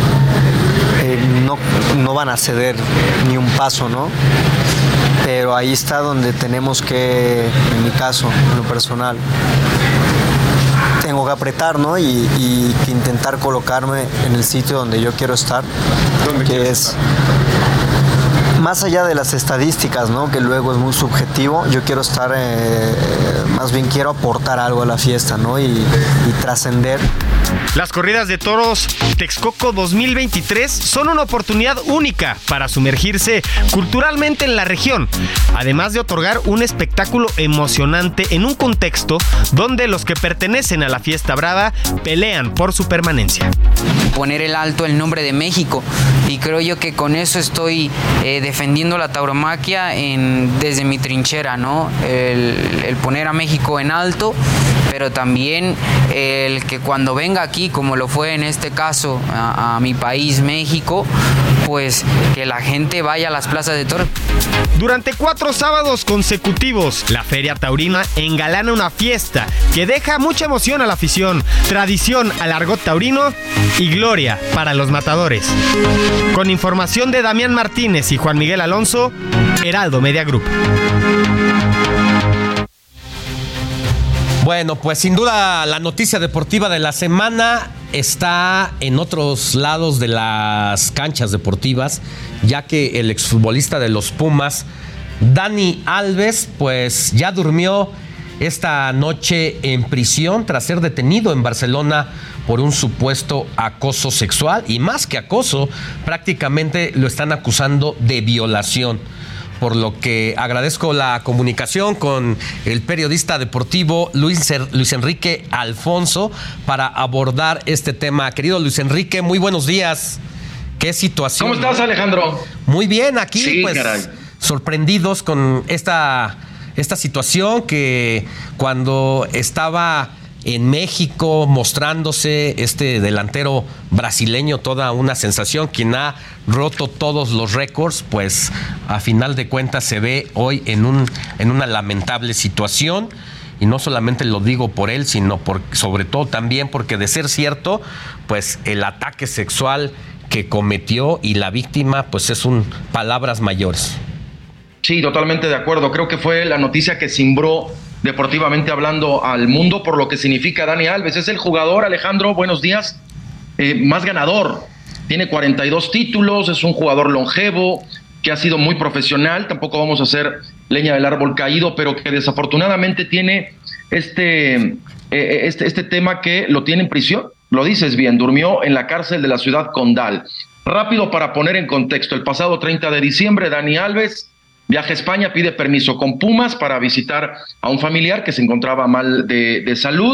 no van a ceder ni un paso, ¿no? Pero ahí está donde tenemos que, en mi caso, en lo personal, tengo que apretar, ¿no? Y intentar colocarme en el sitio donde yo quiero estar, que es más allá de las estadísticas, ¿no? Que luego es muy subjetivo. Yo quiero estar, más bien quiero aportar algo a la fiesta, ¿no? Y trascender. Las corridas de toros Texcoco 2023 son una oportunidad única para sumergirse culturalmente en la región, además de otorgar un espectáculo emocionante en un contexto donde los que pertenecen a la fiesta brava pelean por su permanencia. Poner el alto el nombre de México, y creo yo que con eso estoy defendiendo la tauromaquia desde mi trinchera, ¿no? El poner a México en alto, pero también el que cuando venga aquí, como lo fue en este caso a mi país, México, pues que la gente vaya a las plazas de toros. Durante 4 sábados consecutivos, la Feria Taurina engalana una fiesta que deja mucha emoción a la afición, tradición al argot taurino y gloria para los matadores. Con información de Damián Martínez y Juan Miguel Alonso, Heraldo Media Group. Bueno, pues sin duda la noticia deportiva de la semana está en otros lados de las canchas deportivas, ya que el exfutbolista de los Pumas, Dani Alves, pues ya durmió esta noche en prisión tras ser detenido en Barcelona por un supuesto acoso sexual, y más que acoso, prácticamente lo están acusando de violación. Por lo que agradezco la comunicación con el periodista deportivo Luis Enrique Alfonso para abordar este tema. Querido Luis Enrique, muy buenos días. ¿Qué situación? ¿Cómo estás, Alejandro? Muy bien, aquí sí, pues caray, sorprendidos con esta situación que cuando estaba en México mostrándose este delantero brasileño, toda una sensación, quien ha roto todos los récords, pues a final de cuentas se ve hoy en una lamentable situación. Y no solamente lo digo por él, sino sobre todo también porque, de ser cierto, pues el ataque sexual que cometió y la víctima, pues es palabras mayores. Sí, totalmente de acuerdo. Creo que fue la noticia que cimbró deportivamente hablando al mundo, por lo que significa Dani Alves. Es el jugador, Alejandro, buenos días, más ganador. Tiene 42 títulos, es un jugador longevo, que ha sido muy profesional. Tampoco vamos a hacer leña del árbol caído, pero que desafortunadamente tiene este tema que lo tiene en prisión. Lo dices bien, durmió en la cárcel de la ciudad condal. Rápido para poner en contexto, el pasado 30 de diciembre, Dani Alves viaja a España, pide permiso con Pumas para visitar a un familiar que se encontraba mal de salud.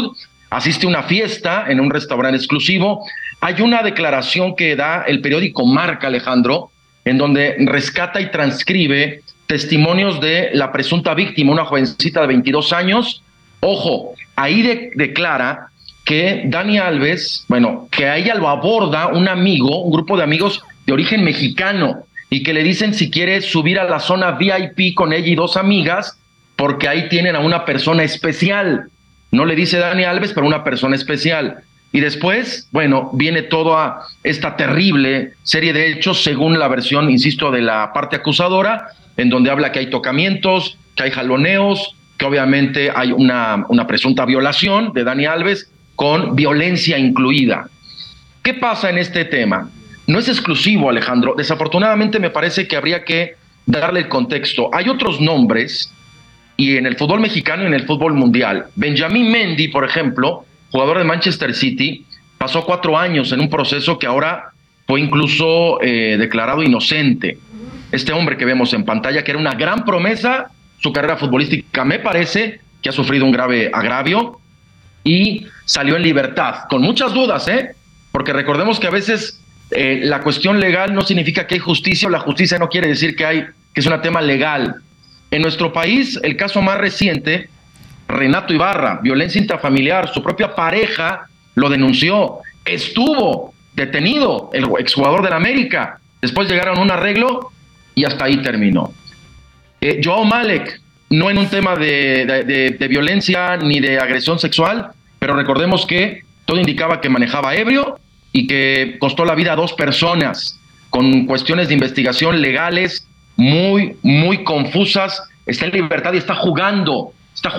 asiste a una fiesta en un restaurante exclusivo. Hay una declaración que da el periódico Marca, Alejandro, en donde rescata y transcribe testimonios de la presunta víctima, una jovencita de 22 años. Ojo, ahí declara que Dani Alves, que a ella lo aborda un grupo de amigos de origen mexicano, y que le dicen si quiere subir a la zona VIP con ella y 2 amigas, porque ahí tienen a una persona especial. No le dice Dani Alves, pero una persona especial. Y después, viene toda esta terrible serie de hechos, según la versión, insisto, de la parte acusadora, en donde habla que hay tocamientos, que hay jaloneos, que obviamente hay una presunta violación de Dani Alves, con violencia incluida. ¿Qué pasa en este tema? No es exclusivo, Alejandro. Desafortunadamente me parece que habría que darle el contexto. Hay otros nombres, y en el fútbol mexicano y en el fútbol mundial. Benjamín Mendy, por ejemplo, jugador de Manchester City, pasó 4 años en un proceso que ahora fue incluso declarado inocente. Este hombre que vemos en pantalla, que era una gran promesa, su carrera futbolística, me parece que ha sufrido un grave agravio y salió en libertad, con muchas dudas, porque recordemos que a veces la cuestión legal no significa que hay justicia, o la justicia no quiere decir que es un tema legal. En nuestro país, el caso más reciente, Renato Ibarra, violencia intrafamiliar, su propia pareja lo denunció, estuvo detenido el exjugador del América, después llegaron a un arreglo y hasta ahí terminó. Joao Malek, no en un tema de violencia ni de agresión sexual, pero recordemos que todo indicaba que manejaba ebrio y que costó la vida a 2 personas, con cuestiones de investigación legales muy, muy confusas. Está en libertad y está jugando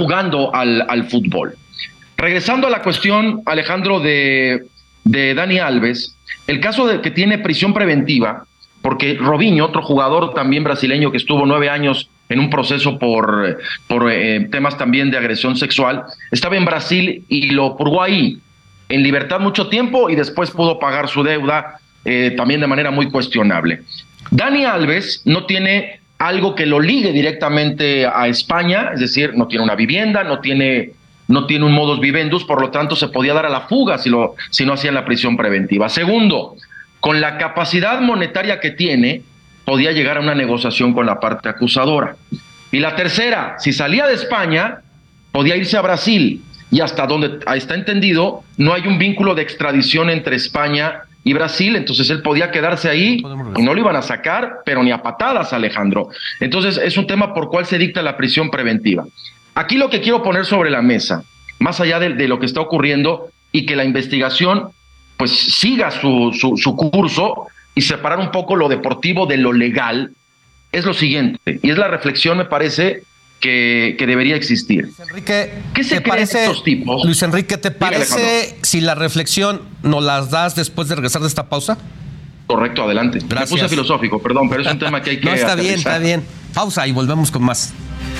al fútbol. Regresando a la cuestión, Alejandro, de Dani Alves, el caso de que tiene prisión preventiva, porque Robinho, otro jugador también brasileño que estuvo 9 años en un proceso por temas también de agresión sexual, estaba en Brasil y lo purgó ahí, en libertad mucho tiempo, y después pudo pagar su deuda también de manera muy cuestionable. Dani Alves no tiene algo que lo ligue directamente a España, es decir, no tiene una vivienda, no tiene un modus vivendus, por lo tanto se podía dar a la fuga si no hacían la prisión preventiva. Segundo, con la capacidad monetaria que tiene, podía llegar a una negociación con la parte acusadora. Y la tercera, si salía de España, podía irse a Brasil, y hasta donde está entendido, no hay un vínculo de extradición entre España y Brasil, entonces él podía quedarse ahí y no lo iban a sacar, pero ni a patadas, Alejandro. Entonces es un tema por cual se dicta la prisión preventiva. Aquí lo que quiero poner sobre la mesa, más allá de lo que está ocurriendo y que la investigación pues siga su curso y separar un poco lo deportivo de lo legal, es lo siguiente, y es la reflexión, me parece, que debería existir. Luis Enrique, ¿qué se creen estos tipos? Luis Enrique, ¿te parece si la reflexión nos las das después de regresar de esta pausa? Correcto, adelante. Gracias. Me puse filosófico, perdón, pero es un tema que hay que No, está bien, aterrizar. está bien. Pausa y volvemos con más.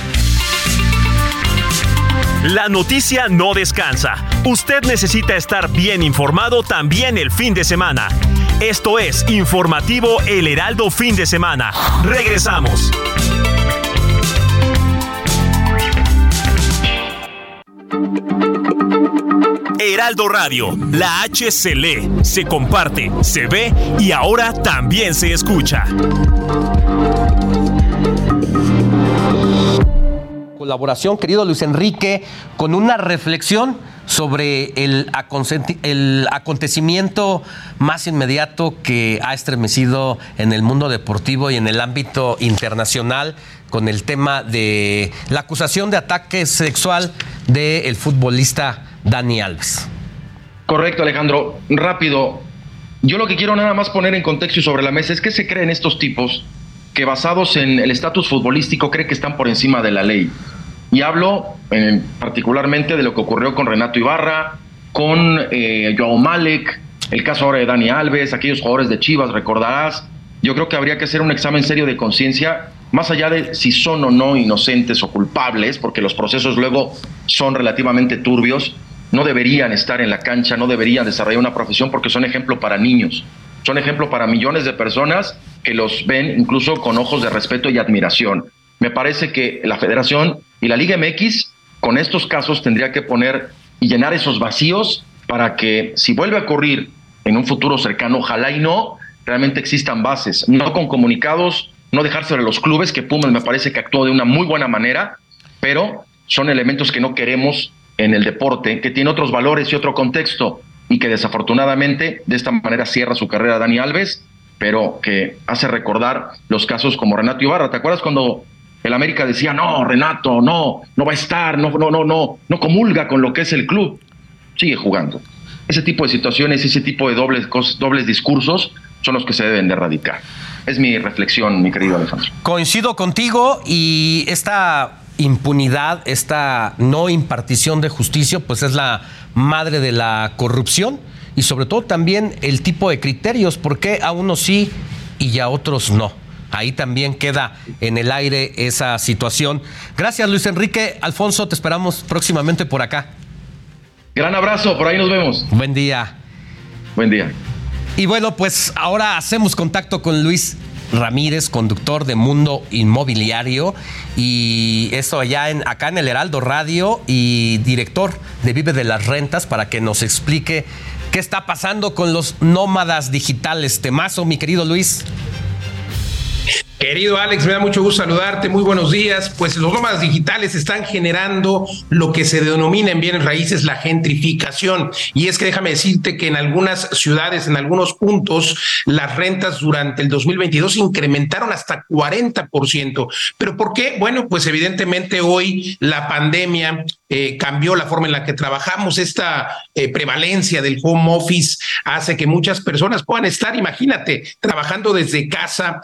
La noticia no descansa. Usted necesita estar bien informado también el fin de semana. Esto es Informativo El Heraldo Fin de Semana. Regresamos. Heraldo Radio, la H se lee, se comparte, se ve y ahora también se escucha. Colaboración, querido Luis Enrique, con una reflexión sobre el acontecimiento más inmediato que ha estremecido en el mundo deportivo y en el ámbito internacional, con el tema de la acusación de ataque sexual del futbolista Dani Alves. Correcto, Alejandro. Rápido. Yo lo que quiero nada más poner en contexto y sobre la mesa es que se creen estos tipos que, basados en el estatus futbolístico, creen que están por encima de la ley. Y hablo particularmente de lo que ocurrió con Renato Ibarra, con Joao Malek, el caso ahora de Dani Alves, aquellos jugadores de Chivas, recordarás. Yo creo que habría que hacer un examen serio de conciencia, más allá de si son o no inocentes o culpables, porque los procesos luego son relativamente turbios. No deberían estar en la cancha, no deberían desarrollar una profesión porque son ejemplo para niños, son ejemplo para millones de personas que los ven incluso con ojos de respeto y admiración. Me parece que la Federación y la Liga MX con estos casos tendría que poner y llenar esos vacíos para que, si vuelve a ocurrir en un futuro cercano, ojalá y no, realmente existan bases, no con comunicados, no dejárselo a los clubes, que Pumas me parece que actuó de una muy buena manera, pero son elementos que no queremos en el deporte, que tiene otros valores y otro contexto, y que desafortunadamente de esta manera cierra su carrera Dani Alves, pero que hace recordar los casos como Renato Ibarra. ¿Te acuerdas cuando el América decía, no, Renato, no va a estar, no comulga con lo que es el club? Sigue jugando. Ese tipo de situaciones, ese tipo de dobles discursos son los que se deben de erradicar. Es mi reflexión, mi querido Alejandro. Coincido contigo, y esta impunidad, esta no impartición de justicia, pues es la madre de la corrupción, y sobre todo también el tipo de criterios, por qué a unos sí y a otros no. Ahí también queda en el aire esa situación. Gracias, Luis Enrique. Alfonso, te esperamos próximamente por acá. Gran abrazo, por ahí nos vemos. Buen día. Buen día. Y bueno, pues ahora hacemos contacto con Luis Ramírez, conductor de Mundo Inmobiliario, y esto acá en el Heraldo Radio, y director de Vive de las Rentas, para que nos explique qué está pasando con los nómadas digitales. Temazo, mi querido Luis. Querido Alex, me da mucho gusto saludarte, muy buenos días. Pues los nómadas digitales están generando lo que se denomina en bienes raíces la gentrificación. Y es que déjame decirte que en algunas ciudades, en algunos puntos, las rentas durante el 2022 incrementaron hasta 40%. ¿Pero por qué? Bueno, pues evidentemente hoy la pandemia cambió la forma en la que trabajamos. Esta prevalencia del home office hace que muchas personas puedan estar, imagínate, trabajando desde casa,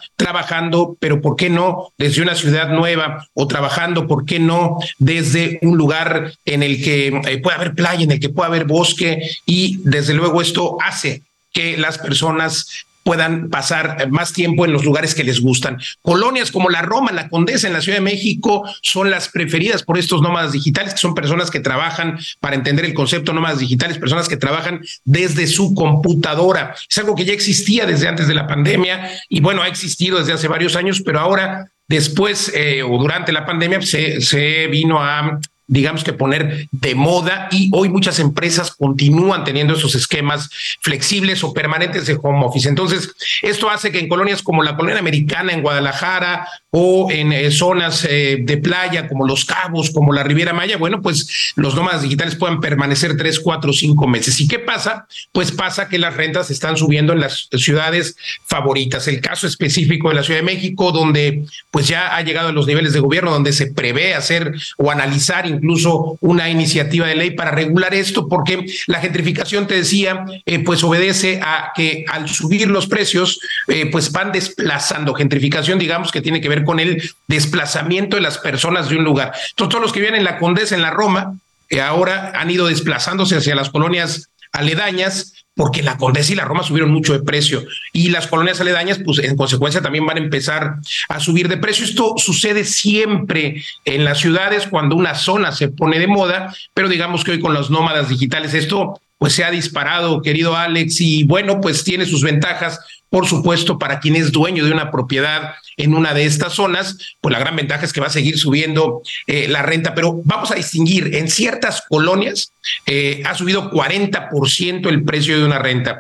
pero ¿por qué no desde una ciudad nueva, o trabajando, ¿por qué no desde un lugar en el que pueda haber playa, en el que pueda haber bosque? Y desde luego esto hace que las personas puedan pasar más tiempo en los lugares que les gustan. Colonias como la Roma, la Condesa en la Ciudad de México son las preferidas por estos nómadas digitales, que son personas que trabajan, para entender el concepto nómadas digitales, personas que trabajan desde su computadora. Es algo que ya existía desde antes de la pandemia y bueno, ha existido desde hace varios años, pero ahora después o durante la pandemia se vino a, digamos que, poner de moda, y hoy muchas empresas continúan teniendo esos esquemas flexibles o permanentes de home office. Entonces, esto hace que en colonias como la Colonia Americana en Guadalajara, o en zonas de playa como Los Cabos, como la Riviera Maya, bueno, pues los nómadas digitales puedan permanecer 3, 4, 5 meses. ¿Y qué pasa? Pues pasa que las rentas están subiendo en las ciudades favoritas. El caso específico de la Ciudad de México, donde pues ya ha llegado a los niveles de gobierno, donde se prevé hacer o analizar incluso una iniciativa de ley para regular esto, porque la gentrificación, te decía, pues obedece a que al subir los precios, pues van desplazando. Gentrificación, digamos, que tiene que ver con el desplazamiento de las personas de un lugar. Entonces, todos los que viven en la Condesa, en la Roma, ahora han ido desplazándose hacia las colonias aledañas, porque la Condesa y la Roma subieron mucho de precio, y las colonias aledañas, pues en consecuencia también van a empezar a subir de precio. Esto sucede siempre en las ciudades cuando una zona se pone de moda, pero digamos que hoy con los nómadas digitales esto pues se ha disparado, querido Alex, y bueno, pues tiene sus ventajas, por supuesto, para quien es dueño de una propiedad en una de estas zonas, pues la gran ventaja es que va a seguir subiendo la renta, pero vamos a distinguir, en ciertas colonias ha subido 40% el precio de una renta.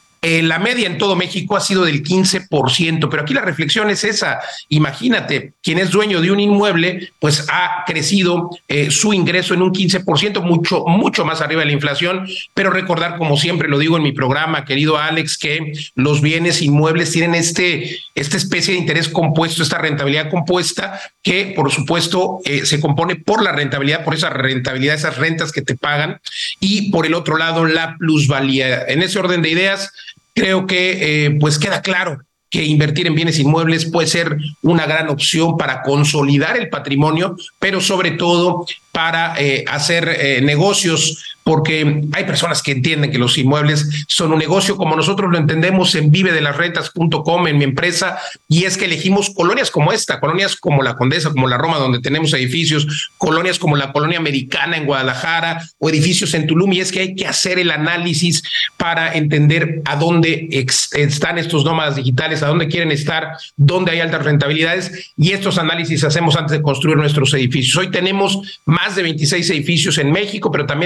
La media en todo México ha sido del 15%, pero aquí la reflexión es esa. Imagínate, quien es dueño de un inmueble, pues ha crecido su ingreso en un 15%, mucho más arriba de la inflación, pero recordar, como siempre lo digo en mi programa, querido Alex, que los bienes inmuebles tienen esta especie de interés compuesto, esta rentabilidad compuesta, que por supuesto se compone por la rentabilidad, por esa rentabilidad, esas rentas que te pagan, y por el otro lado, la plusvalía. En ese orden de ideas, creo que pues queda claro que invertir en bienes inmuebles puede ser una gran opción para consolidar el patrimonio, pero sobre todo para hacer negocios, porque hay personas que entienden que los inmuebles son un negocio, como nosotros lo entendemos en vivedelasrentas.com, en mi empresa, y es que elegimos colonias como esta, colonias como la Condesa, como la Roma, donde tenemos edificios, colonias como la Colonia Americana en Guadalajara, o edificios en Tulum, y es que hay que hacer el análisis para entender a dónde están estos nómadas digitales, a dónde quieren estar, dónde hay altas rentabilidades, y estos análisis hacemos antes de construir nuestros edificios. Hoy tenemos más de 26 edificios en México, pero también en Estados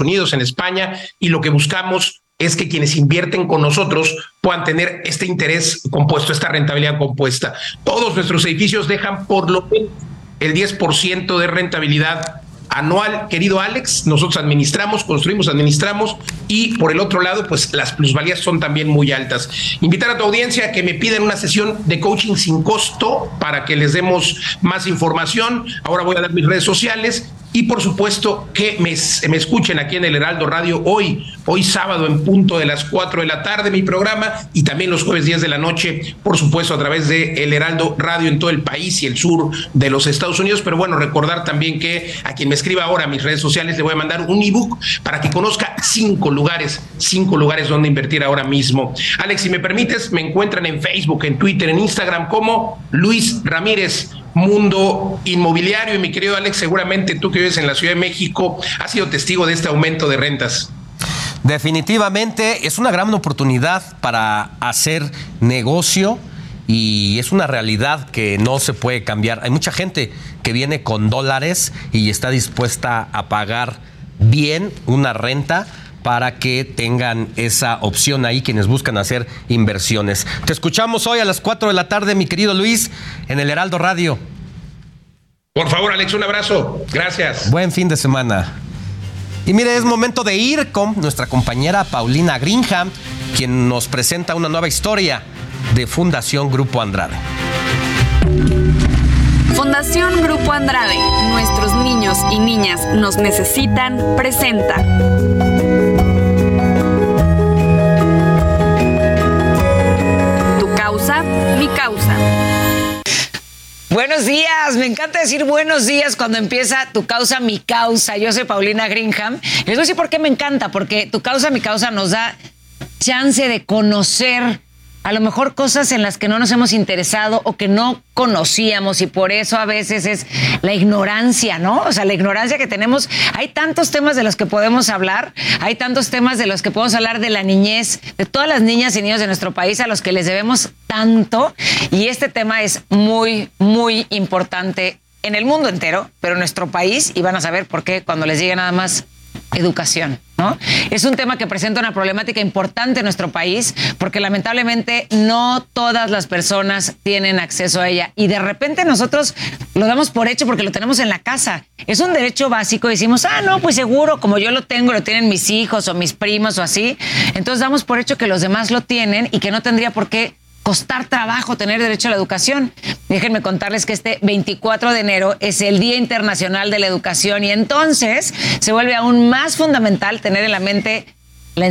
Unidos, en España, y lo que buscamos es que quienes invierten con nosotros puedan tener este interés compuesto, esta rentabilidad compuesta. Todos nuestros edificios dejan por lo menos el 10% de rentabilidad anual, querido Alex. Nosotros administramos, construimos, administramos, y por el otro lado, pues las plusvalías son también muy altas. Invitar a tu audiencia a que me pidan una sesión de coaching sin costo para que les demos más información. Ahora voy a dar mis redes sociales y por supuesto que me escuchen aquí en el Heraldo Radio hoy sábado en punto de las 4 de la tarde, mi programa, y también los jueves 10 de la noche, por supuesto a través de el Heraldo Radio en todo el país y el sur de los Estados Unidos. Pero bueno, recordar también que a quien me escriba ahora a mis redes sociales le voy a mandar un ebook para que conozca 5 lugares donde invertir ahora mismo. Alex, si me permites, me encuentran en Facebook, en Twitter, en Instagram como Luis Ramírez Mundo Inmobiliario. Y mi querido Alex, seguramente tú que vives en la Ciudad de México has sido testigo de este aumento de rentas. Definitivamente es una gran oportunidad para hacer negocio y es una realidad que no se puede cambiar. Hay mucha gente que viene con dólares y está dispuesta a pagar bien una renta para que tengan esa opción ahí quienes buscan hacer inversiones. Te escuchamos hoy a las 4 de la tarde, mi querido Luis, en el Heraldo Radio. Por favor, Alex, un abrazo. Gracias. Buen fin de semana. Y mire, es momento de ir con nuestra compañera Paulina Greenham, quien nos presenta una nueva historia de Fundación Grupo Andrade. Fundación Grupo Andrade, nuestros niños y niñas nos necesitan, presenta. Tu causa, mi causa. Buenos días, me encanta decir buenos días cuando empieza Tu Causa, Mi Causa. Yo soy Paulina Greenham. Les voy a decir por qué me encanta, porque Tu Causa, Mi Causa nos da chance de conocer a lo mejor cosas en las que no nos hemos interesado o que no conocíamos, y por eso a veces es la ignorancia, ¿no? O sea, la ignorancia que tenemos. Hay tantos temas de los que podemos hablar, hay tantos temas de los que podemos hablar de la niñez, de todas las niñas y niños de nuestro país a los que les debemos tanto, y este tema es muy, muy importante en el mundo entero, pero en nuestro país, y van a saber por qué cuando les diga nada más educación, ¿no? Es un tema que presenta una problemática importante en nuestro país porque lamentablemente no todas las personas tienen acceso a ella, y de repente nosotros lo damos por hecho porque lo tenemos en la casa. Es un derecho básico y decimos, no, pues seguro, como yo lo tengo, lo tienen mis hijos o mis primos o así. Entonces damos por hecho que los demás lo tienen y que no tendría por qué costar trabajo tener derecho a la educación. Déjenme contarles que este 24 de enero es el Día Internacional de la Educación, y entonces se vuelve aún más fundamental tener en la mente la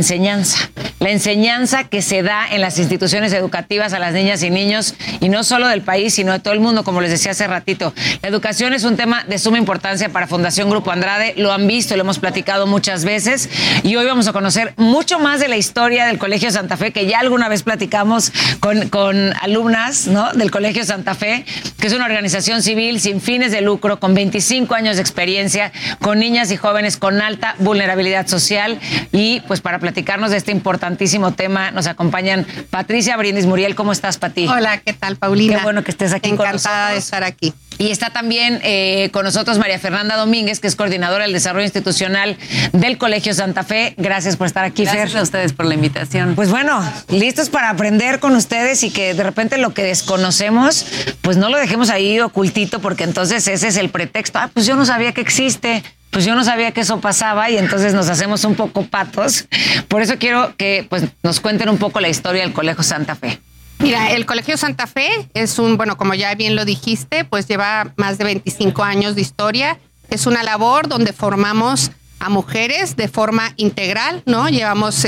enseñanza que se da en las instituciones educativas a las niñas y niños, y no solo del país, sino de todo el mundo, como les decía hace ratito. La educación es un tema de suma importancia para Fundación Grupo Andrade, lo han visto, lo hemos platicado muchas veces, y hoy vamos a conocer mucho más de la historia del Colegio Santa Fe, que ya alguna vez platicamos con alumnas, ¿no?, del Colegio Santa Fe, que es una organización civil sin fines de lucro, con 25 años de experiencia, con niñas y jóvenes con alta vulnerabilidad social. Y pues para platicarnos de este importantísimo tema nos acompañan Patricia Brindis Muriel. ¿Cómo estás, Pati? Hola, ¿qué tal, Paulina? Qué bueno que estés aquí con nosotros. Encantada de estar aquí. Y está también con nosotros María Fernanda Domínguez, que es coordinadora del desarrollo institucional del Colegio Santa Fe. Gracias por estar aquí, Gracias Fer. a ustedes por la invitación. Pues bueno, listos para aprender con ustedes, y que de repente lo que desconocemos, pues no lo dejemos ahí ocultito, porque entonces ese es el pretexto. Pues yo no sabía que existe. Pues yo no sabía que eso pasaba, y entonces nos hacemos un poco patos. Por eso quiero que pues nos cuenten un poco la historia del Colegio Santa Fe. Mira, el Colegio Santa Fe es como ya bien lo dijiste, pues lleva más de 25 años de historia. Es una labor donde formamos a mujeres de forma integral, ¿no? Llevamos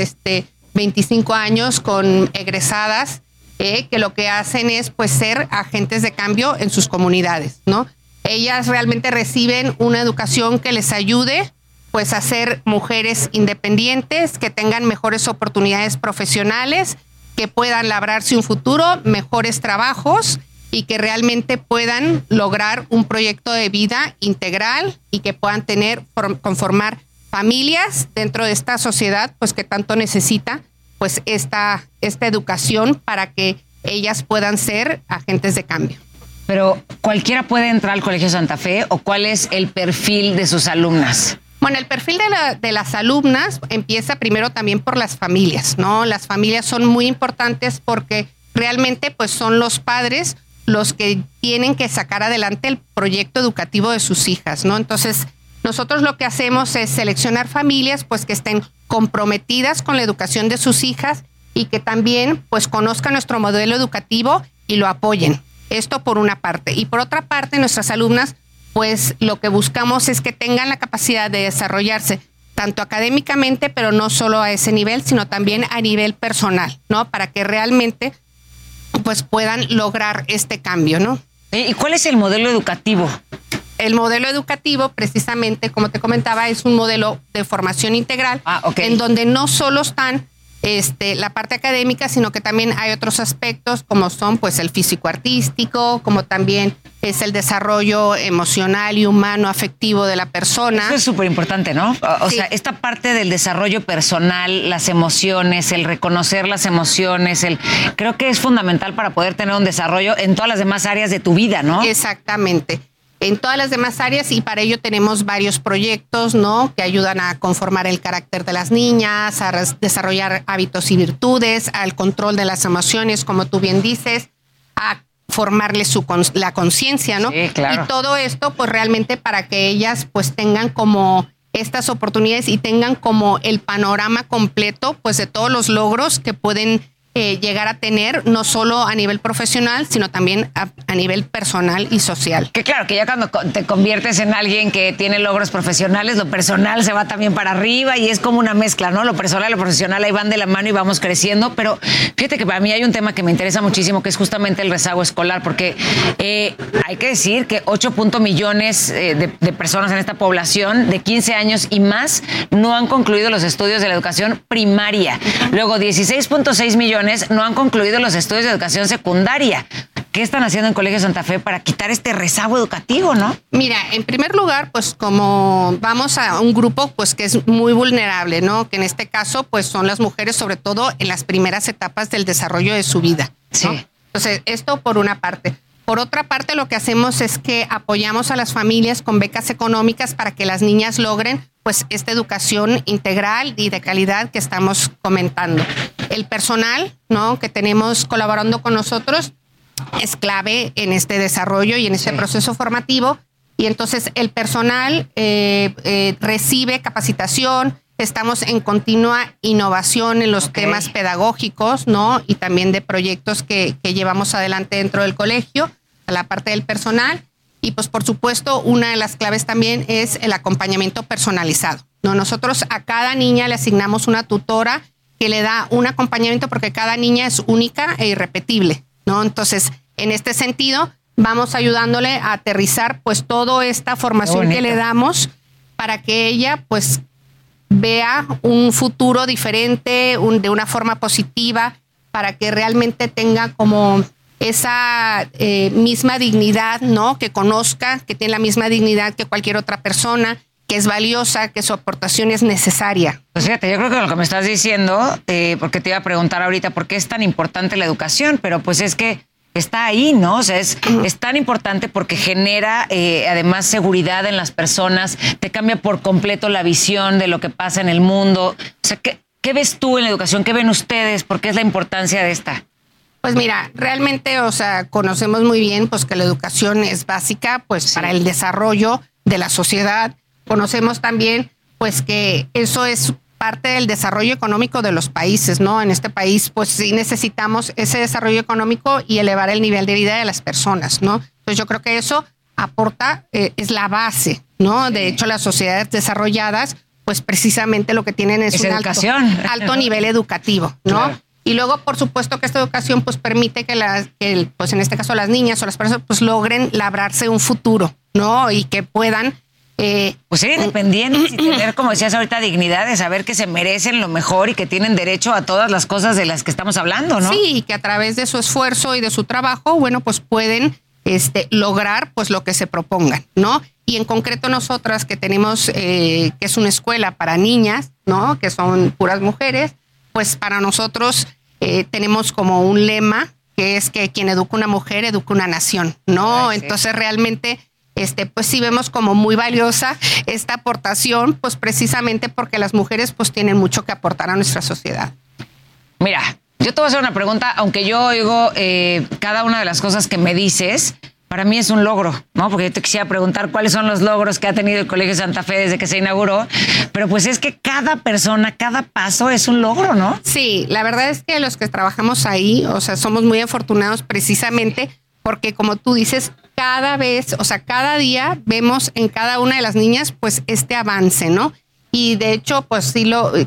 25 años con egresadas que lo que hacen es pues ser agentes de cambio en sus comunidades, ¿no? Ellas realmente reciben una educación que les ayude pues a ser mujeres independientes, que tengan mejores oportunidades profesionales, que puedan labrarse un futuro, mejores trabajos, y que realmente puedan lograr un proyecto de vida integral, y que puedan conformar familias dentro de esta sociedad pues que tanto necesita pues esta educación para que ellas puedan ser agentes de cambio. Pero ¿cualquiera puede entrar al Colegio Santa Fe, o cuál es el perfil de sus alumnas? Bueno, el perfil de las alumnas empieza primero también por las familias, ¿no? Las familias son muy importantes porque realmente pues son los padres los que tienen que sacar adelante el proyecto educativo de sus hijas, ¿no? Entonces, nosotros lo que hacemos es seleccionar familias pues que estén comprometidas con la educación de sus hijas y que también pues conozcan nuestro modelo educativo y lo apoyen. Esto por una parte. Y por otra parte, nuestras alumnas pues lo que buscamos es que tengan la capacidad de desarrollarse tanto académicamente, pero no solo a ese nivel, sino también a nivel personal, ¿no? Para que realmente pues puedan lograr este cambio, ¿no? ¿Y cuál es el modelo educativo? El modelo educativo, precisamente, como te comentaba, es un modelo de formación integral, en donde no solo están la parte académica, sino que también hay otros aspectos como son pues el físico-artístico, como también es el desarrollo emocional y humano afectivo de la persona. Eso es súper importante, ¿no? O sea, esta parte del desarrollo personal, las emociones, el reconocer las emociones, creo que es fundamental para poder tener un desarrollo en todas las demás áreas de tu vida, ¿no? Exactamente. En todas las demás áreas, y para ello tenemos varios proyectos, ¿no? Que ayudan a conformar el carácter de las niñas, a desarrollar hábitos y virtudes, al control de las emociones, como tú bien dices, a formarle la conciencia, ¿no? Sí, claro. Y todo esto, pues realmente para que ellas pues tengan como estas oportunidades y tengan como el panorama completo, pues de todos los logros que pueden llegar a tener, no solo a nivel profesional, sino también a nivel personal y social. Que claro, que ya cuando te conviertes en alguien que tiene logros profesionales, lo personal se va también para arriba y es como una mezcla, ¿no? Lo personal y lo profesional ahí van de la mano y vamos creciendo, pero fíjate que para mí hay un tema que me interesa muchísimo, que es justamente el rezago escolar, porque hay que decir que 8 millones de personas en esta población de 15 años y más no han concluido los estudios de la educación primaria. Luego 16.6 millones no han concluido los estudios de educación secundaria. ¿Qué están haciendo en Colegio Santa Fe para quitar este rezago educativo, no? Mira, en primer lugar, pues como vamos a un grupo pues que es muy vulnerable, ¿no? Que en este caso pues son las mujeres, sobre todo en las primeras etapas del desarrollo de su vida, ¿no? Sí. Entonces, esto por una parte. Por otra parte, lo que hacemos es que apoyamos a las familias con becas económicas para que las niñas logren pues esta educación integral y de calidad que estamos comentando. El personal, ¿no? Que tenemos colaborando con nosotros es clave en este desarrollo y en este proceso formativo. Y entonces el personal recibe capacitación, estamos en continua innovación en los temas pedagógicos, ¿no? Y también de proyectos que llevamos adelante dentro del colegio, a la parte del personal. Y pues por supuesto una de las claves también es el acompañamiento personalizado, ¿no? Nosotros a cada niña le asignamos una tutora que le da un acompañamiento porque cada niña es única e irrepetible, ¿no? Entonces, en este sentido, vamos ayudándole a aterrizar pues toda esta formación que le damos para que ella pues vea un futuro diferente, de una forma positiva, para que realmente tenga como esa misma dignidad, ¿no? Que conozca que tiene la misma dignidad que cualquier otra persona, que es valiosa, que su aportación es necesaria. Pues fíjate, yo creo que lo que me estás diciendo, porque te iba a preguntar ahorita por qué es tan importante la educación, pero pues es que está ahí, ¿no? O sea, es tan importante porque genera además seguridad en las personas, te cambia por completo la visión de lo que pasa en el mundo. O sea, ¿qué ves tú en la educación? ¿Qué ven ustedes? ¿Por qué es la importancia de esta? Pues mira, realmente, o sea, conocemos muy bien pues que la educación es básica pues para el desarrollo de la sociedad. Conocemos también pues que eso es parte del desarrollo económico de los países, ¿no? En este país pues sí necesitamos ese desarrollo económico y elevar el nivel de vida de las personas, ¿no? Entonces yo creo que eso aporta, es la base, ¿no? De hecho, las sociedades desarrolladas pues precisamente lo que tienen es un alto nivel educativo, ¿no? Claro. Y luego, por supuesto, que esta educación pues permite que pues en este caso las niñas o las personas pues logren labrarse un futuro, ¿no? Y que puedan pues ser independientes y tener, como decías ahorita, dignidad de saber que se merecen lo mejor y que tienen derecho a todas las cosas de las que estamos hablando, ¿no? Sí, y que a través de su esfuerzo y de su trabajo, bueno, pues pueden lograr pues lo que se propongan, ¿no? Y en concreto nosotras que tenemos, que es una escuela para niñas, ¿no? Que son puras mujeres, pues para nosotros tenemos como un lema que es que quien educa una mujer, educa una nación, ¿no? Entonces realmente pues sí vemos como muy valiosa esta aportación, pues precisamente porque las mujeres pues tienen mucho que aportar a nuestra sociedad. Mira, yo te voy a hacer una pregunta, aunque yo oigo cada una de las cosas que me dices, para mí es un logro, ¿no? Porque yo te quisiera preguntar cuáles son los logros que ha tenido el Colegio Santa Fe desde que se inauguró, pero pues es que cada persona, cada paso es un logro, ¿no? Sí, la verdad es que los que trabajamos ahí, o sea, somos muy afortunados precisamente porque, como tú dices, cada vez, o sea, cada día vemos en cada una de las niñas pues este avance, ¿no? Y de hecho, pues sí,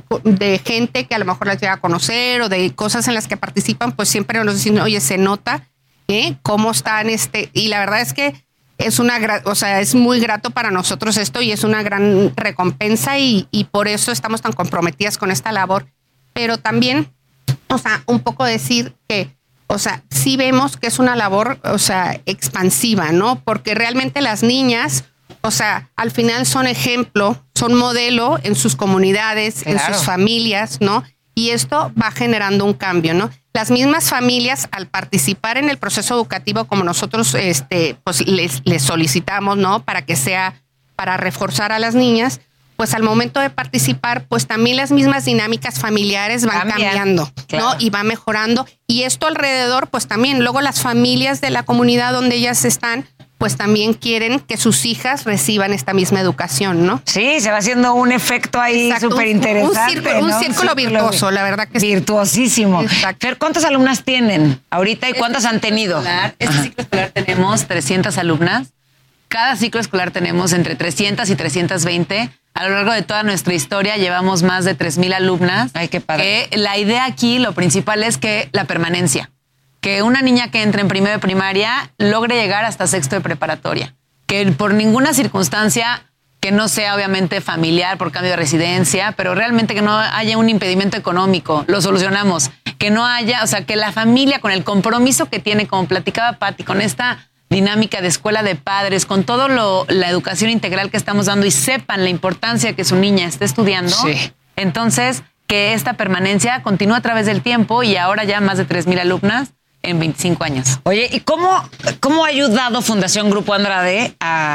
de gente que a lo mejor las llega a conocer o de cosas en las que participan, pues siempre nos dicen, oye, se nota cómo están, y la verdad es que es es muy grato para nosotros esto y es una gran recompensa y por eso estamos tan comprometidas con esta labor. Pero también, o sea, un poco decir que, o sea, sí vemos que es una labor, o sea, expansiva, ¿no? Porque realmente las niñas, o sea, al final son ejemplo, son modelo en sus comunidades, claro, en sus familias, ¿no? Y esto va generando un cambio, ¿no? Las mismas familias, al participar en el proceso educativo, como nosotros pues les solicitamos, ¿no? Para que sea, para reforzar a las niñas, pues al momento de participar, pues también las mismas dinámicas familiares van cambiando, claro, ¿no? Y va mejorando. Y esto alrededor, pues también, luego las familias de la comunidad donde ellas están, pues también quieren que sus hijas reciban esta misma educación, ¿no? Sí, se va haciendo un efecto ahí súper interesante. Un círculo virtuoso, la verdad que virtuosísimo. Fer, ¿cuántas alumnas tienen ahorita y cuántas han tenido? Este ciclo escolar tenemos 300 alumnas. Cada ciclo escolar tenemos entre 300 y 320. A lo largo de toda nuestra historia llevamos más de 3,000 alumnas. Ay, qué padre. La idea aquí, lo principal es que la permanencia. Que una niña que entre en primero de primaria logre llegar hasta sexto de preparatoria. Que por ninguna circunstancia, que no sea obviamente familiar por cambio de residencia, pero realmente que no haya un impedimento económico, lo solucionamos. Que no haya, o sea, que la familia con el compromiso que tiene, como platicaba Pati, con esta dinámica de escuela de padres, con todo la educación integral que estamos dando y sepan la importancia que su niña esté estudiando, sí, entonces que esta permanencia continúe a través del tiempo y ahora ya más de 3,000 alumnas en 25 años. Oye, ¿y cómo ha ayudado Fundación Grupo Andrade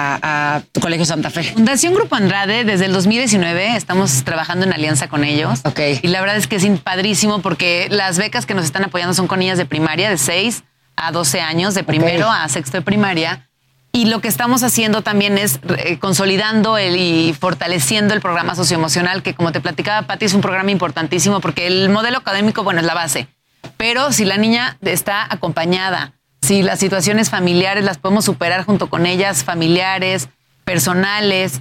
a tu Colegio Santa Fe? Fundación Grupo Andrade, desde el 2019 estamos trabajando en alianza con ellos. Ok. Y la verdad es que es padrísimo porque las becas que nos están apoyando son con niñas de primaria, de 6 a 12 años, de primero a sexto de primaria. Y lo que estamos haciendo también es consolidando y fortaleciendo el programa socioemocional, que como te platicaba Pati, es un programa importantísimo porque el modelo académico, bueno, es la base. Pero si la niña está acompañada, si las situaciones familiares las podemos superar junto con ellas, familiares, personales,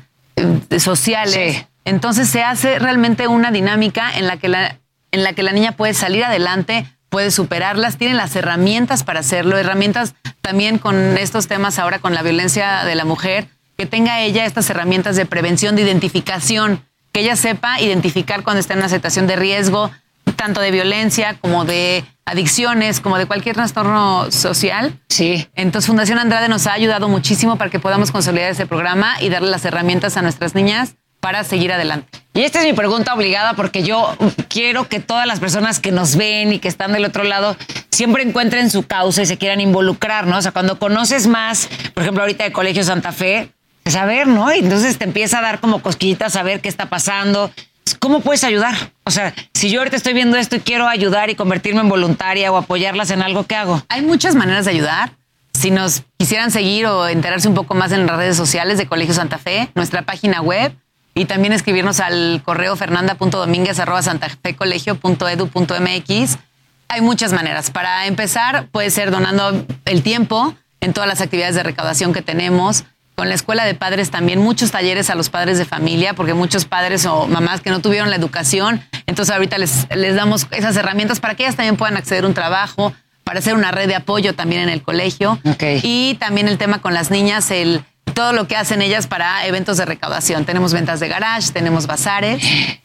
sociales, sí, entonces se hace realmente una dinámica en la que la niña puede salir adelante, puede superarlas, tiene las herramientas para hacerlo, herramientas también con estos temas ahora con la violencia de la mujer, que tenga ella estas herramientas de prevención, de identificación, que ella sepa identificar cuando está en una situación de riesgo, tanto de violencia como de adicciones, como de cualquier trastorno social. Sí. Entonces Fundación Andrade nos ha ayudado muchísimo para que podamos consolidar ese programa y darle las herramientas a nuestras niñas para seguir adelante. Y esta es mi pregunta obligada porque yo quiero que todas las personas que nos ven y que están del otro lado siempre encuentren su causa y se quieran involucrar, ¿no? O sea, cuando conoces más, por ejemplo, ahorita de Colegio Santa Fe, saber, ¿no? Y entonces te empieza a dar como cosquillitas a ver qué está pasando. ¿Cómo puedes ayudar? O sea, si yo ahorita estoy viendo esto y quiero ayudar y convertirme en voluntaria o apoyarlas en algo, ¿qué hago? Hay muchas maneras de ayudar. Si nos quisieran seguir o enterarse un poco más en las redes sociales de Colegio Santa Fe, nuestra página web, y también escribirnos al correo fernanda.dominguez@santaFecolegio.edu.mx. Hay muchas maneras. Para empezar, puede ser donando el tiempo en todas las actividades de recaudación que tenemos. Con la escuela de padres también, muchos talleres a los padres de familia, porque muchos padres o mamás que no tuvieron la educación, entonces ahorita les damos esas herramientas para que ellas también puedan acceder a un trabajo, para hacer una red de apoyo también en el colegio. Okay. Y también el tema con las niñas, todo lo que hacen ellas para eventos de recaudación. Tenemos ventas de garage, tenemos bazares,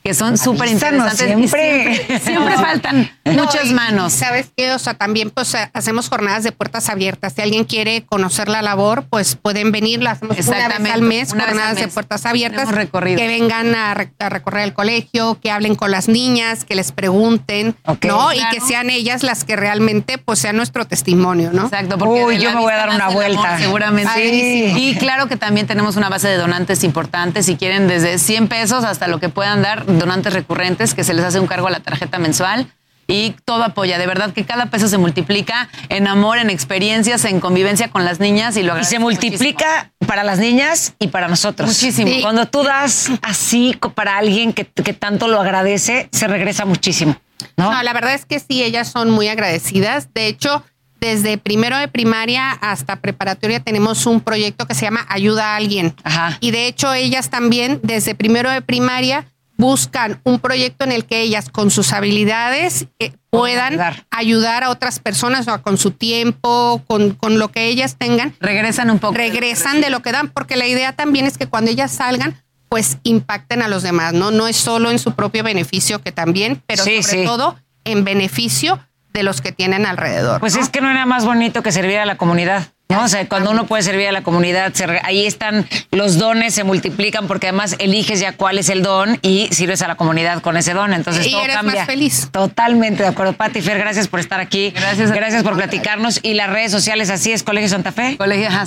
que son súper interesantes. Siempre faltan muchas manos. ¿Sabes qué? O sea, también pues hacemos jornadas de puertas abiertas. Si alguien quiere conocer la labor, pues pueden venir. Las hacemos una vez al mes, jornadas de puertas abiertas. Que vengan a recorrer el colegio, que hablen con las niñas, que les pregunten, ¿no? Claro. Y que sean ellas las que realmente pues sean nuestro testimonio, ¿no? Exacto, porque yo me voy a dar una vuelta. Amor, seguramente. Sí. Y claro que también tenemos una base de donantes importantes. Si quieren desde 100 pesos hasta lo que puedan dar, donantes recurrentes, que se les hace un cargo a la tarjeta mensual. Y todo apoya, de verdad que cada peso se multiplica en amor, en experiencias, en convivencia con las niñas y se multiplica muchísimo para las niñas y para nosotros. Muchísimo. Sí. Cuando tú das así para alguien que tanto lo agradece, se regresa muchísimo. No, la verdad es que sí, ellas son muy agradecidas. De hecho, desde primero de primaria hasta preparatoria tenemos un proyecto que se llama Ayuda a Alguien. Ajá. Y de hecho ellas también desde primero de primaria buscan un proyecto en el que ellas con sus habilidades puedan ayudar a otras personas, o con su tiempo, con lo que ellas tengan. Regresan un poco. Regresan de lo que dan, porque la idea también es que cuando ellas salgan, pues impacten a los demás, ¿no? No es solo en su propio beneficio, que también, pero sobre todo en beneficio de los que tienen alrededor. Pues ¿no? es que no era más bonito que servir a la comunidad, ¿no? O sea, cuando uno puede servir a la comunidad, ahí están los dones, se multiplican, porque además eliges ya cuál es el don y sirves a la comunidad con ese don. Entonces y todo eres cambia. más feliz. Totalmente de acuerdo. Pati, Fer, gracias por estar aquí. Gracias por platicarnos. Y las redes sociales, así es, Colegio Santa Fe.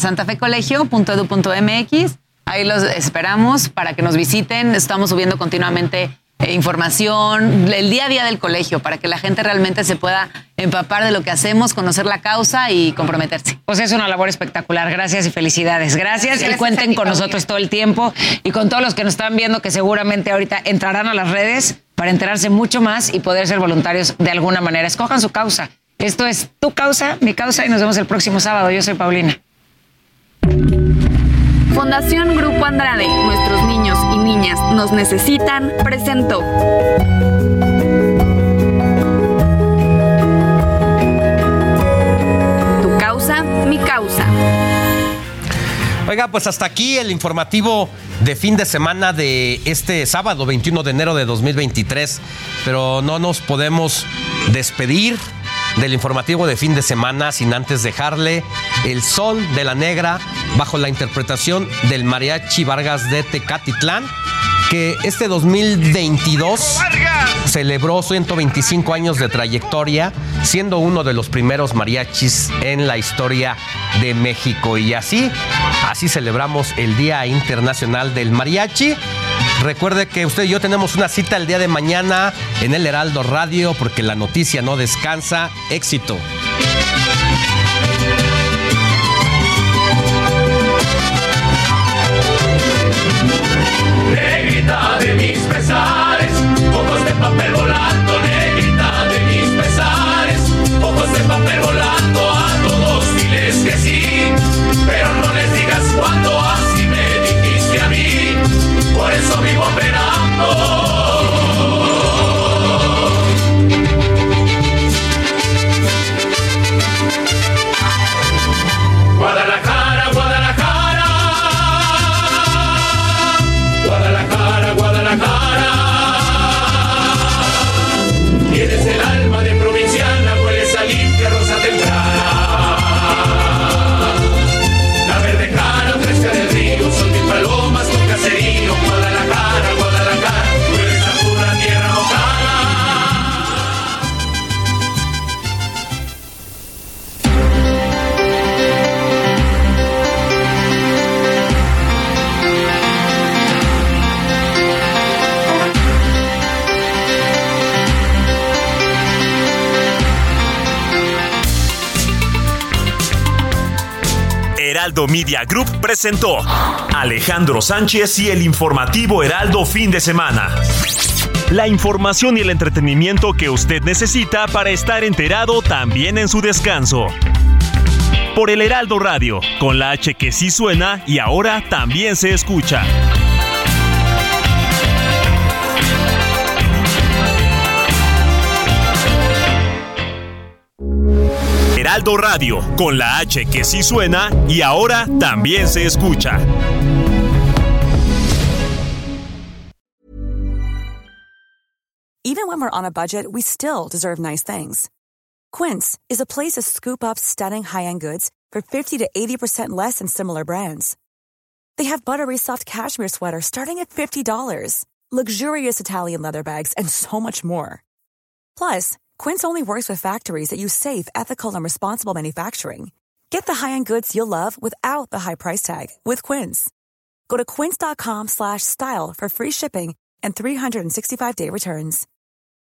santafecolegio.edu.mx. Ahí los esperamos para que nos visiten. Estamos subiendo continuamente información, el día a día del colegio, para que la gente realmente se pueda empapar de lo que hacemos, conocer la causa y comprometerse. Pues es una labor espectacular. Gracias y felicidades. Gracias y cuenten con nosotros todo el tiempo y con todos los que nos están viendo, que seguramente ahorita entrarán a las redes para enterarse mucho más y poder ser voluntarios de alguna manera. Escojan su causa. Esto es Tu Causa, Mi Causa, y nos vemos el próximo sábado. Yo soy Paulina. Fundación Grupo Andrade, nuestros niños y niñas nos necesitan, presentó. Tu causa, mi causa. Oiga, pues hasta aquí el informativo de fin de semana de este sábado 21 de enero de 2023, pero no nos podemos despedir del informativo de fin de semana sin antes dejarle El Sol de la Negra bajo la interpretación del Mariachi Vargas de Tecatitlán, que este 2022 celebró 125 años de trayectoria, siendo uno de los primeros mariachis en la historia de México. Y así celebramos el Día Internacional del Mariachi. Recuerde que usted y yo tenemos una cita el día de mañana en el Heraldo Radio, porque la noticia no descansa. Éxito. Negrita de mis pesares, ojos de papel volando, negrita de mis pesares, ojos de papel volando, a todos diles que sí, pero no les digas cuando así me dijiste a mí, por eso vivo esperando. Guadalajara, Guadalajara, Guadalajara, Guadalajara. Tienes el alma de provinciana, hueles a limpia rosa temprana. La verde cara fresca del río, son mis palomas con caserío. Guadalajara, Guadalajara, tú eres la pura tierra mojada. Heraldo Media Group presentó Alejandro Sánchez y el informativo Heraldo Fin de Semana. La información y el entretenimiento que usted necesita para estar enterado también en su descanso. Por el Heraldo Radio, con la H que sí suena y ahora también se escucha. Heraldo Radio, con la H que sí suena y ahora también se escucha. Even when we're on a budget, we still deserve nice things. Quince is a place to scoop up stunning high-end goods for 50 to 80% less than similar brands. They have buttery soft cashmere sweaters starting at $50, luxurious Italian leather bags, and so much more. Plus, Quince only works with factories that use safe, ethical, and responsible manufacturing. Get the high-end goods you'll love without the high price tag with Quince. Go to quince.com/style for free shipping and 365-day returns.